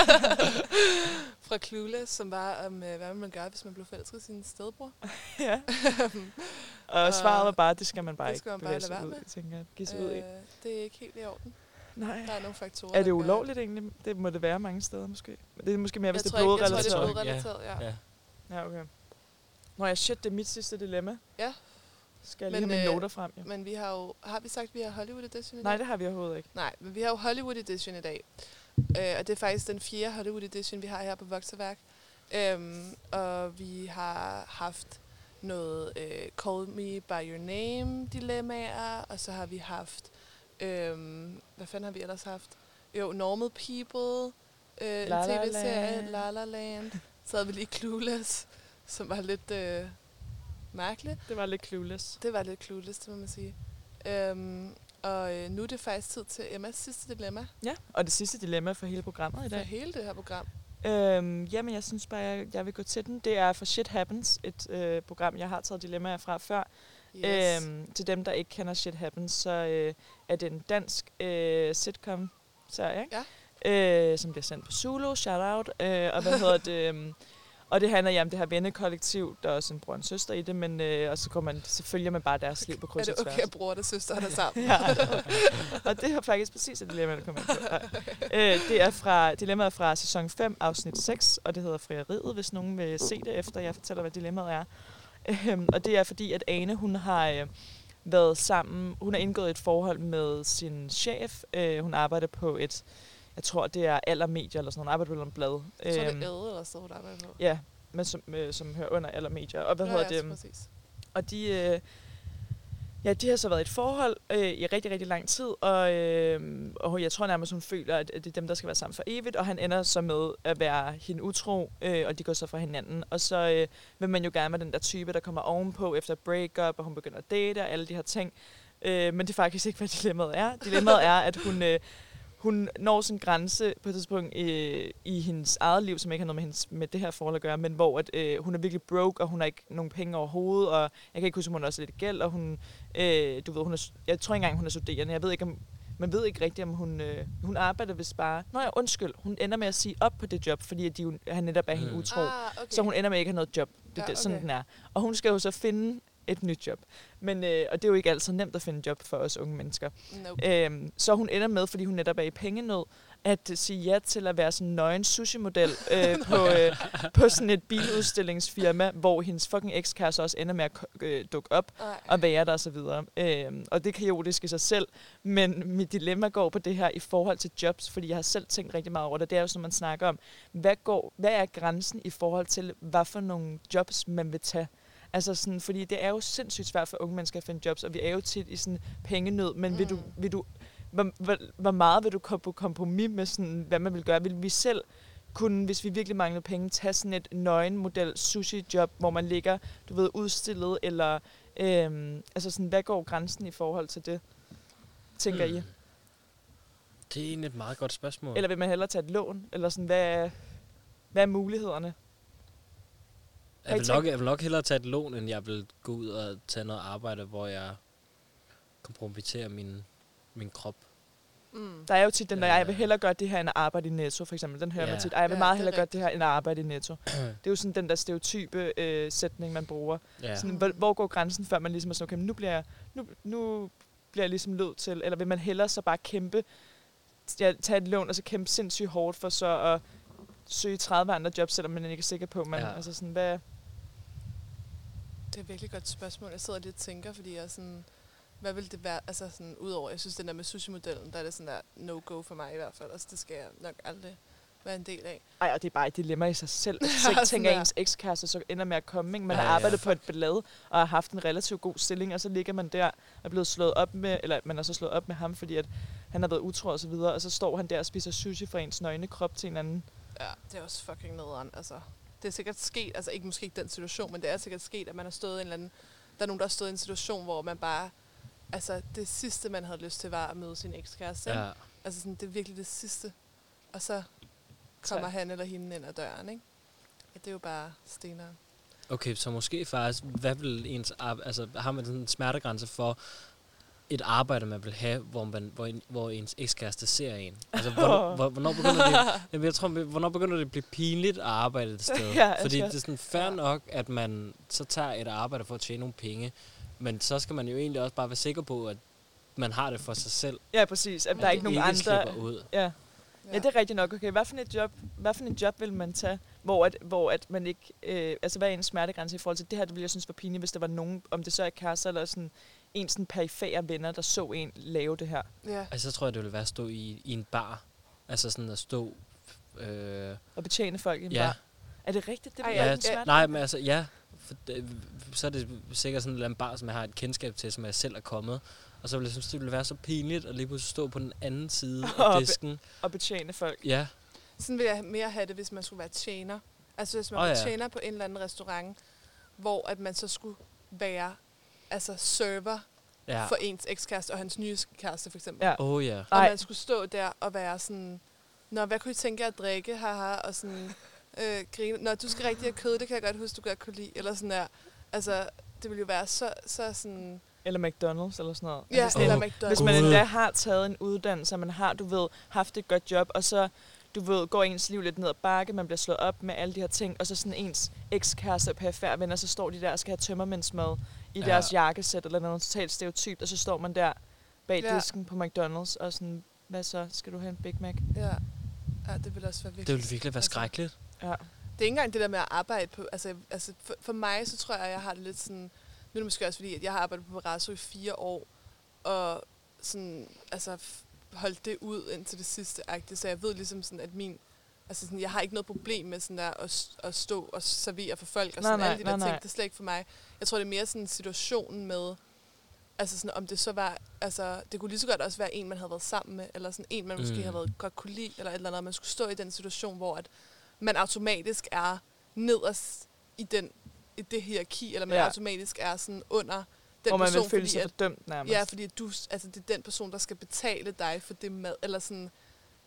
Fra Clueless, som var om, hvad man gør, hvis man blev forelsket i sin stedbror. Ja. Og svaret var bare, det skal man bare det skal ikke man bare bevæge sig lade ud, være med. tænker jeg. Give sig ud i. Det er ikke helt i orden. Nej. Der er nogle faktorer. Er det ulovligt egentlig? Det må det være mange steder måske. Det er måske mere, hvis det er blodrelateret. Jeg tror, det er blodrelateret, ja. Ja, okay. Nå ja, shit, det er mit sidste dilemma. Ja. Skal jeg lige have mine noter frem? Ja. Men vi har jo... Har vi sagt, at vi har Hollywood Edition i dag? Nej, det har vi overhovedet ikke. Nej, men vi har jo Hollywood Edition i dag. Og det er faktisk den 4. Hollywood Edition, vi har her på Vokseværk. Og vi har haft noget Call Me By Your Name dilemmaer, og så har vi haft... hvad fanden har vi ellers haft? Jo, Normal People, en tv-serie, La La Land. Så havde vi lige Clueless, som var lidt mærkeligt. Det var lidt clueless. Det var lidt clueless, det må man sige. Og nu er det faktisk tid til Emmas sidste dilemma. Ja, og det sidste dilemma for hele programmet i dag. For hele det her program. Jamen, jeg synes bare, jeg vil gå til den. Det er for Shit Happens, et program, jeg har taget dilemmaer fra før. Yes. Til dem, der ikke kender Shit Happens, så er det en dansk sitcom-serie, som bliver sendt på Zulu, shout out. Og hvad hedder det? Og det handler om det her vennekollektiv, der er også en bror og en søster i det, men og så går man selvfølgelig med bare deres liv på kryds og tværs. Er det okay, at bror og søster er der sammen? Ja. Og det er faktisk præcis et dilemma, der kommer ind på. Det er fra dilemmaet fra sæson 5, afsnit 6, og det hedder Frieriet, hvis nogen vil se det efter, jeg fortæller, hvad dilemmaet er. Og det er fordi, at Ane, hun har været sammen, hun har indgået et forhold med sin chef. Hun arbejder på et, jeg tror, det er Allermedier eller sådan noget. Hun arbejder på et blad. Så er det Æde eller sådan, hun arbejder på? Ja, men som hører under Allermedier. Og hvad hedder det? Præcis. Og de har så været i et forhold i rigtig, rigtig lang tid, og jeg tror nærmest, hun føler, at det er dem, der skal være sammen for evigt, og han ender så med at være hende utro, og de går så fra hinanden. Og så vil man jo gerne være den der type, der kommer ovenpå efter et breakup, og hun begynder at date og alle de her ting. Men det er faktisk ikke, hvad dilemmaet er. Dilemmaet er, at hun når sådan en grænse på et tidspunkt i hendes eget liv, som ikke har noget med det her forhold at gøre, men hvor at, hun er virkelig broke, og hun har ikke nogen penge overhovedet, og jeg kan ikke huske, om hun også lidt gæld, og hun, du ved, jeg tror ikke engang, hun er studerende. Jeg ved ikke, om man ved ikke rigtigt, om hun arbejder vist bare... Nå ja, undskyld. Hun ender med at sige op på det job, fordi at han netop er hende utro. Okay. Så hun ender med ikke at have noget job. Det er okay. Sådan den er. Og hun skal jo så finde et nyt job. Men, og det er jo ikke altid nemt at finde job for os unge mennesker. Nope. Så hun ender med, fordi hun netop er i pengenød, at sige ja til at være sådan en nøgen sushi-model på sådan et biludstillingsfirma, hvor hendes fucking ekskæreste også ender med at dukke op og være der og så videre. Og det er kaotisk i sig selv, men mit dilemma går på det her i forhold til jobs, fordi jeg har selv tænkt rigtig meget over det. Det er jo sådan, man snakker om, hvad er grænsen i forhold til, hvad for nogle jobs man vil tage? Altså sådan, fordi det er jo sindssygt svært for unge mennesker at finde jobs, og vi er jo tit i sådan pengenød, men vil du hvor meget vil du komme på kompromis med sådan, hvad man vil gøre? Vil vi selv kunne, hvis vi virkelig mangler penge, tage sådan et nøgenmodel sushi-job, hvor man ligger, du ved, udstillet, eller altså sådan, hvad går grænsen i forhold til det, tænker I? Det er egentlig et meget godt spørgsmål. Eller vil man hellere tage et lån? Eller sådan, hvad er mulighederne? Jeg vil nok hellere tage et lån, end jeg vil gå ud og tage noget arbejde, hvor jeg kompromitterer min krop. Der er jo tit den der, jeg vil hellere gøre det her, end at arbejde i Netto, for eksempel. Den hører man tit. Jeg vil meget hellere gøre det her, end at arbejde i Netto. Det er jo sådan den der stereotype sætning, man bruger. Sådan, hvor går grænsen, før man ligesom er sådan, okay, nu bliver jeg ligesom nødt til, eller vil man hellere så bare kæmpe, tage et lån, og så kæmpe sindssygt hårdt for så at søge 30 andre jobs, selvom man ikke er sikker på, man, altså sådan, hvad... Det er et virkelig godt spørgsmål. Jeg sidder lidt og tænker, fordi jeg er sådan... Hvad vil det være, altså sådan, udover, jeg synes, den der med sushi-modellen, der er det sådan der no-go for mig i hvert fald, altså det skal jeg nok aldrig være en del af. Ej, og det er bare et dilemma i sig selv. Så jeg tænker, at ens ekskæreste så ender med at komme, ikke? Man har arbejdet på et blad, og har haft en relativt god stilling, og så ligger man der og er blevet slået op med, eller man er så slået op med ham, fordi at han har været utro og så videre, og så står han der og spiser sushi fra ens nøgne krop til en anden. Ja, det er også fucking nederen, altså. Det er sikkert sket, altså ikke måske ikke den situation, men det er sikkert sket, at man har stået i en eller anden, der er nogen, der har stået i en situation, hvor man bare, altså det sidste, man havde lyst til, var at møde sin ekskæreste. Ja. Altså sådan, det er virkelig det sidste. Og så kommer han eller hende ind ad døren, ikke? Ja, det er jo bare stenere. Okay, så måske faktisk, hvad vil ens altså har man sådan en smertegrænse for et arbejde, man vil have, hvor ens ekskæreste ser en? Altså, hvornår begynder det... Jeg tror, hvornår begynder det at blive pinligt at arbejde et sted? Ja, fordi det er sådan fair nok, at man så tager et arbejde for at tjene nogle penge, men så skal man jo egentlig også bare være sikker på, at man har det for sig selv. Ja, præcis. At der er ikke nogen andre... Ud. Ja, det er rigtigt nok. Okay, hvad for et job vil man tage, hvor at man ikke... altså, hvad er en smertegrænse i forhold til det her? Det ville jeg synes var pinligt, hvis der var nogen, om det så er kærester eller sådan en sådan perifære venner, der så en lave det her. Ja. Altså, så tror jeg, det ville være at stå i en bar. Altså sådan at stå... og betjene folk i en bar. Er det rigtigt? Det bliver en smertegrænse? Nej, men altså, ja. Så er det sikkert sådan en eller anden bar, som jeg har et kendskab til, som jeg selv er kommet. Og så ville jeg synes, det ville være så pinligt at lige pludselig stå på den anden side af disken. Og betjene folk. Ja. Sådan vil jeg mere have det, hvis man skulle være tjener. Altså hvis man var tjener på en eller anden restaurant, hvor at man så skulle være server for ens ekskæreste og hans nye kæreste for eksempel. Ja. Og man skulle stå der og være sådan, nå, hvad kunne I tænke jer at drikke? Haha, og sådan... grine. Nå, du skal rigtig have kød, det kan jeg godt huske, du godt kunne lide. Eller sådan der. Altså, det ville jo være så sådan... Eller McDonald's eller sådan noget. Ja, altså eller McDonald's. Hvis man endda har taget en uddannelse, man har, du ved, haft et godt job, og så, du ved, går ens liv lidt ned ad bakke, man bliver slået op med alle de her ting, og så sådan ens ekskæreste og perifære venner, så står de der og skal have tømmermændsmad i deres jakkesæt, eller noget totalt stereotypt, og så står man der bag disken på McDonald's, og sådan, hvad så, skal du have en Big Mac? Ja, det vil også være virkelig... Det ville virkelig være skrækkeligt. Ja. Det er ikke engang det der med at arbejde på, altså for mig, så tror jeg har det lidt sådan, nu er det måske også fordi, at jeg har arbejdet på Parasso i 4 år, og sådan, altså holdt det ud indtil det sidste-agtige, så jeg ved ligesom sådan, at sådan, jeg har ikke noget problem med sådan der at stå og servere for folk, og sådan alle de der ting, det er slet ikke for mig. Jeg tror, det er mere sådan situationen med, altså sådan, om det så var, altså det kunne lige så godt også være en, man havde været sammen med, eller sådan en, man måske havde været godt kunne lide, eller et eller andet, man skulle stå i den situation, hvor at man automatisk er nederst i det hierarki, eller man automatisk er sådan under den person, og man vil føle sig fordømt nærmest. Ja, fordi det er den person, der skal betale dig for det mad, eller sådan,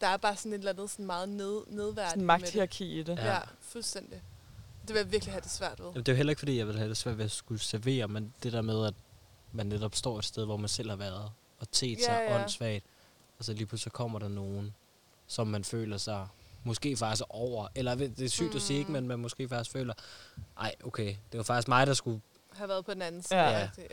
der er bare sådan et eller andet sådan meget nedværdigt Sådan magthierarki i det. Ja, fuldstændig. Det vil jeg virkelig have det svært ved. Jamen, det er jo heller ikke, fordi jeg vil have det svært ved at skulle servere, men det der med, at man netop står et sted, hvor man selv har været, og teet sig åndssvagt, og så lige pludselig kommer der nogen, som man føler sig måske faktisk over, eller det er sygt at sige, ikke, men man måske faktisk føler, ej, okay, det var faktisk mig, der skulle have været på den anden side.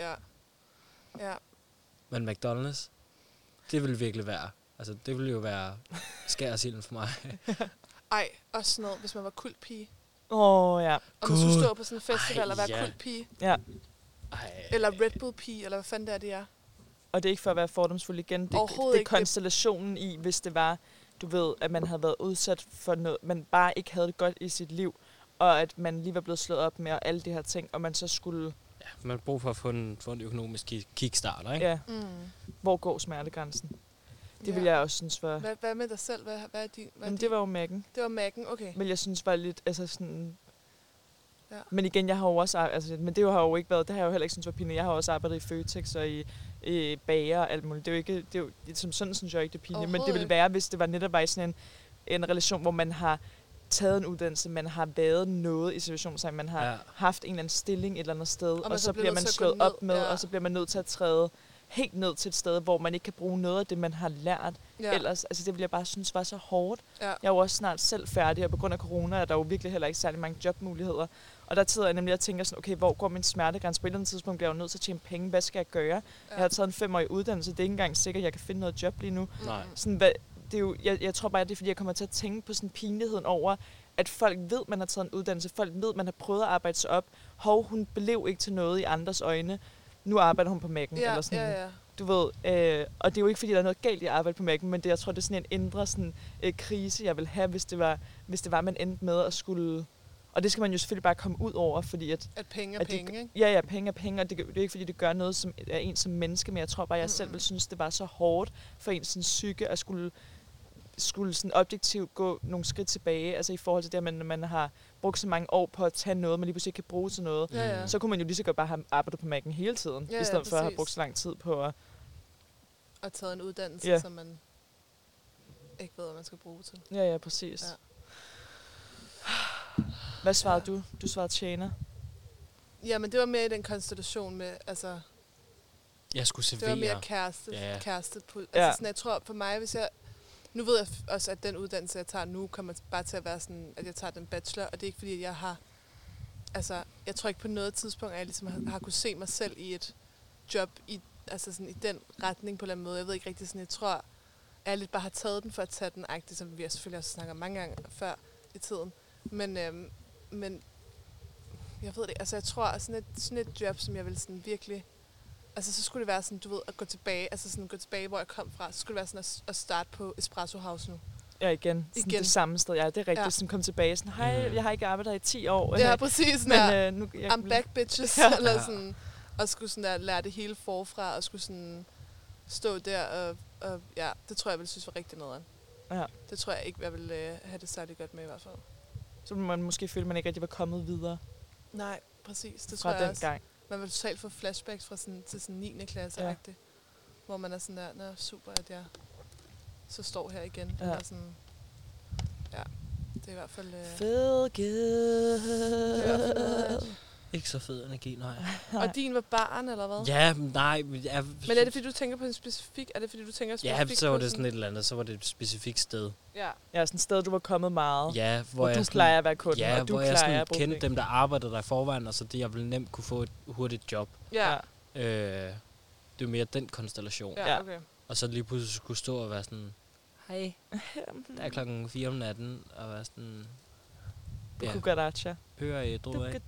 Ja. Men McDonald's, det ville virkelig være, altså det ville jo være skærsilden for mig. Ej, også sådan noget, hvis man var kultpige. Ja. Og man skulle stå på sådan en festival og være kultpige. Ja. Eller Red Bull-pige, eller hvad fanden det er. Og det er ikke for at være fordomsfuld igen. Det er konstellationen i, hvis det var, du ved, at man havde været udsat for noget, man bare ikke havde det godt i sit liv, og at man lige var blevet slået op med alle de her ting, og man så skulle... Ja, man har brug for at få en økonomisk kickstarter, ikke? Ja. Hvor går smertegrænsen? Det vil jeg også synes var... Hvad med dig selv? Hvad er din? Det var jo Mac'en. Det var Mac'en, okay. Men jeg synes var lidt, altså sådan... Ja. Men igen, jeg har jo også... Altså, men det har jo ikke været... Det har jeg jo heller ikke synes var pinligt. Jeg har også arbejdet i Føtex og i bager og alt muligt. Det er jo ikke... Det er jo, som sådan synes jeg ikke, det er pinligt. Men det ville være, hvis det var netop var i sådan en relation, hvor man har taget en uddannelse, man har været noget i situationen, så man har haft en eller anden stilling et eller andet sted, og så bliver man slået op med, og så bliver man nødt til at træde helt ned til et sted, hvor man ikke kan bruge noget af det, man har lært. Ellers, altså det vil jeg bare synes var så hårdt. Jeg er jo også snart selv færdig, og på grund af corona er der jo virkelig heller ikke særlig mange jobmuligheder. Og der sidder jeg nemlig og tænker sådan, okay, hvor går min smertegrænse? På et eller andet tidspunkt bliver jeg jo nødt til at tjene penge. Hvad skal jeg gøre? Jeg har taget en 5-årig uddannelse. Det er ikke engang sikkert, at jeg kan finde noget job lige nu. Sådan, det er jo, jeg tror bare, det er, fordi jeg kommer til at tænke på sådan pinligheden over, at folk ved, man har taget en uddannelse. Folk ved, man har prøvet at arbejde sig op. Hun blev ikke til noget i andres øjne. Nu arbejder hun på Mac'en. Eller sådan. Du ved, og det er jo ikke, fordi der er noget galt i at arbejde på Mac'en, men det, jeg tror, det er sådan en indre sådan, krise, jeg vil have, hvis det var, man endte med at skulle... Og det skal man jo selvfølgelig bare komme ud over, fordi at penge er penge, ikke? Ja, penge er penge, og det er ikke, fordi det gør noget som er en som menneske, men jeg tror bare, jeg selv vil synes, det var så hårdt for en sådan psyke at skulle sådan objektivt gå nogle skridt tilbage, altså i forhold til det, at man har brugt så mange år på at tage noget, man lige pludselig ikke kan bruge til noget. Så kunne man jo lige så godt bare have arbejdet på Mac'en hele tiden, i stedet for at have brugt så lang tid på at... Og taget en uddannelse, som man ikke ved, hvad man skal bruge til. Ja, præcis. Ja. Hvad svarede du? Du svarede tjener. Jamen, det var mere i den konstellation med, altså... Jeg skulle servere. Det var mere kæreste. Altså sådan, jeg tror for mig, hvis jeg... Nu ved jeg også, at den uddannelse, jeg tager nu, kommer bare til at være sådan, at jeg tager den bachelor, og det er ikke fordi, at jeg har... Altså, jeg tror ikke på noget tidspunkt, at jeg ligesom har kunne se mig selv i et job altså sådan i den retning på en eller anden måde. Jeg ved ikke rigtig sådan, jeg tror, at jeg lidt bare har taget den for at tage den, som vi har selvfølgelig også snakket mange gange før i tiden. Men jeg ved det, altså jeg tror, at sådan et job, som jeg vil sådan virkelig... Altså så skulle det være sådan, du ved, at gå tilbage, hvor jeg kom fra. Så skulle det være sådan at starte på Espresso House nu. Ja, igen. Det samme sted. Ja, det er rigtigt. Ja. Sådan kom tilbage sådan, hej, jeg har ikke arbejdet her i 10 år. Ja, præcis. Men nu, I'm back, bitches. Eller sådan, og skulle sådan der lære det hele forfra, og skulle sådan stå der, og ja, det tror jeg ville synes var rigtig noget. Ja. Det tror jeg ikke, jeg ville have det særlig godt med i hvert fald. Så man måske følte, man ikke rigtig var kommet videre. Nej, præcis. Det fra tror jeg også. Gang. Man vil totalt få flashbacks fra sådan, til sådan 9. klasse, hvor man er sådan der, nå super, at jeg så står her igen. Ja. Eller sådan, ja, det er i hvert fald... Fed ged. Ikke så fed energi, nej. Og din var barn, eller hvad? Ja, nej. Men er det, fordi du tænker på en specifik... Er det, fordi du tænker specifikt ja, så var det sådan et eller andet. Så var det et specifikt sted. Ja, sådan et sted, du var kommet meget. Ja, hvor du plejer at være kunde, ja, og du hvor plejer jeg at kendte dem, der arbejdede der i forvejen, og så det, jeg ville nemt kunne få et hurtigt job. Ja. Det er mere den konstellation. Ja, okay. Og så lige pludselig skulle stå og være sådan... Hej, der er 4:00 om natten, og være sådan... Kukaracha. Hører I ædru af.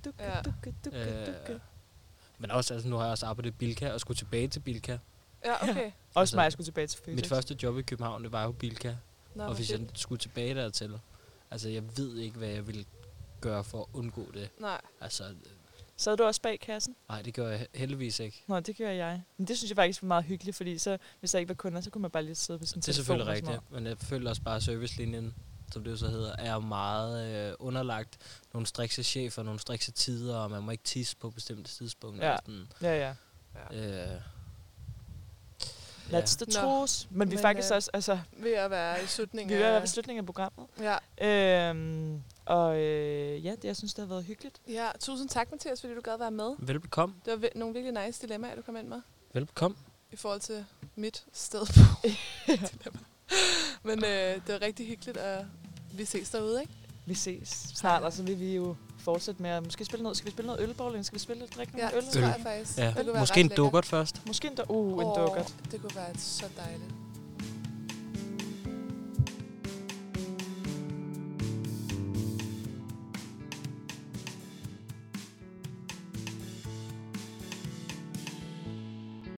Men også, altså nu har jeg også arbejdet i Bilka, og skulle tilbage til Bilka. Ja, okay. Også mig, jeg skulle tilbage til Føtex. Mit første job i København, det var jo Bilka. Og hvis jeg skulle tilbage dertil, altså jeg ved ikke, hvad jeg ville gøre for at undgå det. Nej. Altså... Sad du også bag kassen? Nej, det gør jeg heldigvis ikke. Nå, det gør jeg. Men det synes jeg faktisk var meget hyggeligt, fordi så, hvis jeg ikke var kunder, så kunne man bare lige sidde på sin telefon. Det er selvfølgelig rigtigt, men jeg føler også bare, at servicelinjen, som det jo så hedder, er meget underlagt nogle strikse chefer, nogle strikse tider, og man må ikke tisse på bestemte tidspunkter. Ja. Ja. Let's the truth. Men vi er faktisk også... Altså, ved at være i slutningen vi er ved slutningen af programmet. Ja. Jeg synes, det har været hyggeligt. Ja, tusind tak, Mathias, fordi du gad være med. Velbekomme. Det var nogle virkelig nice dilemmaer, du kom ind med. Velbekomme. I forhold til mit sted på dilemma. Men det var rigtig hyggeligt, og vi ses derude, ikke? Vi ses snart, og så vil vi jo fortsætte med at måske spille noget. Skal vi spille noget ølbowling? Skal vi spille lidt drikke noget øl? Ja, det tror jeg faktisk. Ja. Måske en dukkert først. Måske en dukkert. Det kunne være så dejligt.